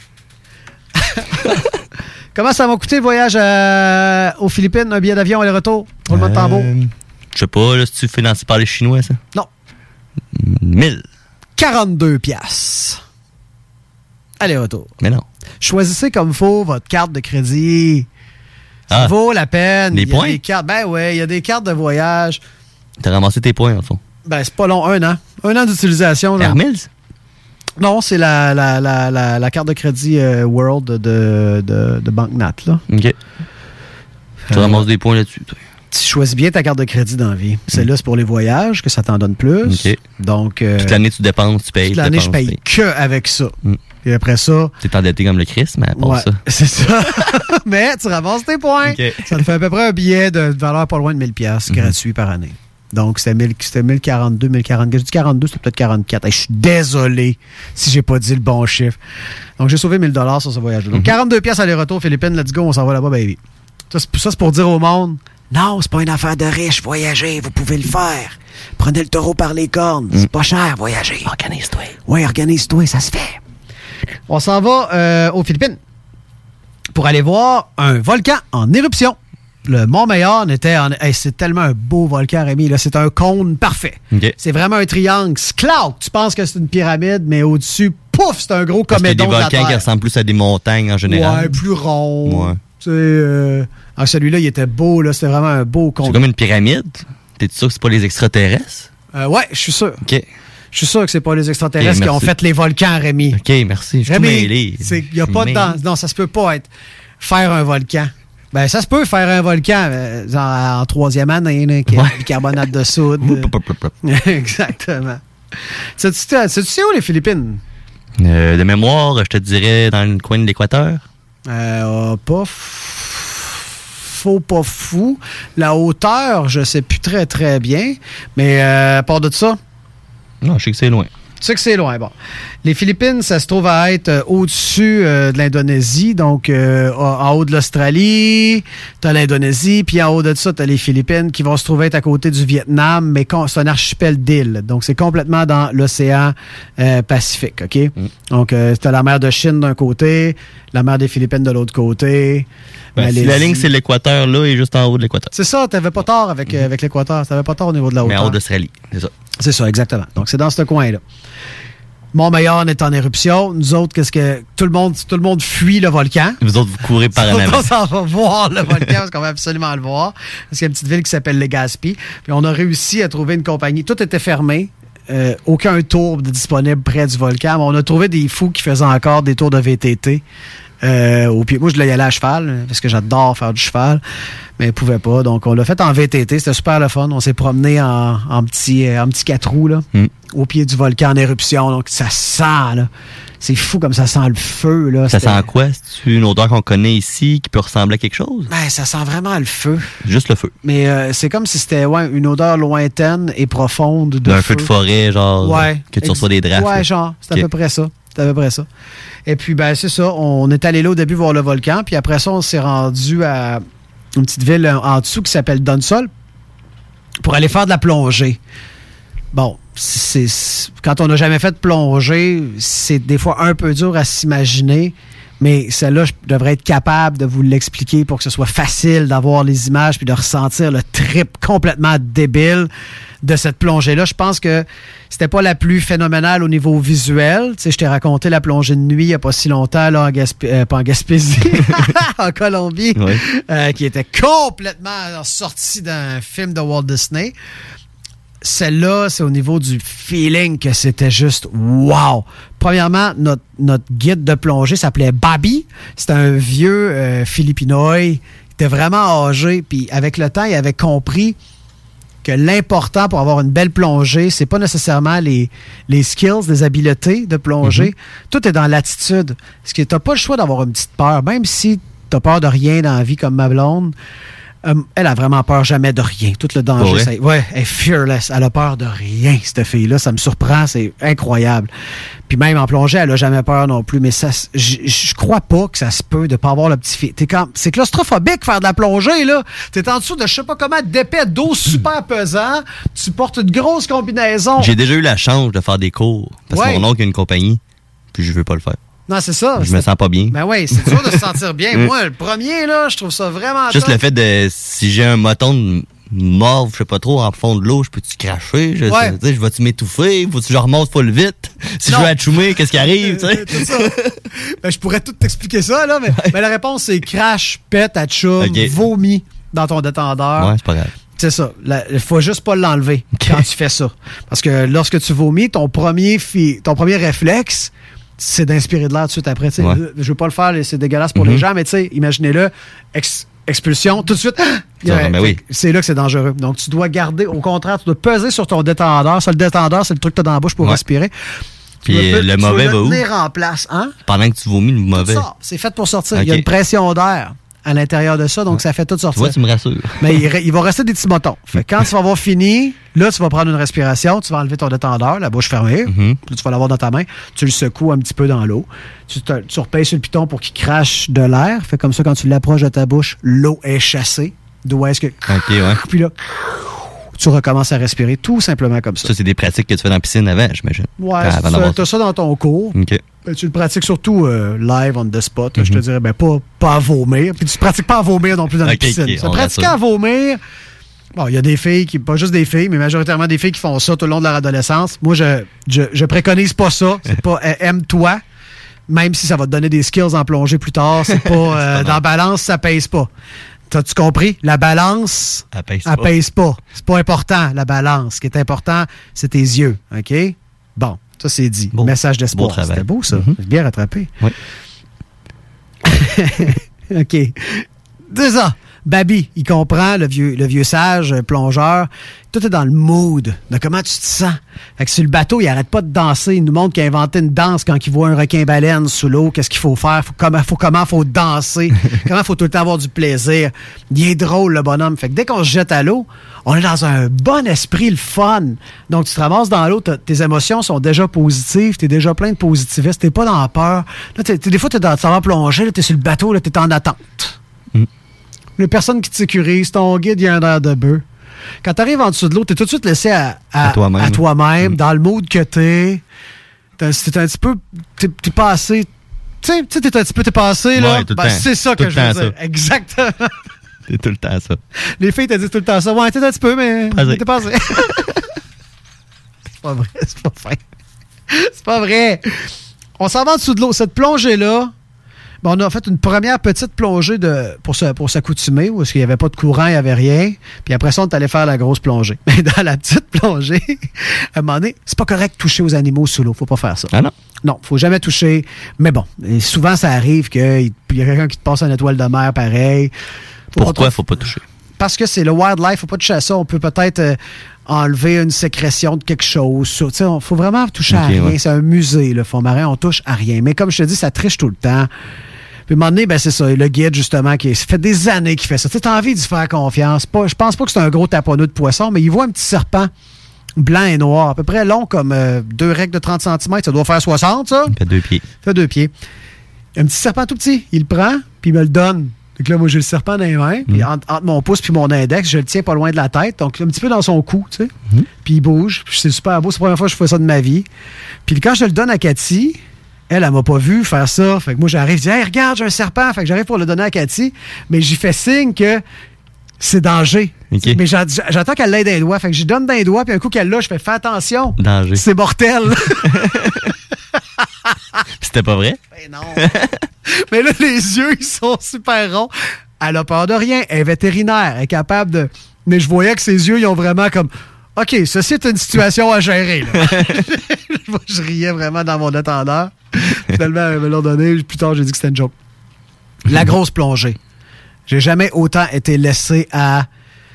Comment ça m'a coûté le voyage à... aux Philippines? Un billet d'avion aller-retour? Pour le euh... de tambour? Je sais pas, là, si tu financé par les Chinois, ça? Non. mille. quarante-deux piastres. Aller-retour. Mais non. Choisissez comme faut votre carte de crédit. Ça ah, vaut la peine. Les il y a points? Des cartes, ben ouais, il y a des cartes de voyage. T'as ramassé tes points, en fond. Ben, c'est pas long, un an. Un an d'utilisation. Air Mills? Non, c'est la, la, la, la, la carte de crédit euh, World de, de, de Banque Nat, là. OK. Euh, tu ramasses des points là-dessus, toi. Tu choisis bien ta carte de crédit dans la vie. Celle-là, c'est pour les voyages, que ça t'en donne plus. OK. Donc... Euh, toute l'année, tu dépenses, tu payes. Toute l'année, je paye que avec ça. Mm. Et après ça... T'es endetté comme le Christ, mais à part ouais, ça... c'est ça. Mais tu ramasses tes points. Okay. Ça te fait à peu près un billet de valeur pas loin de mille piastres mm-hmm. gratuit par année. Donc, c'était, mille, c'était mille quarante-deux, mille quarante-quatre. J'ai dit quarante-deux, c'était peut-être quarante-quatre. Hey, je suis désolé si j'ai pas dit le bon chiffre. Donc, j'ai sauvé mille dollars sur ce voyage-là. Donc, mm-hmm. quarante-deux piastres aller-retour Philippines. Let's go, on s'en va là-bas, baby. Ça, c'est, ça, c'est pour dire au monde... Non, c'est pas une affaire de riche, voyager, vous pouvez le faire. Prenez le taureau par les cornes, c'est pas cher, voyager. Organise-toi. Oui, organise-toi, ça se fait. On s'en va euh, aux Philippines pour aller voir un volcan en éruption. le Mont Mayon était en... Hey, c'est tellement un beau volcan, Rémi. Là, c'est un cône parfait. Okay. C'est vraiment un triangle. Cloud, tu penses que c'est une pyramide, mais au-dessus, pouf, c'est un gros comédon de la Terre. Des volcans qui ressemblent plus à des montagnes en général. Ouais, plus rond. Ouais. Tu sais, euh... ah, celui-là, il était beau. Là, c'était vraiment un beau cône. C'est comme une pyramide. T'es sûr que c'est pas les extraterrestres? Euh, ouais, je suis sûr. OK. Je suis sûr que c'est pas les extraterrestres okay, qui ont fait les volcans, Rémi. OK, merci. Je Rémi, il y a pas de dans... Non, ça se peut pas être faire un volcan. Ben, ça se peut faire un volcan euh, en, en troisième année, là, qui a du carbonate de soude. Exactement. Sais-tu sais où les Philippines? Euh, de mémoire, je te dirais dans le coin de l'équateur. Euh, pas faux, pas fou. La hauteur, je sais plus très, très bien. Mais euh, à part de ça... Non, je sais que c'est loin. Tu sais que c'est loin. Bon. Les Philippines, ça se trouve à être euh, au-dessus euh, de l'Indonésie, donc euh, en haut de l'Australie, t'as l'Indonésie, puis en haut de ça, t'as les Philippines qui vont se trouver être à côté du Vietnam, mais c'est un archipel d'îles. Donc, c'est complètement dans l'océan euh, Pacifique, OK? Mm. Donc, euh, t'as la mer de Chine d'un côté, la mer des Philippines de l'autre côté. Ben, si la ligne, c'est l'équateur, là, et juste en haut de l'équateur. C'est ça, t'avais pas tort avec, euh, avec l'équateur. T'avais pas tort au niveau de la hauteur. Mais en haut d'Australie, c'est ça. C'est ça, exactement. Donc, c'est dans ce coin-là. Mont-Mayon est en éruption. Nous autres, qu'est-ce que... Tout le monde, tout le monde fuit le volcan. Vous autres, vous courez par en avant. On s'en va voir le volcan parce qu'on va absolument le voir. Parce qu'il y a une petite ville qui s'appelle Legazpi. Puis on a réussi à trouver une compagnie. Tout était fermé. Euh, aucun tour disponible près du volcan. Mais on a trouvé des fous qui faisaient encore des tours de V T T. Euh, au pied. Moi, je l'ai allé à cheval, parce que j'adore faire du cheval, mais il pouvait pas. Donc, on l'a fait en V T T. C'était super le fun. On s'est promené en, en petit en petit quatre roues, là, mm. au pied du volcan en éruption. Donc, ça sent, là. C'est fou comme ça sent le feu, là. Ça sent quoi? C'est une odeur qu'on connaît ici qui peut ressembler à quelque chose? Ben, ça sent vraiment le feu. Juste le feu. Mais euh, c'est comme si c'était ouais, une odeur lointaine et profonde de D'un feu. feu de forêt, genre, ouais. que tu reçois des drafts. Ouais, là. genre. C'est okay. à peu près ça. C'est à peu près ça. Et puis, ben, c'est ça. On est allé là au début voir le volcan. Puis après ça, on s'est rendu à une petite ville en dessous qui s'appelle Donsol pour aller faire de la plongée. Bon, c'est, c'est quand on n'a jamais fait de plongée, c'est des fois un peu dur à s'imaginer. Mais celle-là, je devrais être capable de vous l'expliquer pour que ce soit facile d'avoir les images puis de ressentir le trip complètement débile de cette plongée-là. Je pense que c'était pas la plus phénoménale au niveau visuel. Tu sais, je t'ai raconté la plongée de nuit il n'y a pas si longtemps, là, en Gasp- euh, pas en Gaspésie, en Colombie, oui. euh, qui était complètement sortie d'un film de Walt Disney. Celle-là, c'est au niveau du feeling que c'était juste wow. Premièrement, notre, notre guide de plongée s'appelait Bobby. C'était un vieux euh, Philippinois. Il était vraiment âgé. Puis avec le temps, il avait compris que l'important pour avoir une belle plongée, c'est pas nécessairement les, les skills, les habiletés de plongée. Mm-hmm. Tout est dans l'attitude. Parce que t'as pas le choix d'avoir une petite peur. Même si t'as peur de rien dans la vie comme ma blonde, Euh, elle a vraiment peur jamais de rien. Tout le danger, ça, ouais, elle est fearless. Elle a peur de rien, cette fille-là. Ça me surprend, c'est incroyable. Puis même en plongée, elle a jamais peur non plus. Mais ça, je crois pas que ça se peut de pas avoir le petit fille. T'es quand, c'est claustrophobique faire de la plongée, là. T'es en dessous de je sais pas comment d'épais d'eau super pesant. Tu portes une grosse combinaison. J'ai déjà eu la chance de faire des cours. Parce ouais. que mon oncle a une compagnie. Puis je veux pas le faire. Non, c'est ça. Je me sens pas bien. Ben oui, c'est dur de se sentir bien. Moi, le premier, là, je trouve ça vraiment Juste top. le fait de, si j'ai un moton de morve, je sais pas trop, en fond de l'eau, je peux-tu cracher? Je, ouais. sais, je vais-tu m'étouffer? Faut-tu que je remonte full vite? Si non. je veux atchoumer, qu'est-ce qui arrive? Euh, c'est ça. Ben, je pourrais tout t'expliquer ça, là, mais, mais la réponse, c'est crash, pète, atchoum, okay. vomi dans ton détendeur. Ouais, c'est pas grave. C'est ça. Il faut juste pas l'enlever okay. quand tu fais ça. Parce que lorsque tu vomis, ton premier, fi- ton premier réflexe, c'est d'inspirer de l'air tout de suite après. Ouais. Je veux pas le faire, c'est dégueulasse pour mm-hmm. les gens, mais imaginez-le, ex- expulsion, tout de suite. Ça, ben oui. C'est là que c'est dangereux. Donc, tu dois garder, au contraire, tu dois peser sur ton détendeur. Ça, le détendeur, c'est le truc que tu as dans la bouche pour ouais. respirer. Puis tu le tu mauvais va où? tenir en place. Hein? Pendant que tu vomis, le mauvais. Ça, c'est fait pour sortir. Okay. Il y a une pression d'air à l'intérieur de ça, donc ouais. ça fait tout sortir. Tu vois, tu me rassures. Mais il, il va rester des petits motons. Fait que quand tu vas avoir fini, là, tu vas prendre une respiration, tu vas enlever ton détendeur, la bouche fermée, mm-hmm. là, tu vas l'avoir dans ta main, tu le secoues un petit peu dans l'eau, tu, te, tu repayes sur le piton pour qu'il crache de l'air, fait comme ça, quand tu l'approches de ta bouche, l'eau est chassée. D'où est-ce que... OK, ouais. Puis là, tu recommences à respirer tout simplement comme ça. Ça, c'est des pratiques que tu fais dans la piscine avant, j'imagine. Ouais, Avant tu as ça dans ton cours. OK. Ben, tu le pratiques surtout euh, live, on the spot. Mm-hmm. Je te dirais, ben, pas, pas à vomir. Puis tu ne pratiques pas à vomir non plus dans okay, la piscine. Okay, ça pratiquer à vomir, bon, il y a des filles, qui pas juste des filles, mais majoritairement des filles qui font ça tout le long de leur adolescence. Moi, je, je, je préconise pas ça. C'est pas euh, aime-toi, même si ça va te donner des skills en plongée plus tard. C'est pas, euh, dans la balance, ça pèse pas. T'as-tu compris? La balance, elle pèse elle pas. pèse pas. C'est pas important, la balance. Ce qui est important, c'est tes yeux. OK? Bon. Ça, c'est dit. Beau, message d'espoir. beau C'était beau, ça. Mm-hmm. Bien rattrapé. Oui. OK. C'est ça. Babi, il comprend, le vieux, le vieux sage, plongeur. Tout est dans le mood de comment tu te sens. Fait que sur le bateau, il arrête pas de danser. Il nous montre qu'il a inventé une danse quand il voit un requin-baleine sous l'eau. Qu'est-ce qu'il faut faire? Faut, comment, faut, comment faut danser? Comment faut tout le temps avoir du plaisir? Il est drôle, le bonhomme. Fait que dès qu'on se jette à l'eau, on est dans un bon esprit, le fun. Donc, tu te ramasses dans l'eau, tes émotions sont déjà positives, t'es déjà plein de positivisme, t'es pas dans la peur. Là, t'es, t'es, des fois, t'es dans, tu vas plonger, là, t'es sur le bateau, là, t'es en attente. Mm. Les personnes qui te sécurisent, ton guide, il y a un air de bœuf. Quand t'arrives en dessous de l'eau, t'es tout de suite laissé à, à, à toi-même, à toi-même mm. dans le mood que t'es. T'es, t'es un petit peu... T'es, t'es passé... Tu sais, t'es un petit peu t'es passé, là. Ouais, tout le Ben, temps. c'est ça Tout que le je veux temps, dire. ça. Exactement. C'est tout le temps ça. Les filles te disent tout le temps ça. Ouais, t'es un petit peu, mais Passé. t'es passé. C'est pas vrai, c'est pas vrai. C'est pas vrai. On s'en va en dessous de l'eau. Cette plongée-là, ben, on a fait une première petite plongée de, pour, se, pour s'accoutumer, parce qu'il n'y avait pas de courant, il n'y avait rien. Puis après ça, on est allé faire la grosse plongée. Mais dans la petite plongée, à un moment donné, c'est pas correct de toucher aux animaux sous l'eau. Faut pas faire ça. Ah non? Non, faut jamais toucher. Mais bon, et souvent, ça arrive qu'il y a quelqu'un qui te passe une étoile de mer pareil. Faut Pourquoi pas faut pas toucher? Parce que c'est le wildlife, faut pas toucher à ça. On peut peut-être euh, enlever une sécrétion de quelque chose. Il faut vraiment toucher okay, à rien. Ouais. C'est un musée, le fond marin, on touche à rien. Mais comme je te dis, ça triche tout le temps. Puis à un moment donné, ben, c'est ça, le guide, justement, qui ça fait des années qu'il fait ça. Tu as envie d'y faire confiance. Pas, je pense pas que c'est un gros taponneux de poisson, mais il voit un petit serpent blanc et noir, à peu près long comme euh, deux règles de trente centimètres. Ça doit faire soixante, ça? Il fait deux pieds. Il fait deux pieds. Un petit serpent tout petit. Il le prend, puis il me le donne. Donc là, moi, j'ai le serpent dans les mains, puis Mm. entre, entre mon pouce puis mon index, je le tiens pas loin de la tête, donc un petit peu dans son cou, tu sais. Mm. Puis il bouge, puis c'est super beau. C'est la première fois que je fais ça de ma vie. Puis quand je le donne à Cathy, elle, elle m'a pas vu faire ça. Fait que moi, j'arrive, je dis, hey, regarde, j'ai un serpent. Fait que j'arrive pour le donner à Cathy, mais j'y fais signe que c'est danger. Okay. Mais j'a- j'attends qu'elle l'ait dans les doigts. Fait que j'y donne dans les doigts, puis un coup qu'elle l'a, je fais, fais attention. Danger. C'est mortel. C'était pas vrai? Ben non. Mais là, les yeux, ils sont super ronds. Elle a peur de rien. Elle est vétérinaire. Elle est capable de... Mais je voyais que ses yeux, ils ont vraiment comme... OK, ceci est une situation à gérer. Là. Moi, je riais vraiment dans mon attendeur. Finalement, elle me l'a donné. Plus tard, j'ai dit que c'était une joke. La grosse plongée. J'ai jamais autant été laissé à...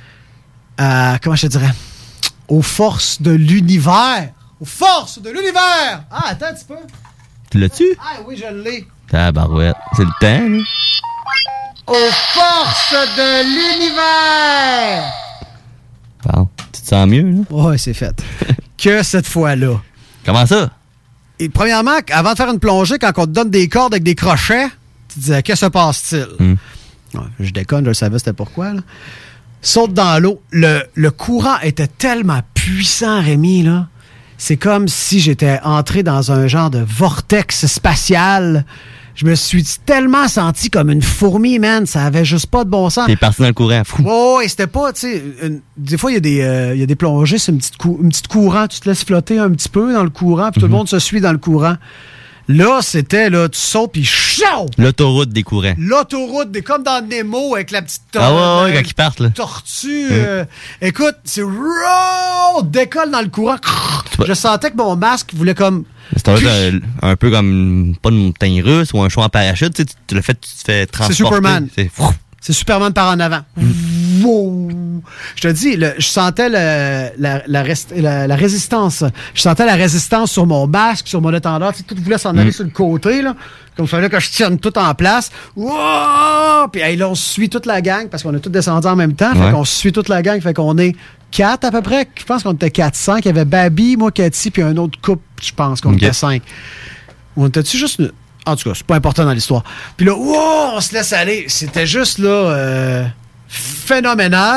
à comment je te dirais? Aux forces de l'univers. Aux forces de l'univers! Ah, attends un petit peu. Tu l'as-tu? Ah oui, je l'ai. Tabarouette. C'est le temps, là. Aux forces de l'univers! Bon, tu te sens mieux, là? Ouais, c'est fait. Que cette fois-là. Comment ça? Et premièrement, avant de faire une plongée, quand on te donne des cordes avec des crochets, tu te disais, que se passe-t-il? Mm. Ouais, je déconne, je le savais, c'était pourquoi, là. Saute dans l'eau. Le, le courant était tellement puissant, Rémi, là. C'est comme si j'étais entré dans un genre de vortex spatial. Je me suis tellement senti comme une fourmi, man. Ça avait juste pas de bon sens. T'es parti dans le courant, fou. Ouais, ouais, c'était pas, tu sais, une- des fois, il y a des, euh, il y a des plongées, c'est une petite, cou- une petite courant, tu te laisses flotter un petit peu dans le courant, puis tout le monde se suit dans le courant. Là, c'était, là, tu sautes, puis chaud! L'autoroute des courants. L'autoroute, des, comme dans Nemo, avec la petite Ah ouais, euh, ouais, quand ils partent, là. tortue. euh, écoute, c'est raw! Décolle dans le courant. Je sentais que mon masque voulait comme... C'est un, un peu comme, pas une montagne russe ou un show en parachute, tu sais, tu le fais, tu te fais transporter. C'est Superman. C'est C'est Superman par en avant. Wow. Je te dis, le- je sentais le- la, la, rest- la- la résistance. Je sentais la résistance sur mon masque, sur mon étendard. Tu sais, tout voulait s'en aller Mm. sur le côté, là. Comme il fallait que je tienne tout en place. Wow! Puis hey, là, on suit toute la gang parce qu'on est tous descendus en même temps. Fait Ouais. qu'on suit toute la gang. Fait qu'on est quatre à peu près. Je pense qu'on était quatre cinq. Il y avait Babi, moi, Cathy, puis un autre couple, je pense qu'on Ok. était cinq. On était-tu juste... une- En tout cas, c'est pas important dans l'histoire. Puis là, wow, on se laisse aller. C'était juste, là, euh, phénoménal.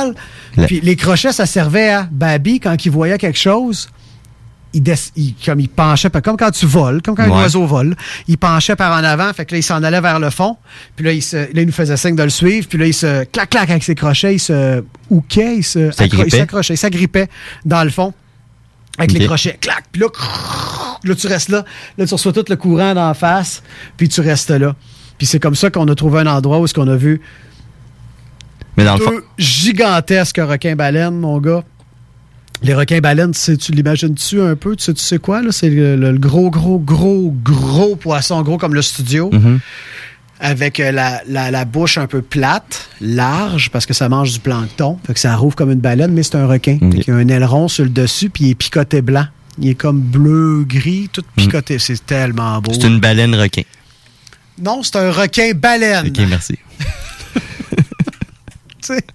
La... Puis les crochets, ça servait à Baby, quand il voyait quelque chose, il, des... il... comme il penchait, comme quand tu voles, comme quand ouais. un oiseau vole, il penchait par en avant, fait que là, il s'en allait vers le fond, puis là, il, se... là, il nous faisait signe de le suivre, puis là, il se clac-clac avec ses crochets, il se houquait, il se Accro... il s'accrochait, il s'agrippait dans le fond, avec okay. les crochets, clac, puis là, là, tu restes là, là, tu reçois tout le courant d'en face, puis tu restes là. Puis c'est comme ça qu'on a trouvé un endroit où est-ce qu'on a vu Mais dans deux le fond... gigantesques requins-baleines, mon gars. Les requins-baleines, tu, sais, tu l'imagines-tu un peu? Tu sais, tu sais quoi, là? C'est le, le, le gros, gros, gros, gros poisson, gros comme le studio, mm-hmm. avec la, la, la bouche un peu plate, large, parce que ça mange du plancton. Fait que ça rouvre comme une baleine, mais c'est un requin. Okay. Fait qu'il y a un aileron sur le dessus, puis il est picoté blanc. Il est comme bleu-gris, tout picoté. Mm. C'est tellement beau. C'est une baleine-requin. Non, c'est un requin-baleine. OK, merci. Tu sais...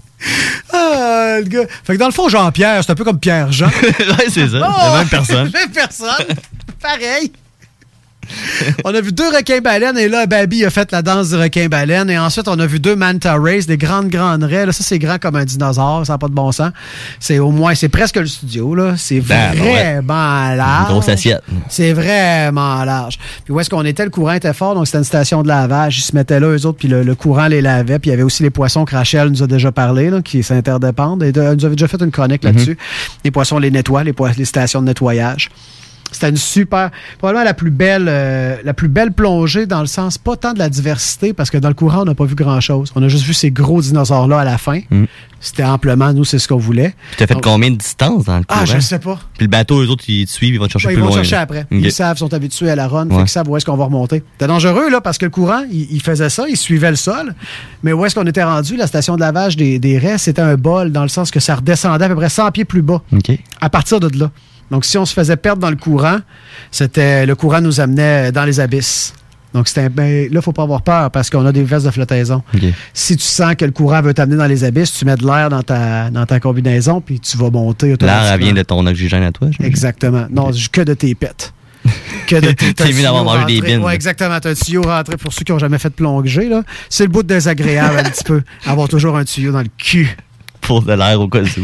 Ah, le gars. Fait que dans le fond, Jean-Pierre, c'est un peu comme Pierre-Jean. Ouais, c'est ça. Oh, la même personne. La même personne. Pareil. On a vu deux requins-baleines et là, Baby a fait la danse du requin-baleine. Et ensuite, on a vu deux manta rays, des grandes, grandes raies. Là, ça, c'est grand comme un dinosaure. Ça n'a pas de bon sens. C'est au moins, c'est presque le studio. Là. C'est ben, vraiment ouais. large. Une grosse assiette. C'est vraiment large. Puis où est-ce qu'on était? Le courant était fort. Donc, c'était une station de lavage. Ils se mettaient là, eux autres. Puis le, le courant les lavait. Puis il y avait aussi les poissons que Rachel nous a déjà parlé, là, qui s'interdépendent. Et de, elle nous avait déjà fait une chronique mm-hmm. là-dessus. Les poissons les nettoient, les, po- les stations de nettoyage. C'était une super, probablement la plus belle, euh, la plus belle plongée dans le sens, pas tant de la diversité, parce que dans le courant, on n'a pas vu grand-chose. On a juste vu ces gros dinosaures-là à la fin. Mm. C'était amplement, nous, c'est ce qu'on voulait. Puis t'as fait Donc, combien de distance dans le courant? Ah, je ne sais pas. Puis le bateau, eux autres, ils te suivent, ils vont te chercher ouais, plus loin. Ils vont chercher là. après. Okay. Ils savent, sont habitués à la run, ouais. fait qu'ils savent où est-ce qu'on va remonter. C'était dangereux, là, parce que le courant, il, il faisait ça, il suivait le sol. Mais où est-ce qu'on était rendu? La station de lavage des, des raies, c'était un bol, dans le sens que ça redescendait à peu près cent pieds plus bas. Okay. À partir de là. Donc, si on se faisait perdre dans le courant, c'était le courant nous amenait dans les abysses. Donc, c'était, ben, là, il ne faut pas avoir peur parce qu'on a des vestes de flottaison. Okay. Si tu sens que le courant veut t'amener dans les abysses, tu mets de l'air dans ta, dans ta combinaison puis tu vas monter automatiquement. L'air, elle vient de ton oxygène à toi? Exactement. Non, okay. que de tes pets. Que de tes T'as mieux d'avoir mangé des bines. Oui, exactement. T'as un tuyau rentré pour ceux qui n'ont jamais fait de plongée. Là. C'est le bout de désagréable un petit peu. Avoir toujours un tuyau dans le cul. Pour de l'air au cas où.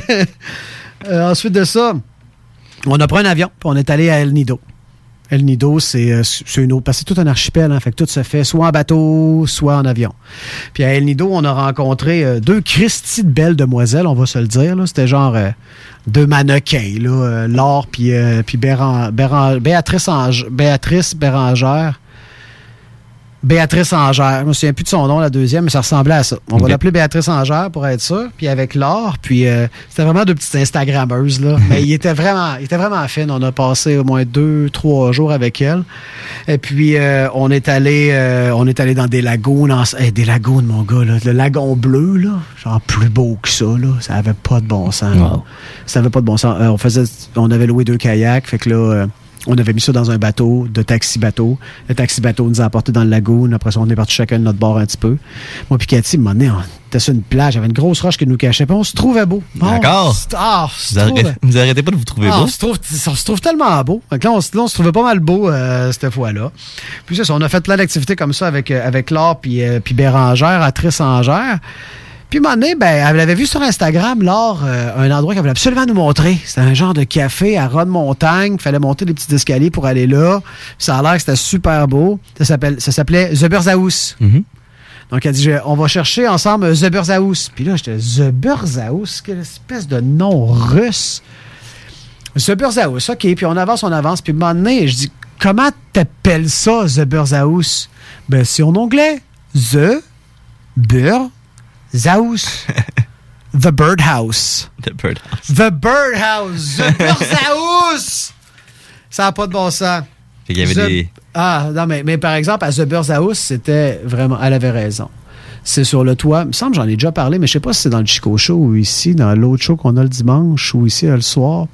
euh, ensuite de ça... On a pris un avion, puis on est allé à El Nido. El Nido, c'est, c'est une autre... Parce que c'est tout un archipel, hein, fait que tout se fait soit en bateau, soit en avion. Puis à El Nido, on a rencontré euh, deux Christy de belles demoiselles, on va se le dire. Là. C'était genre euh, deux mannequins, là, euh, Laure puis, euh, puis Béran, Béran, Béatrice, Ange, Béatrice Bérangère. Béatrice Angère. Je me souviens plus de son nom, la deuxième, mais ça ressemblait à ça. On okay. va l'appeler Béatrice Angère pour être sûr. Puis avec Laure, puis euh, c'était vraiment deux petites Instagrammeuses, là. Mais il était vraiment, il était vraiment fine. On a passé au moins deux, trois jours avec elle. Et puis euh, on est allé, euh, on est allé dans des lagoons, en, hey, des lagoons, mon gars, là. Le lagon bleu, là, genre plus beau que ça, là. Ça avait pas de bon sens. Wow. Ça avait pas de bon sens. Euh, on faisait, on avait loué deux kayaks, fait que là. Euh, On avait mis ça dans un bateau, de taxi-bateau. Le taxi-bateau nous a apporté dans le lagoon. Après ça, on est parti chacun de notre bord un petit peu. Moi puis Cathy, à un moment donné, on était sur une plage. Il y avait une grosse roche qui nous cachait. Puis on se trouvait beau. D'accord. Oh, ah, vous, arrêtez, vous arrêtez pas de vous trouver ah, beau? On se, trouve, on se trouve tellement beau. Donc là, on, là, on se trouvait pas mal beau euh, cette fois-là. Puis c'est ça, on a fait plein d'activités comme ça avec, euh, avec Laure puis, euh, puis Bérangère, Atrice Angère. Puis, un moment donné, ben, elle avait vu sur Instagram, Laure, euh, un endroit qu'elle voulait absolument nous montrer. C'était un genre de café à ras de montagne. Il fallait monter des petits escaliers pour aller là. Puis ça a l'air que c'était super beau. Ça, s'appelle, ça s'appelait The Berzhaus. Mm-hmm. Donc, elle dit, je, on va chercher ensemble The Berzhaus. Puis là, j'étais, The Berzhaus? Quelle espèce de nom russe. The Berzhaus, OK. Puis on avance, on avance. Puis, un moment donné, je dis, comment t'appelles ça, The Berzhaus? Ben, c'est en anglais. The Berzhaus. Zaus. The Birdhouse. The Birdhouse. The Birdhouse. The Birdhouse. Ça n'a pas de bon sens. Fait qu'il y avait The... des... Ah, non, mais, mais par exemple, à The Birdhouse, c'était vraiment... Elle avait raison. C'est sur le toit. Il me semble que j'en ai déjà parlé, mais je ne sais pas si c'est dans le Chico Show ou ici, dans l'autre show qu'on a le dimanche ou ici le soir.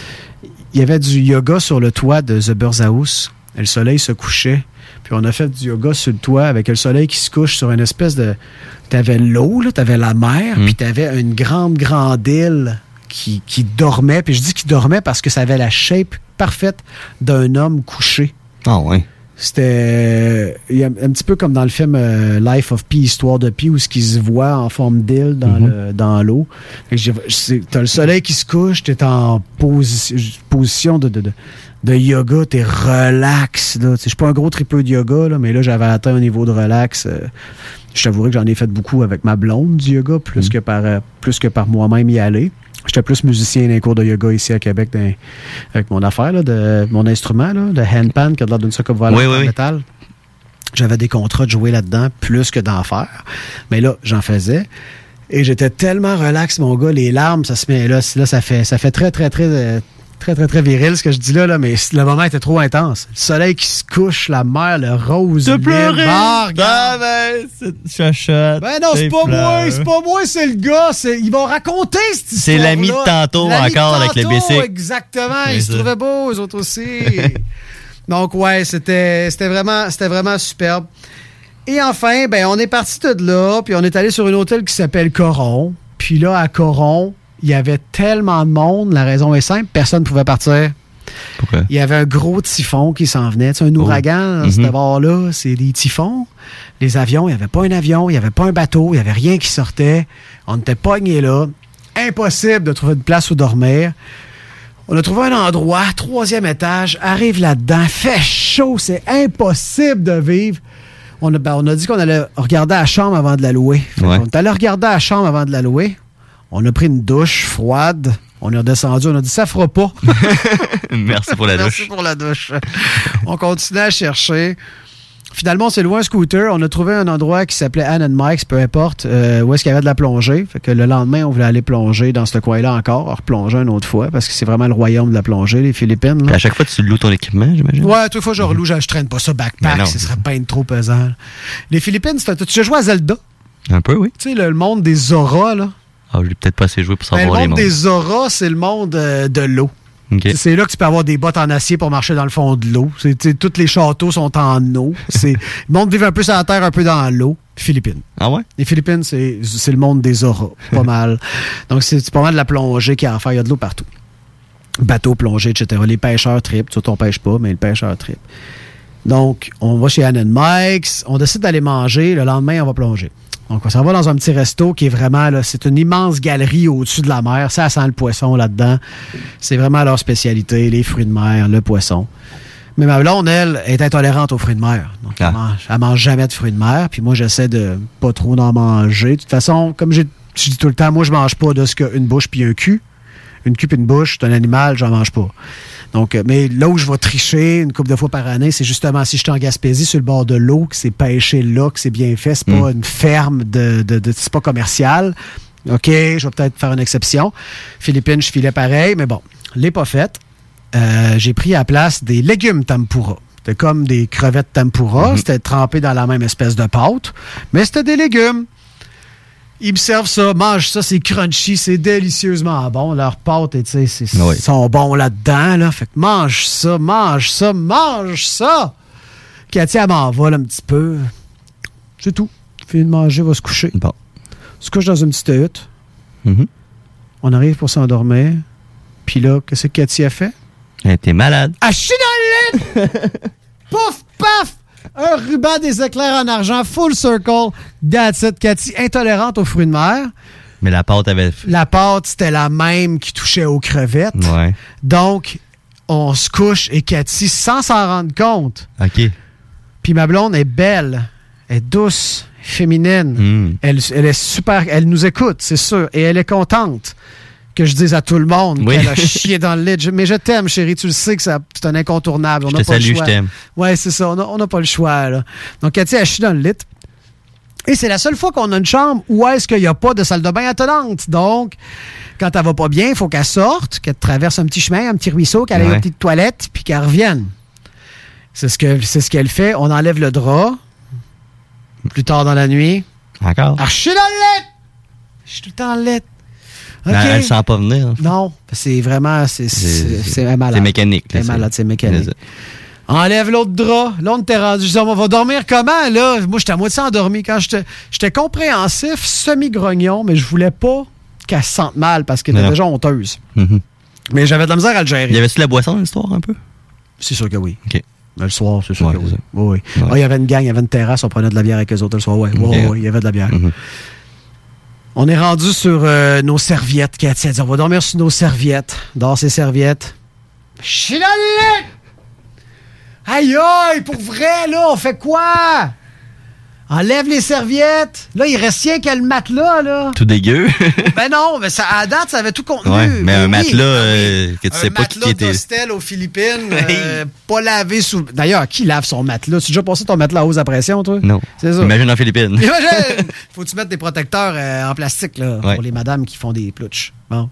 Il y avait du yoga sur le toit de The Birdhouse. Et le soleil se couchait. Puis on a fait du yoga sur le toit avec le soleil qui se couche sur une espèce de... T'avais l'eau, là, t'avais la mer, mmh. puis t'avais une grande, grande île qui, qui dormait. Puis je dis qu'il dormait parce que ça avait la shape parfaite d'un homme couché. Ah oui. C'était il y a un petit peu comme dans le film euh, Life of Pi, Histoire de Pi, où ce qui se voit en forme d'île dans, mm-hmm. le, dans l'eau. T'as le soleil qui se couche, t'es en posi- position de, de, de, de yoga, t'es relax. Je suis pas un gros tripeux de yoga, là, mais là, j'avais atteint un niveau de relax. Euh, je t'avouerais que j'en ai fait beaucoup avec ma blonde du yoga, plus, mm-hmm. que, par, euh, plus que par moi-même y aller. J'étais plus musicien dans les cours de yoga ici à Québec dans, avec mon affaire, là, de mon instrument, là, de handpan, qui a l'air d'une socop volante oui, oui, en oui. métal. J'avais des contrats de jouer là-dedans, plus que d'en faire. Mais là, j'en faisais. Et j'étais tellement relax, mon gars, les larmes, ça se met là, là ça fait ça fait très, très, très, très, très, très, très viril ce que je dis là, là, mais le moment était trop intense. Le soleil qui se couche, la mer, le rose. De pleurer! Ah, ben, ben, c'est chachotte. Ben non, c'est pas moi, c'est pas moi, c'est le gars. C'est, ils vont raconter cette histoire. C'est l'ami de tantôt l'ami encore de avec le tantôt, bicycle. Exactement, Mais ils ça. se trouvaient beaux, eux autres aussi. Donc, ouais, c'était, c'était, vraiment, c'était vraiment superbe. Et enfin, ben, on est parti de là, puis on est allé sur un hôtel qui s'appelle Coron. Puis là, à Coron, il y avait tellement de monde, la raison est simple, personne ne pouvait partir. Pourquoi? Il y avait un gros typhon qui s'en venait. Tu sais, un ouragan, oh. ce mm-hmm. bord-là, c'est des typhons. Les avions, il n'y avait pas un avion, il n'y avait pas un bateau, il n'y avait rien qui sortait. On était pognés là. Impossible de trouver une place où dormir. On a trouvé un endroit, troisième étage, arrive là-dedans, fait chaud, c'est impossible de vivre. On a, ben, on a dit qu'on allait regarder la chambre avant de la louer. Ouais. On est allé regarder la chambre avant de la louer. On a pris une douche froide. On est redescendu. On a dit, ça fera pas. Merci pour la douche. Merci pour la douche. On continue à chercher. Finalement, on s'est loué un scooter. On a trouvé un endroit qui s'appelait Ann and Mike's, peu importe, euh, où est-ce qu'il y avait de la plongée. Fait que le lendemain, on voulait aller plonger dans ce coin-là encore, replonger une autre fois, parce que c'est vraiment le royaume de la plongée, les Philippines. Là. Puis à chaque fois, tu loues ton équipement, j'imagine? Ouais, toute fois, je reloue, je, je traîne pas ça backpack, ce serait bien trop pesant. Les Philippines, c'est un, tu as joué à Zelda? Un peu, oui. Tu sais, le, le monde des auras, là. Ah, je l'ai peut-être pas assez joué pour savoir ben, les le monde mondes. des auras, c'est le monde euh, de l'eau. Okay. C'est là que tu peux avoir des bottes en acier pour marcher dans le fond de l'eau. C'est, tous les châteaux sont en eau. C'est, le monde vit un peu sur la terre, un peu dans l'eau. Philippines. Ah ouais? Les Philippines, c'est, c'est le monde des auras. Pas mal. Donc, c'est, c'est pas mal de la plongée qu'il y a à faire. Il y a de l'eau partout. Bateau, plongée, et cetera. Les pêcheurs tripent. Tu sais, on pêche pas, mais le pêcheur tripe. Donc, on va chez Ann and Mike's. On décide d'aller manger. Le lendemain, on va plonger. Donc, on s'en va dans un petit resto qui est vraiment, là, c'est une immense galerie au-dessus de la mer. Ça sent le poisson là-dedans. C'est vraiment leur spécialité, les fruits de mer, le poisson. Mais ma blonde, elle, est intolérante aux fruits de mer. Donc, ah. elle, mange, elle mange jamais de fruits de mer. Puis moi, j'essaie de pas trop en manger. De toute façon, comme j'ai, je dis tout le temps, moi, je mange pas de ce qu'une bouche puis un cul. Une queue puis une bouche, c'est un animal, j'en mange pas. Donc, mais là où je vais tricher une couple de fois par année, c'est justement si je suis en Gaspésie, sur le bord de l'eau, que c'est pêché là, que c'est bien fait, c'est pas mm. une ferme, de, de, de, c'est pas commercial. OK, je vais peut-être faire une exception. Philippines, je filais pareil, mais bon, l'ai pas faite. Euh, j'ai pris à la place des légumes tempura. C'était comme des crevettes tempura, mm-hmm. C'était trempé dans la même espèce de pâte, mais c'était des légumes. Ils me servent ça, mange ça, c'est crunchy, c'est délicieusement bon. Leurs pâtes, tu sais, c'est, oui. sont bons là-dedans. Là. Fait que mange ça, mange ça, mange ça. Cathy, elle m'en vole un petit peu. C'est tout. Fini de manger, va se coucher. Bon. Se couche dans une petite hutte. Mm-hmm. On arrive pour s'endormir. Puis là, qu'est-ce que Cathy a fait? Elle était malade. Ah, je suis dans le lit! Pouf, paf! Un ruban des éclairs en argent, full circle, that's it. Cathy, intolérante aux fruits de mer. Mais la pâte avait... La pâte, c'était la même qui touchait aux crevettes. Ouais. Donc, on se couche et Cathy, sans s'en rendre compte. OK. Puis ma blonde est belle, elle est douce, féminine. Mm. Elle, elle est super... Elle nous écoute, c'est sûr. Et elle est contente que je dise à tout le monde oui. qu'elle a chié dans le lit. Je, mais je t'aime, chérie. Tu le sais que ça, c'est un incontournable. On je n'a te pas salue, le choix. Je t'aime. Oui, c'est ça. On n'a pas le choix. Là. Donc, Cathy a chié dans le lit. Et c'est la seule fois qu'on a une chambre où est-ce qu'il n'y a pas de salle de bain attenante. Donc, quand elle va pas bien, il faut qu'elle sorte, qu'elle traverse un petit chemin, un petit ruisseau, qu'elle ouais. aille aux petites toilettes, puis qu'elle revienne. C'est ce, que, c'est ce qu'elle fait. On enlève le drap. Plus tard dans la nuit. Encore? Ah, je suis dans le lit! Je suis tout le temps dans le lit. Okay. Elle ne sent pas venir. Non, c'est vraiment... C'est, c'est, c'est, c'est malade. C'est mécanique. C'est malade, c'est mécanique. C'est enlève l'autre drap. Là, on t'est rendu. Je dis, on va dormir comment, là? Moi, j'étais à moitié endormi. Quand j'étais, j'étais compréhensif, semi-grognon, mais je voulais pas qu'elle se sente mal parce qu'elle était déjà honteuse. Mm-hmm. Mais j'avais de la misère à le gérer. Y avait-tu la boisson dans l'histoire, un peu? C'est sûr que oui. OK. Le soir, c'est sûr Ouais, que oui. c'est ça. Oui, oui. Ouais. Ah, il y avait une gang, il y avait une terrasse, on prenait de la bière avec eux autres le soir. Oui, Ok. ouais, ouais, il y avait de la bière. Mhm. On est rendu sur euh, nos serviettes, Cathy. Elle dit, on va dormir sur nos serviettes. Dors ses serviettes. Chie dans le lit! Aïe, aïe, pour vrai, là, on fait quoi? Enlève les serviettes. Là, il reste rien qu'à le matelas, là. Tout dégueu. Ben non, mais ça, à date, ça avait tout contenu. Ouais, mais un oui, matelas ben euh, oui. que tu Un sais pas qui matelas était. d'hostel aux Philippines, euh, pas lavé sous... D'ailleurs, qui lave son matelas? Tu as déjà passé ton matelas à hausse à pression, toi? Non. C'est ça. Imagine en Philippines. Imagine! Faut que tu mettes des protecteurs euh, en plastique, là, Ouais. pour les madames qui font des plouches. Bon.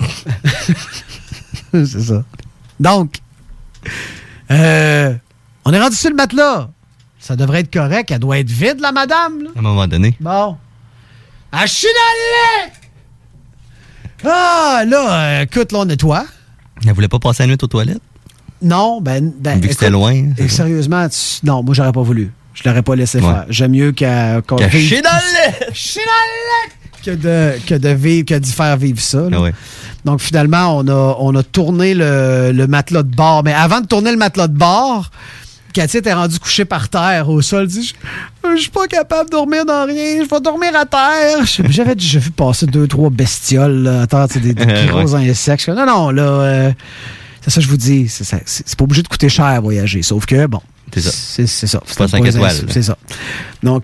C'est ça. Donc, euh, on est rendu sur le matelas. Ça devrait être correct. Elle doit être vide, la madame, là. À un moment donné. Bon. Ah, je suis dans le lit! Ah, là, euh, écoute, là, on nettoie. Elle voulait pas passer la nuit aux toilettes? Non, ben... ben Vu que c'était loin. Et sérieusement, tu- non, moi, j'aurais pas voulu. Je l'aurais pas laissé Ouais. faire. J'aime mieux qu'à... qu'on Qu'à vive- chier dans le lit! Chier dans le lit! Que de, que de vivre, que d'y faire vivre ça. là. Ah ouais. Donc, finalement, on a, on a tourné le, le matelas de bord. Mais avant de tourner le matelas de bord, Cathy était rendue couchée par terre au sol. Elle dit, je, je suis pas capable de dormir dans rien. Je vais dormir à terre. Je- J'avais déjà vu passer deux, trois bestioles là, à terre, tu sais, des, des gros insectes. Je fais, non, non, là, euh, c'est ça que je vous dis. C'est, ça, c'est, c'est pas obligé de coûter cher à voyager. Sauf que, bon. C'est ça. C'est, c'est ça. C'est pas C'était cinq les étoiles, insultes, là. C'est ça. Donc...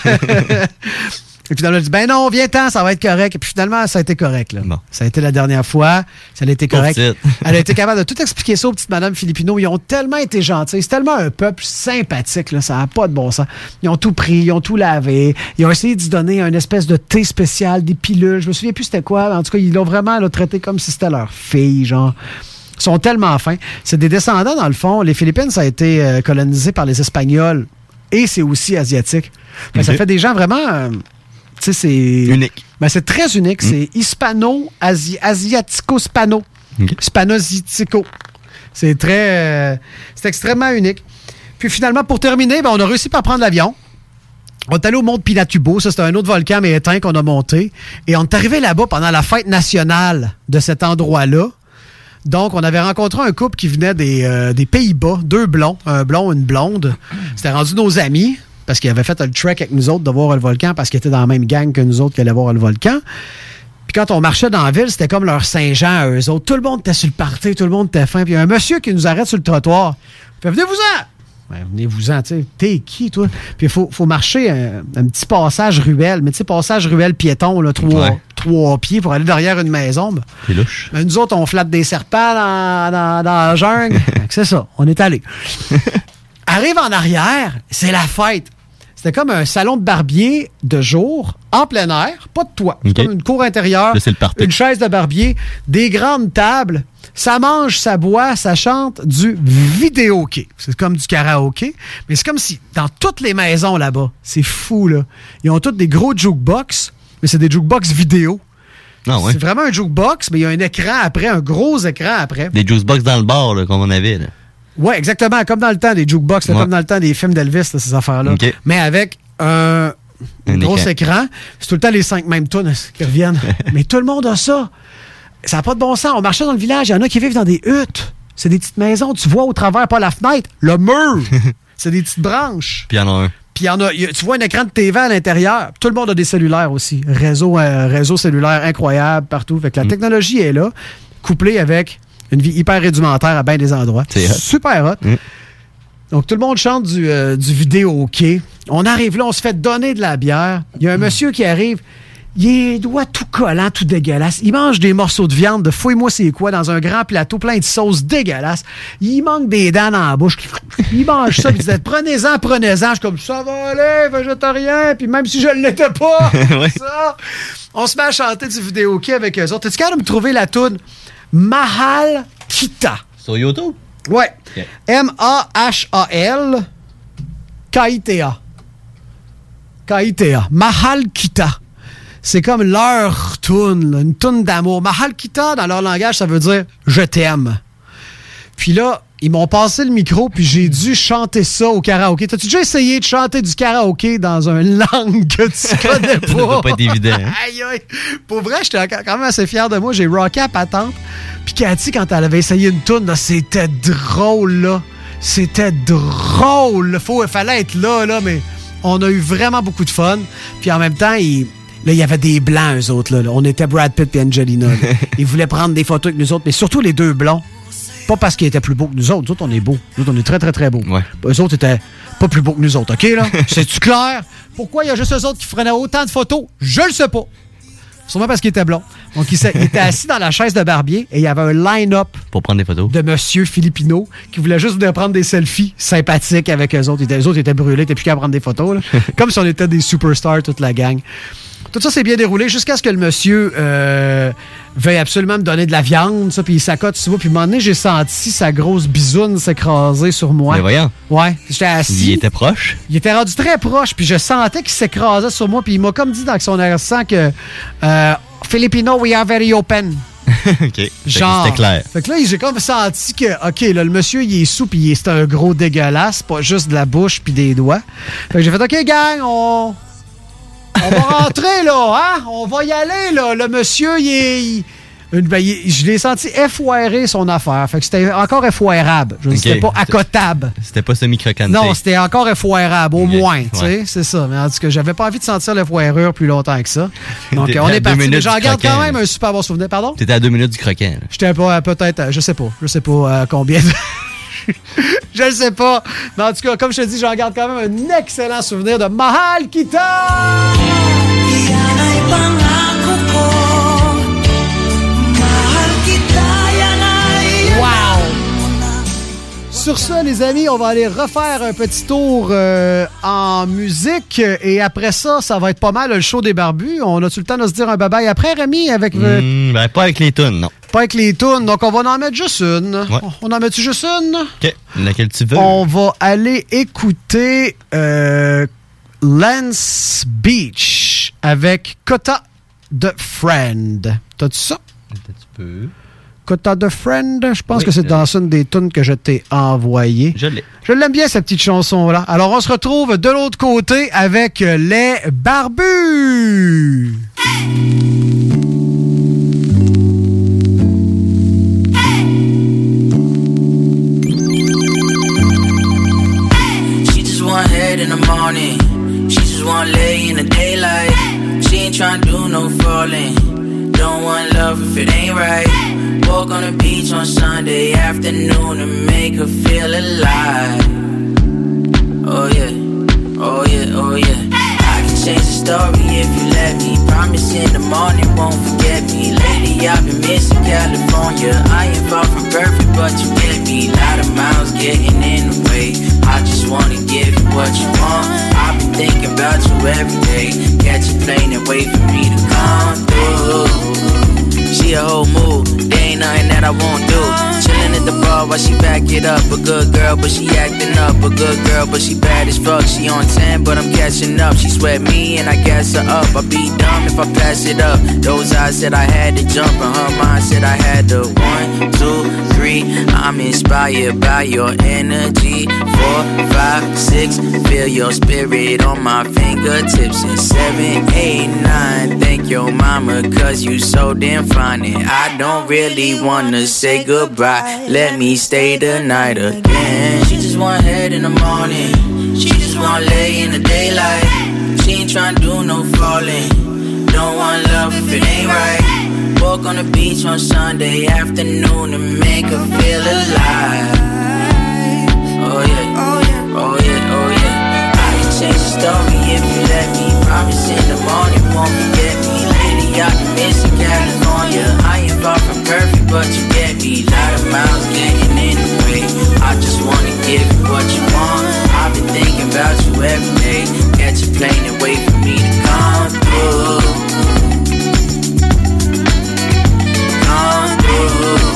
Et finalement, elle dit, ben non, viens-t'en, ça va être correct. Et puis finalement, ça a été correct. Là. Bon. Ça a été la dernière fois. Ça a été correct. Pour titre. Elle a été capable de tout expliquer ça aux petites madames Filipino. Ils ont tellement été gentils. C'est tellement un peuple sympathique. Là. Ça n'a pas de bon sens. Ils ont tout pris, ils ont tout lavé. Ils ont essayé d'y donner un espèce de thé spécial, des pilules. Je me souviens plus c'était quoi. En tout cas, ils l'ont vraiment là, traité comme si c'était leur fille, genre. Ils sont tellement fins. C'est des descendants, dans le fond. Les Philippines, ça a été euh, colonisé par les Espagnols. Et c'est aussi asiatique. Fait que Ça Ok. fait des gens vraiment... euh, tu sais, c'est... Unique. Ben, c'est très unique. Mm. C'est hispano-asiatico-spano. Ok. Spanozitico. C'est très... euh, c'est extrêmement unique. Puis finalement, pour terminer, ben, on a réussi par prendre l'avion. On est allé au mont Pinatubo. Ça, c'était un autre volcan, mais éteint, qu'on a monté. Et on est arrivé là-bas pendant la fête nationale de cet endroit-là. Donc, on avait rencontré un couple qui venait des, euh, des Pays-Bas, deux blonds, un blond et une blonde. C'était rendu nos amis, parce qu'ils avaient fait le trek avec nous autres de voir le volcan, parce qu'ils étaient dans la même gang que nous autres qui allaient voir le volcan. Puis quand on marchait dans la ville, c'était comme leur Saint-Jean à eux autres. Tout le monde était sur le party, tout le monde était fin. Puis il y a un monsieur qui nous arrête sur le trottoir. Il fait, venez-vous-en! Ben, venez-vous-en, tu sais. T'es qui, toi? Puis il faut, faut marcher un, un petit passage ruelle, mais tu sais, passage ruelle piéton, là, trois, Ouais. trois pieds pour aller derrière une maison. Ben, C'est louche. ben, nous autres, on flatte des serpents dans, dans, dans la jungle. Fait que c'est ça, on est allé. Arrive en arrière, c'est la fête. C'était comme un salon de barbier de jour, en plein air, pas de toit. C'est Ok. comme une cour intérieure, Là, c'est le party. une chaise de barbier, des grandes tables. Ça mange, ça boit, ça chante du vidéoké. C'est comme du karaoké, mais c'est comme si dans toutes les maisons là-bas, c'est fou, là. Ils ont toutes des gros jukebox, mais c'est des jukebox vidéo. Ah ouais. C'est vraiment un jukebox, mais il y a un écran après, un gros écran après. Des juicebox dans le bar, là, comme on avait. Là. Ouais, exactement. Comme dans le temps des jukebox, là, Ouais. comme dans le temps des films d'Elvis, là, ces affaires-là. Ok. Mais avec un, Un gros écran. écran. C'est tout le temps les cinq mêmes tunes qui reviennent. Mais tout le monde a ça. Ça n'a pas de bon sens. On marchait dans le village, il y en a qui vivent dans des huttes. C'est des petites maisons. Tu vois au travers, pas la fenêtre, le mur. C'est des petites branches. Puis il y en a un. Puis il y en a, il y a- tu vois un écran de T V à l'intérieur. Tout le monde a des cellulaires aussi. Réseau, euh, réseau cellulaire incroyable partout. Fait que la Mm. technologie est là, couplée avec une vie hyper rudimentaire à bien des endroits. C'est hot. Super hot. Mm. Donc tout le monde chante du, euh, du vidéo-hockey. On arrive là, on se fait donner de la bière. Il y a un monsieur qui arrive. Il a les doigts tout collants, tout dégueulasses. Il mange des morceaux de viande de fouille-moi c'est quoi dans un grand plateau plein de sauces dégueulasses. Il manque des dents dans la bouche. Il mange ça. Puis il dit, prenez-en, prenez-en. Je suis comme, ça va aller, végétarien. Puis même si je ne l'étais pas, Ouais. ça. On se met à chanter du vidéo-hockey avec eux autres. T'es-tu capable de me trouver la toune Mahal Kita? Sur YouTube? Ouais. Ok. M A H A L K I T A. K I T A. Mahal Kita. C'est comme leur toune, là, une toune d'amour. Mahal Kita, dans leur langage, ça veut dire « je t'aime ». Puis là, ils m'ont passé le micro, puis j'ai dû chanter ça au karaoké. T'as-tu déjà essayé de chanter du karaoké dans une langue que tu connais pas? Ça doit pas être évident. Hein? Aïe, aïe. Pour vrai, j'étais quand même assez fier de moi. J'ai rocké à patente. Puis Cathy, quand elle avait essayé une toune, là, c'était drôle, là. C'était drôle. Il fallait être là, là, mais on a eu vraiment beaucoup de fun. Puis en même temps, il... Là, il y avait des blancs, eux autres. Là, là. On était Brad Pitt et Angelina. Ils voulaient prendre des photos avec nous autres, mais surtout les deux blonds. Pas parce qu'ils étaient plus beaux que nous autres. Nous autres, on est beaux. Nous autres, on est très, très, très beaux. Ouais. Eux autres étaient pas plus beaux que nous autres, OK, là? C'est-tu clair? Pourquoi il y a juste eux autres qui prenaient autant de photos? Je le sais pas. Sûrement parce qu'ils étaient blonds. Donc, il, il était assis dans la chaise de barbier et il y avait un line-up pour prendre des photos de Monsieur Filippino qui voulait juste venir prendre des selfies sympathiques avec eux autres. Eux autres étaient brûlés, ils étaient plus qu'à prendre des photos. Là. Comme si on était des superstars, toute la gang. Tout ça s'est bien déroulé jusqu'à ce que le monsieur euh, veuille absolument me donner de la viande, ça, puis il s'accote, tu vois. Puis à un moment donné, j'ai senti sa grosse bisoune s'écraser sur moi. Mais voyons. Ouais, j'étais assis. Il était proche? Il était rendu très proche, puis je sentais qu'il s'écrasait sur moi, puis il m'a comme dit dans son accent que euh, Filipino, we are very open. OK. Genre. C'était clair. Fait que là, j'ai comme senti que, OK, là, le monsieur, il est sous, puis c'est un gros dégueulasse, pas juste de la bouche puis des doigts. Fait que j'ai fait, OK, gang, on... On va rentrer, là, hein? On va y aller, là. Le monsieur, il est... Il... Ben, il... Je l'ai senti effoirer son affaire. Fait que c'était encore effoirable. Je veux dire, okay. C'était pas accotable. C'était pas semi-croquanté. Non, c'était encore effoirable, au okay. moins, tu sais. Ouais. C'est ça. Mais en tout cas, j'avais pas envie de sentir l'effoirure plus longtemps que ça. Donc, on est parti. Mais j'en garde quand même un super bon souvenir. Pardon? T'étais à deux minutes du croquant. Là. J'étais pas, peut-être, je sais pas. Je sais pas euh, combien... Je ne sais pas. Mais en tout cas, comme je te dis, j'en garde quand même un excellent souvenir de Mahal Kita. Wow! Sur ça, les amis, on va aller refaire un petit tour euh, en musique. Et après ça, ça va être pas mal le show des barbus. On a-tu le temps de se dire un bye-bye après, Rémi? Avec, euh... mmh, ben, pas avec les tunes, non. Pas avec les tunes. Donc, on va en mettre juste une. Ouais. On en met-tu juste une? OK. Laquelle tu veux? On va aller écouter euh, Lance Beach avec Kota the Friend. T'as-tu ça? Un petit peu. Kota the Friend, je pense oui, que c'est dans une des tunes que je t'ai envoyées. Je l'ai. Je l'aime bien, cette petite chanson-là. Alors, on se retrouve de l'autre côté avec les barbus. She just want head in the morning. She just want lay in the daylight. She ain't tryna do no falling. Don't want love if it ain't right. Walk on the beach on Sunday afternoon and make her feel alive. Oh yeah, oh yeah, oh yeah. I can change the story if you let me. Promise in the morning won't forget me. Lately I've been missing California. I ain't far from perfect, but you get me. Lot of miles getting in the way. I just wanna give you what you want. I've been thinking about you every day. Catch a plane and wait for me to come through. She a whole mood, there ain't nothing that I won't do. Chillin' at the bar while she back it up. A good girl, but she acting up. A good girl, but she bad as fuck. She on ten, but I'm catching up. She sweat me and I gas her up. I'd be dumb if I pass it up. Those eyes said I had to jump, and her mind said I had to. One, two, three, I'm inspired by your energy. Four, five, six, feel your spirit on my fingertips. And seven, eight, nine, thank your mama, cause you so damn fine. And I don't really wanna say goodbye. Let me stay the night again. She just want head in the morning. She just want lay in the daylight. She ain't tryna do no falling. Don't want love if it ain't right. Walk on the beach on Sunday afternoon and make her feel alive. Oh yeah, oh yeah, oh yeah, oh yeah. I can change the story if you let me. Promise in the morning won't forget me. Lately I've been missing California. I ain't far from perfect, but you get me. Lot of miles getting in the way. I just wanna give you what you want. I've been thinking about you every day. Catch a plane and wait for me to come through. Come through.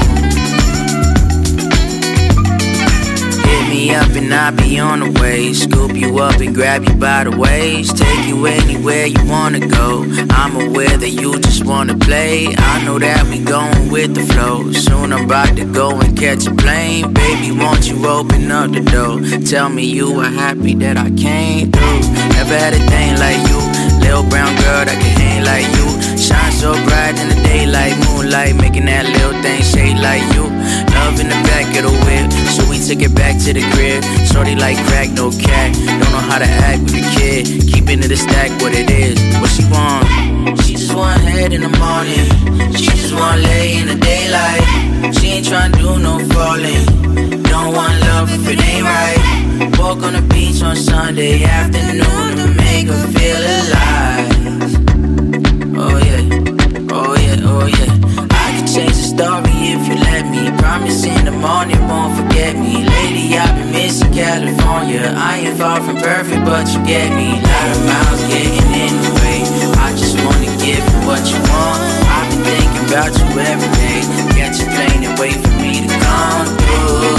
Hit me up and I'll be on the way. Scoop you up and grab you by the waist. Take you anywhere you wanna go. I'm aware that you just wanna play. I know that we going with the flow. Soon I'm about to go and catch a plane. Baby, won't you open up the door? Tell me you are happy that I came through. Never had a thing like you. Little brown girl that can hang like you. Shine so bright in the daylight, moonlight, making that little thing shake like you. Love in the back of the whip, so we took it back to the crib. Shorty like crack, no cat. Don't know how to act with a kid. Keeping it a stack, what it is. What she want? She just want head in the morning. She just want lay in the daylight. She ain't tryna do no falling. Don't want love if it ain't right. Walk on the beach on Sunday afternoon to make her feel alive. Oh yeah, oh yeah, oh yeah. I can change the story if you let me. Promise in the morning won't forget me. Lately I've been missing California. I ain't far from perfect, but you get me. Lot of miles getting in the way. I just wanna give you what you want. I've been thinking about you every day. Catch a plane and wait for me to come through.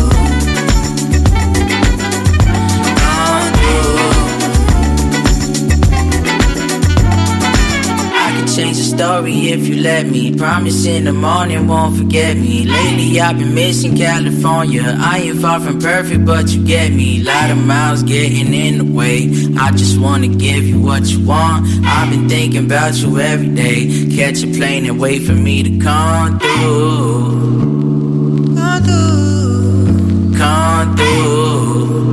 Come through. Change the story if you let me. Promise in the morning won't forget me. Lately I've been missing California. I ain't far from perfect, but you get me. Lot of miles getting in the way. I just wanna give you what you want. I've been thinking about you every day. Catch a plane and wait for me to come through. Come through. Come through.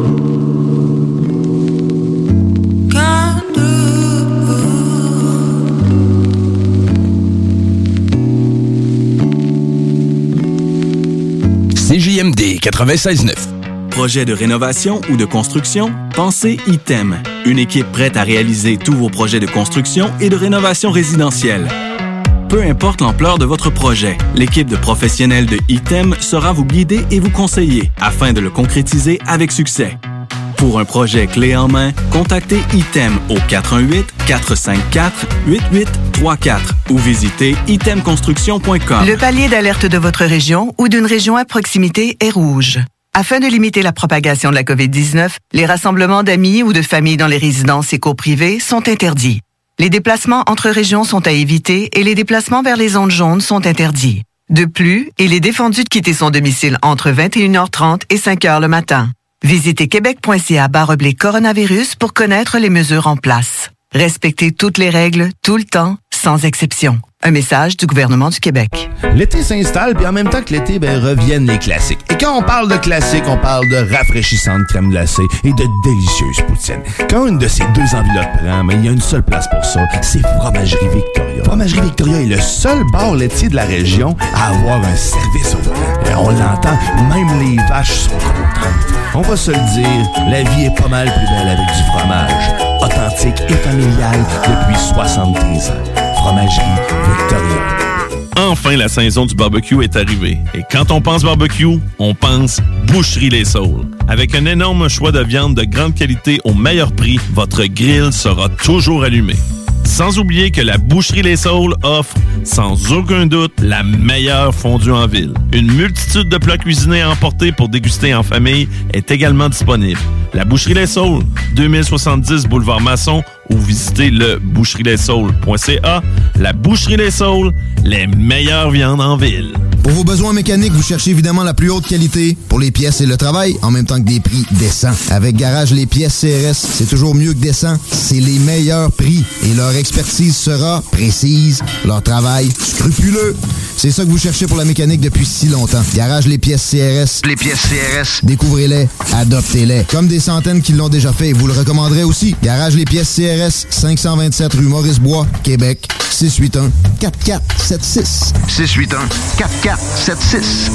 C J M D quatre-vingt-seize neuf. Projet de rénovation ou de construction? Pensez Item. Une équipe prête à réaliser tous vos projets de construction et de rénovation résidentielle. Peu importe l'ampleur de votre projet, l'équipe de professionnels de Item sera vous guider et vous conseiller afin de le concrétiser avec succès. Pour un projet clé en main, contactez Item au quatre un huit, quatre cinq quatre, huit huit trois quatre ou visitez item construction point com. Le palier d'alerte de votre région ou d'une région à proximité est rouge. Afin de limiter la propagation de la covid dix-neuf, les rassemblements d'amis ou de familles dans les résidences et cours privées sont interdits. Les déplacements entre régions sont à éviter et les déplacements vers les zones jaunes sont interdits. De plus, il est défendu de quitter son domicile entre vingt et une heures trente et cinq heures le matin. Visitez québec.ca barre oblique coronavirus pour connaître les mesures en place. Respectez toutes les règles, tout le temps, sans exception. Un message du gouvernement du Québec. L'été s'installe, puis en même temps que l'été, ben, reviennent les classiques. Et quand on parle de classiques, on parle de rafraîchissantes crèmes glacées et de délicieuses poutines. Quand une de ces deux enveloppes prend, mais il y a une seule place pour ça, c'est Fromagerie Victoria. Fromagerie Victoria est le seul bar laitier de la région à avoir un service au volant. Et on l'entend, même les vaches sont contentes. On va se le dire, la vie est pas mal plus belle avec du fromage. Authentique et familial depuis soixante-treize ans. Fromagerie Victoria. Enfin, la saison du barbecue est arrivée. Et quand on pense barbecue, on pense Boucherie Les Saules. Avec un énorme choix de viande de grande qualité au meilleur prix, votre grill sera toujours allumé. Sans oublier que la Boucherie Les Saules offre, sans aucun doute, la meilleure fondue en ville. Une multitude de plats cuisinés à emporter pour déguster en famille est également disponible. La Boucherie Les Saules, deux mille soixante-dix boulevard Masson, ou visitez le boucherie les saules point c a. La Boucherie Les Saules, les meilleures viandes en ville. Pour vos besoins mécaniques, vous cherchez évidemment la plus haute qualité pour les pièces et le travail, en même temps que des prix décents. Avec Garage Les Pièces C R S, c'est toujours mieux que décent. C'est les meilleurs prix et leur expertise sera précise, leur travail scrupuleux. C'est ça que vous cherchez pour la mécanique depuis si longtemps. Garage Les Pièces C R S. Les pièces C R S. Découvrez-les, adoptez-les. Comme des centaines qui l'ont déjà fait, vous le recommanderez aussi. Garage Les Pièces C R S, cinq cent vingt-sept rue Maurice-Bois, Québec, six huit un, quatre quatre sept six. six huit un, quatre quatre sept six.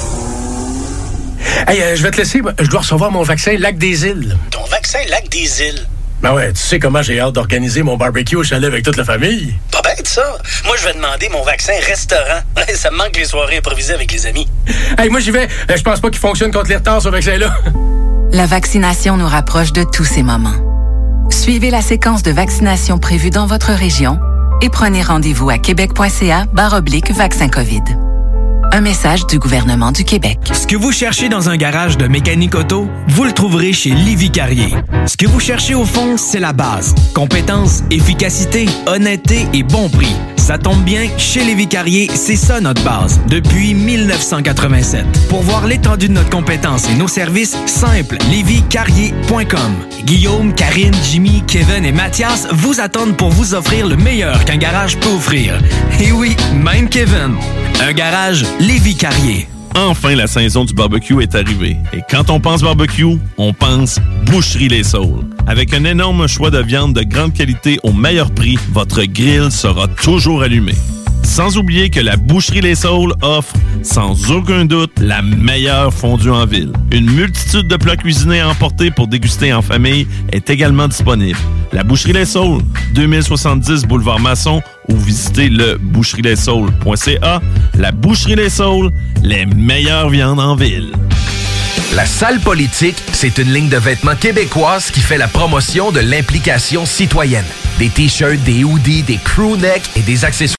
Hey, euh, je vais te laisser. Je dois recevoir mon vaccin Lac des Îles. Ton vaccin Lac des Îles? Ben ouais, tu sais comment j'ai hâte d'organiser mon barbecue au chalet avec toute la famille. Pas bête, ça. Moi, je vais demander mon vaccin restaurant. Ça me manque les soirées improvisées avec les amis. Hey, moi, j'y vais. Je pense pas qu'il fonctionne contre les retards, ce vaccin-là. La vaccination nous rapproche de tous ces moments. Suivez la séquence de vaccination prévue dans votre région et prenez rendez-vous à québec.ca barre oblique vaccin COVID. Un message du gouvernement du Québec. Ce que vous cherchez dans un garage de mécanique auto, vous le trouverez chez Lévi Carrier. Ce que vous cherchez au fond, c'est la base. Compétence, efficacité, honnêteté et bon prix. Ça tombe bien, chez Lévi Carrier, c'est ça notre base, depuis mille neuf cent quatre-vingt-sept. Pour voir l'étendue de notre compétence et nos services, simple, lévi carrier point com. Guillaume, Karine, Jimmy, Kevin et Mathias vous attendent pour vous offrir le meilleur qu'un garage peut offrir. Et oui, même Kevin. Un garage Lévi Carrier. Enfin, la saison du barbecue est arrivée. Et quand on pense barbecue, on pense Boucherie Les Saules. Avec un énorme choix de viande de grande qualité au meilleur prix, votre grill sera toujours allumé. Sans oublier que la Boucherie Les Saules offre, sans aucun doute, la meilleure fondue en ville. Une multitude de plats cuisinés à emporter pour déguster en famille est également disponible. La Boucherie Les Saules, deux mille soixante-dix Boulevard Masson, ou visitez le boucherie les saules point c a. La Boucherie Les Saules, les meilleures viandes en ville. La Salle Politique, c'est une ligne de vêtements québécoise qui fait la promotion de l'implication citoyenne. Des t-shirts, des hoodies, des crew necks et des accessoires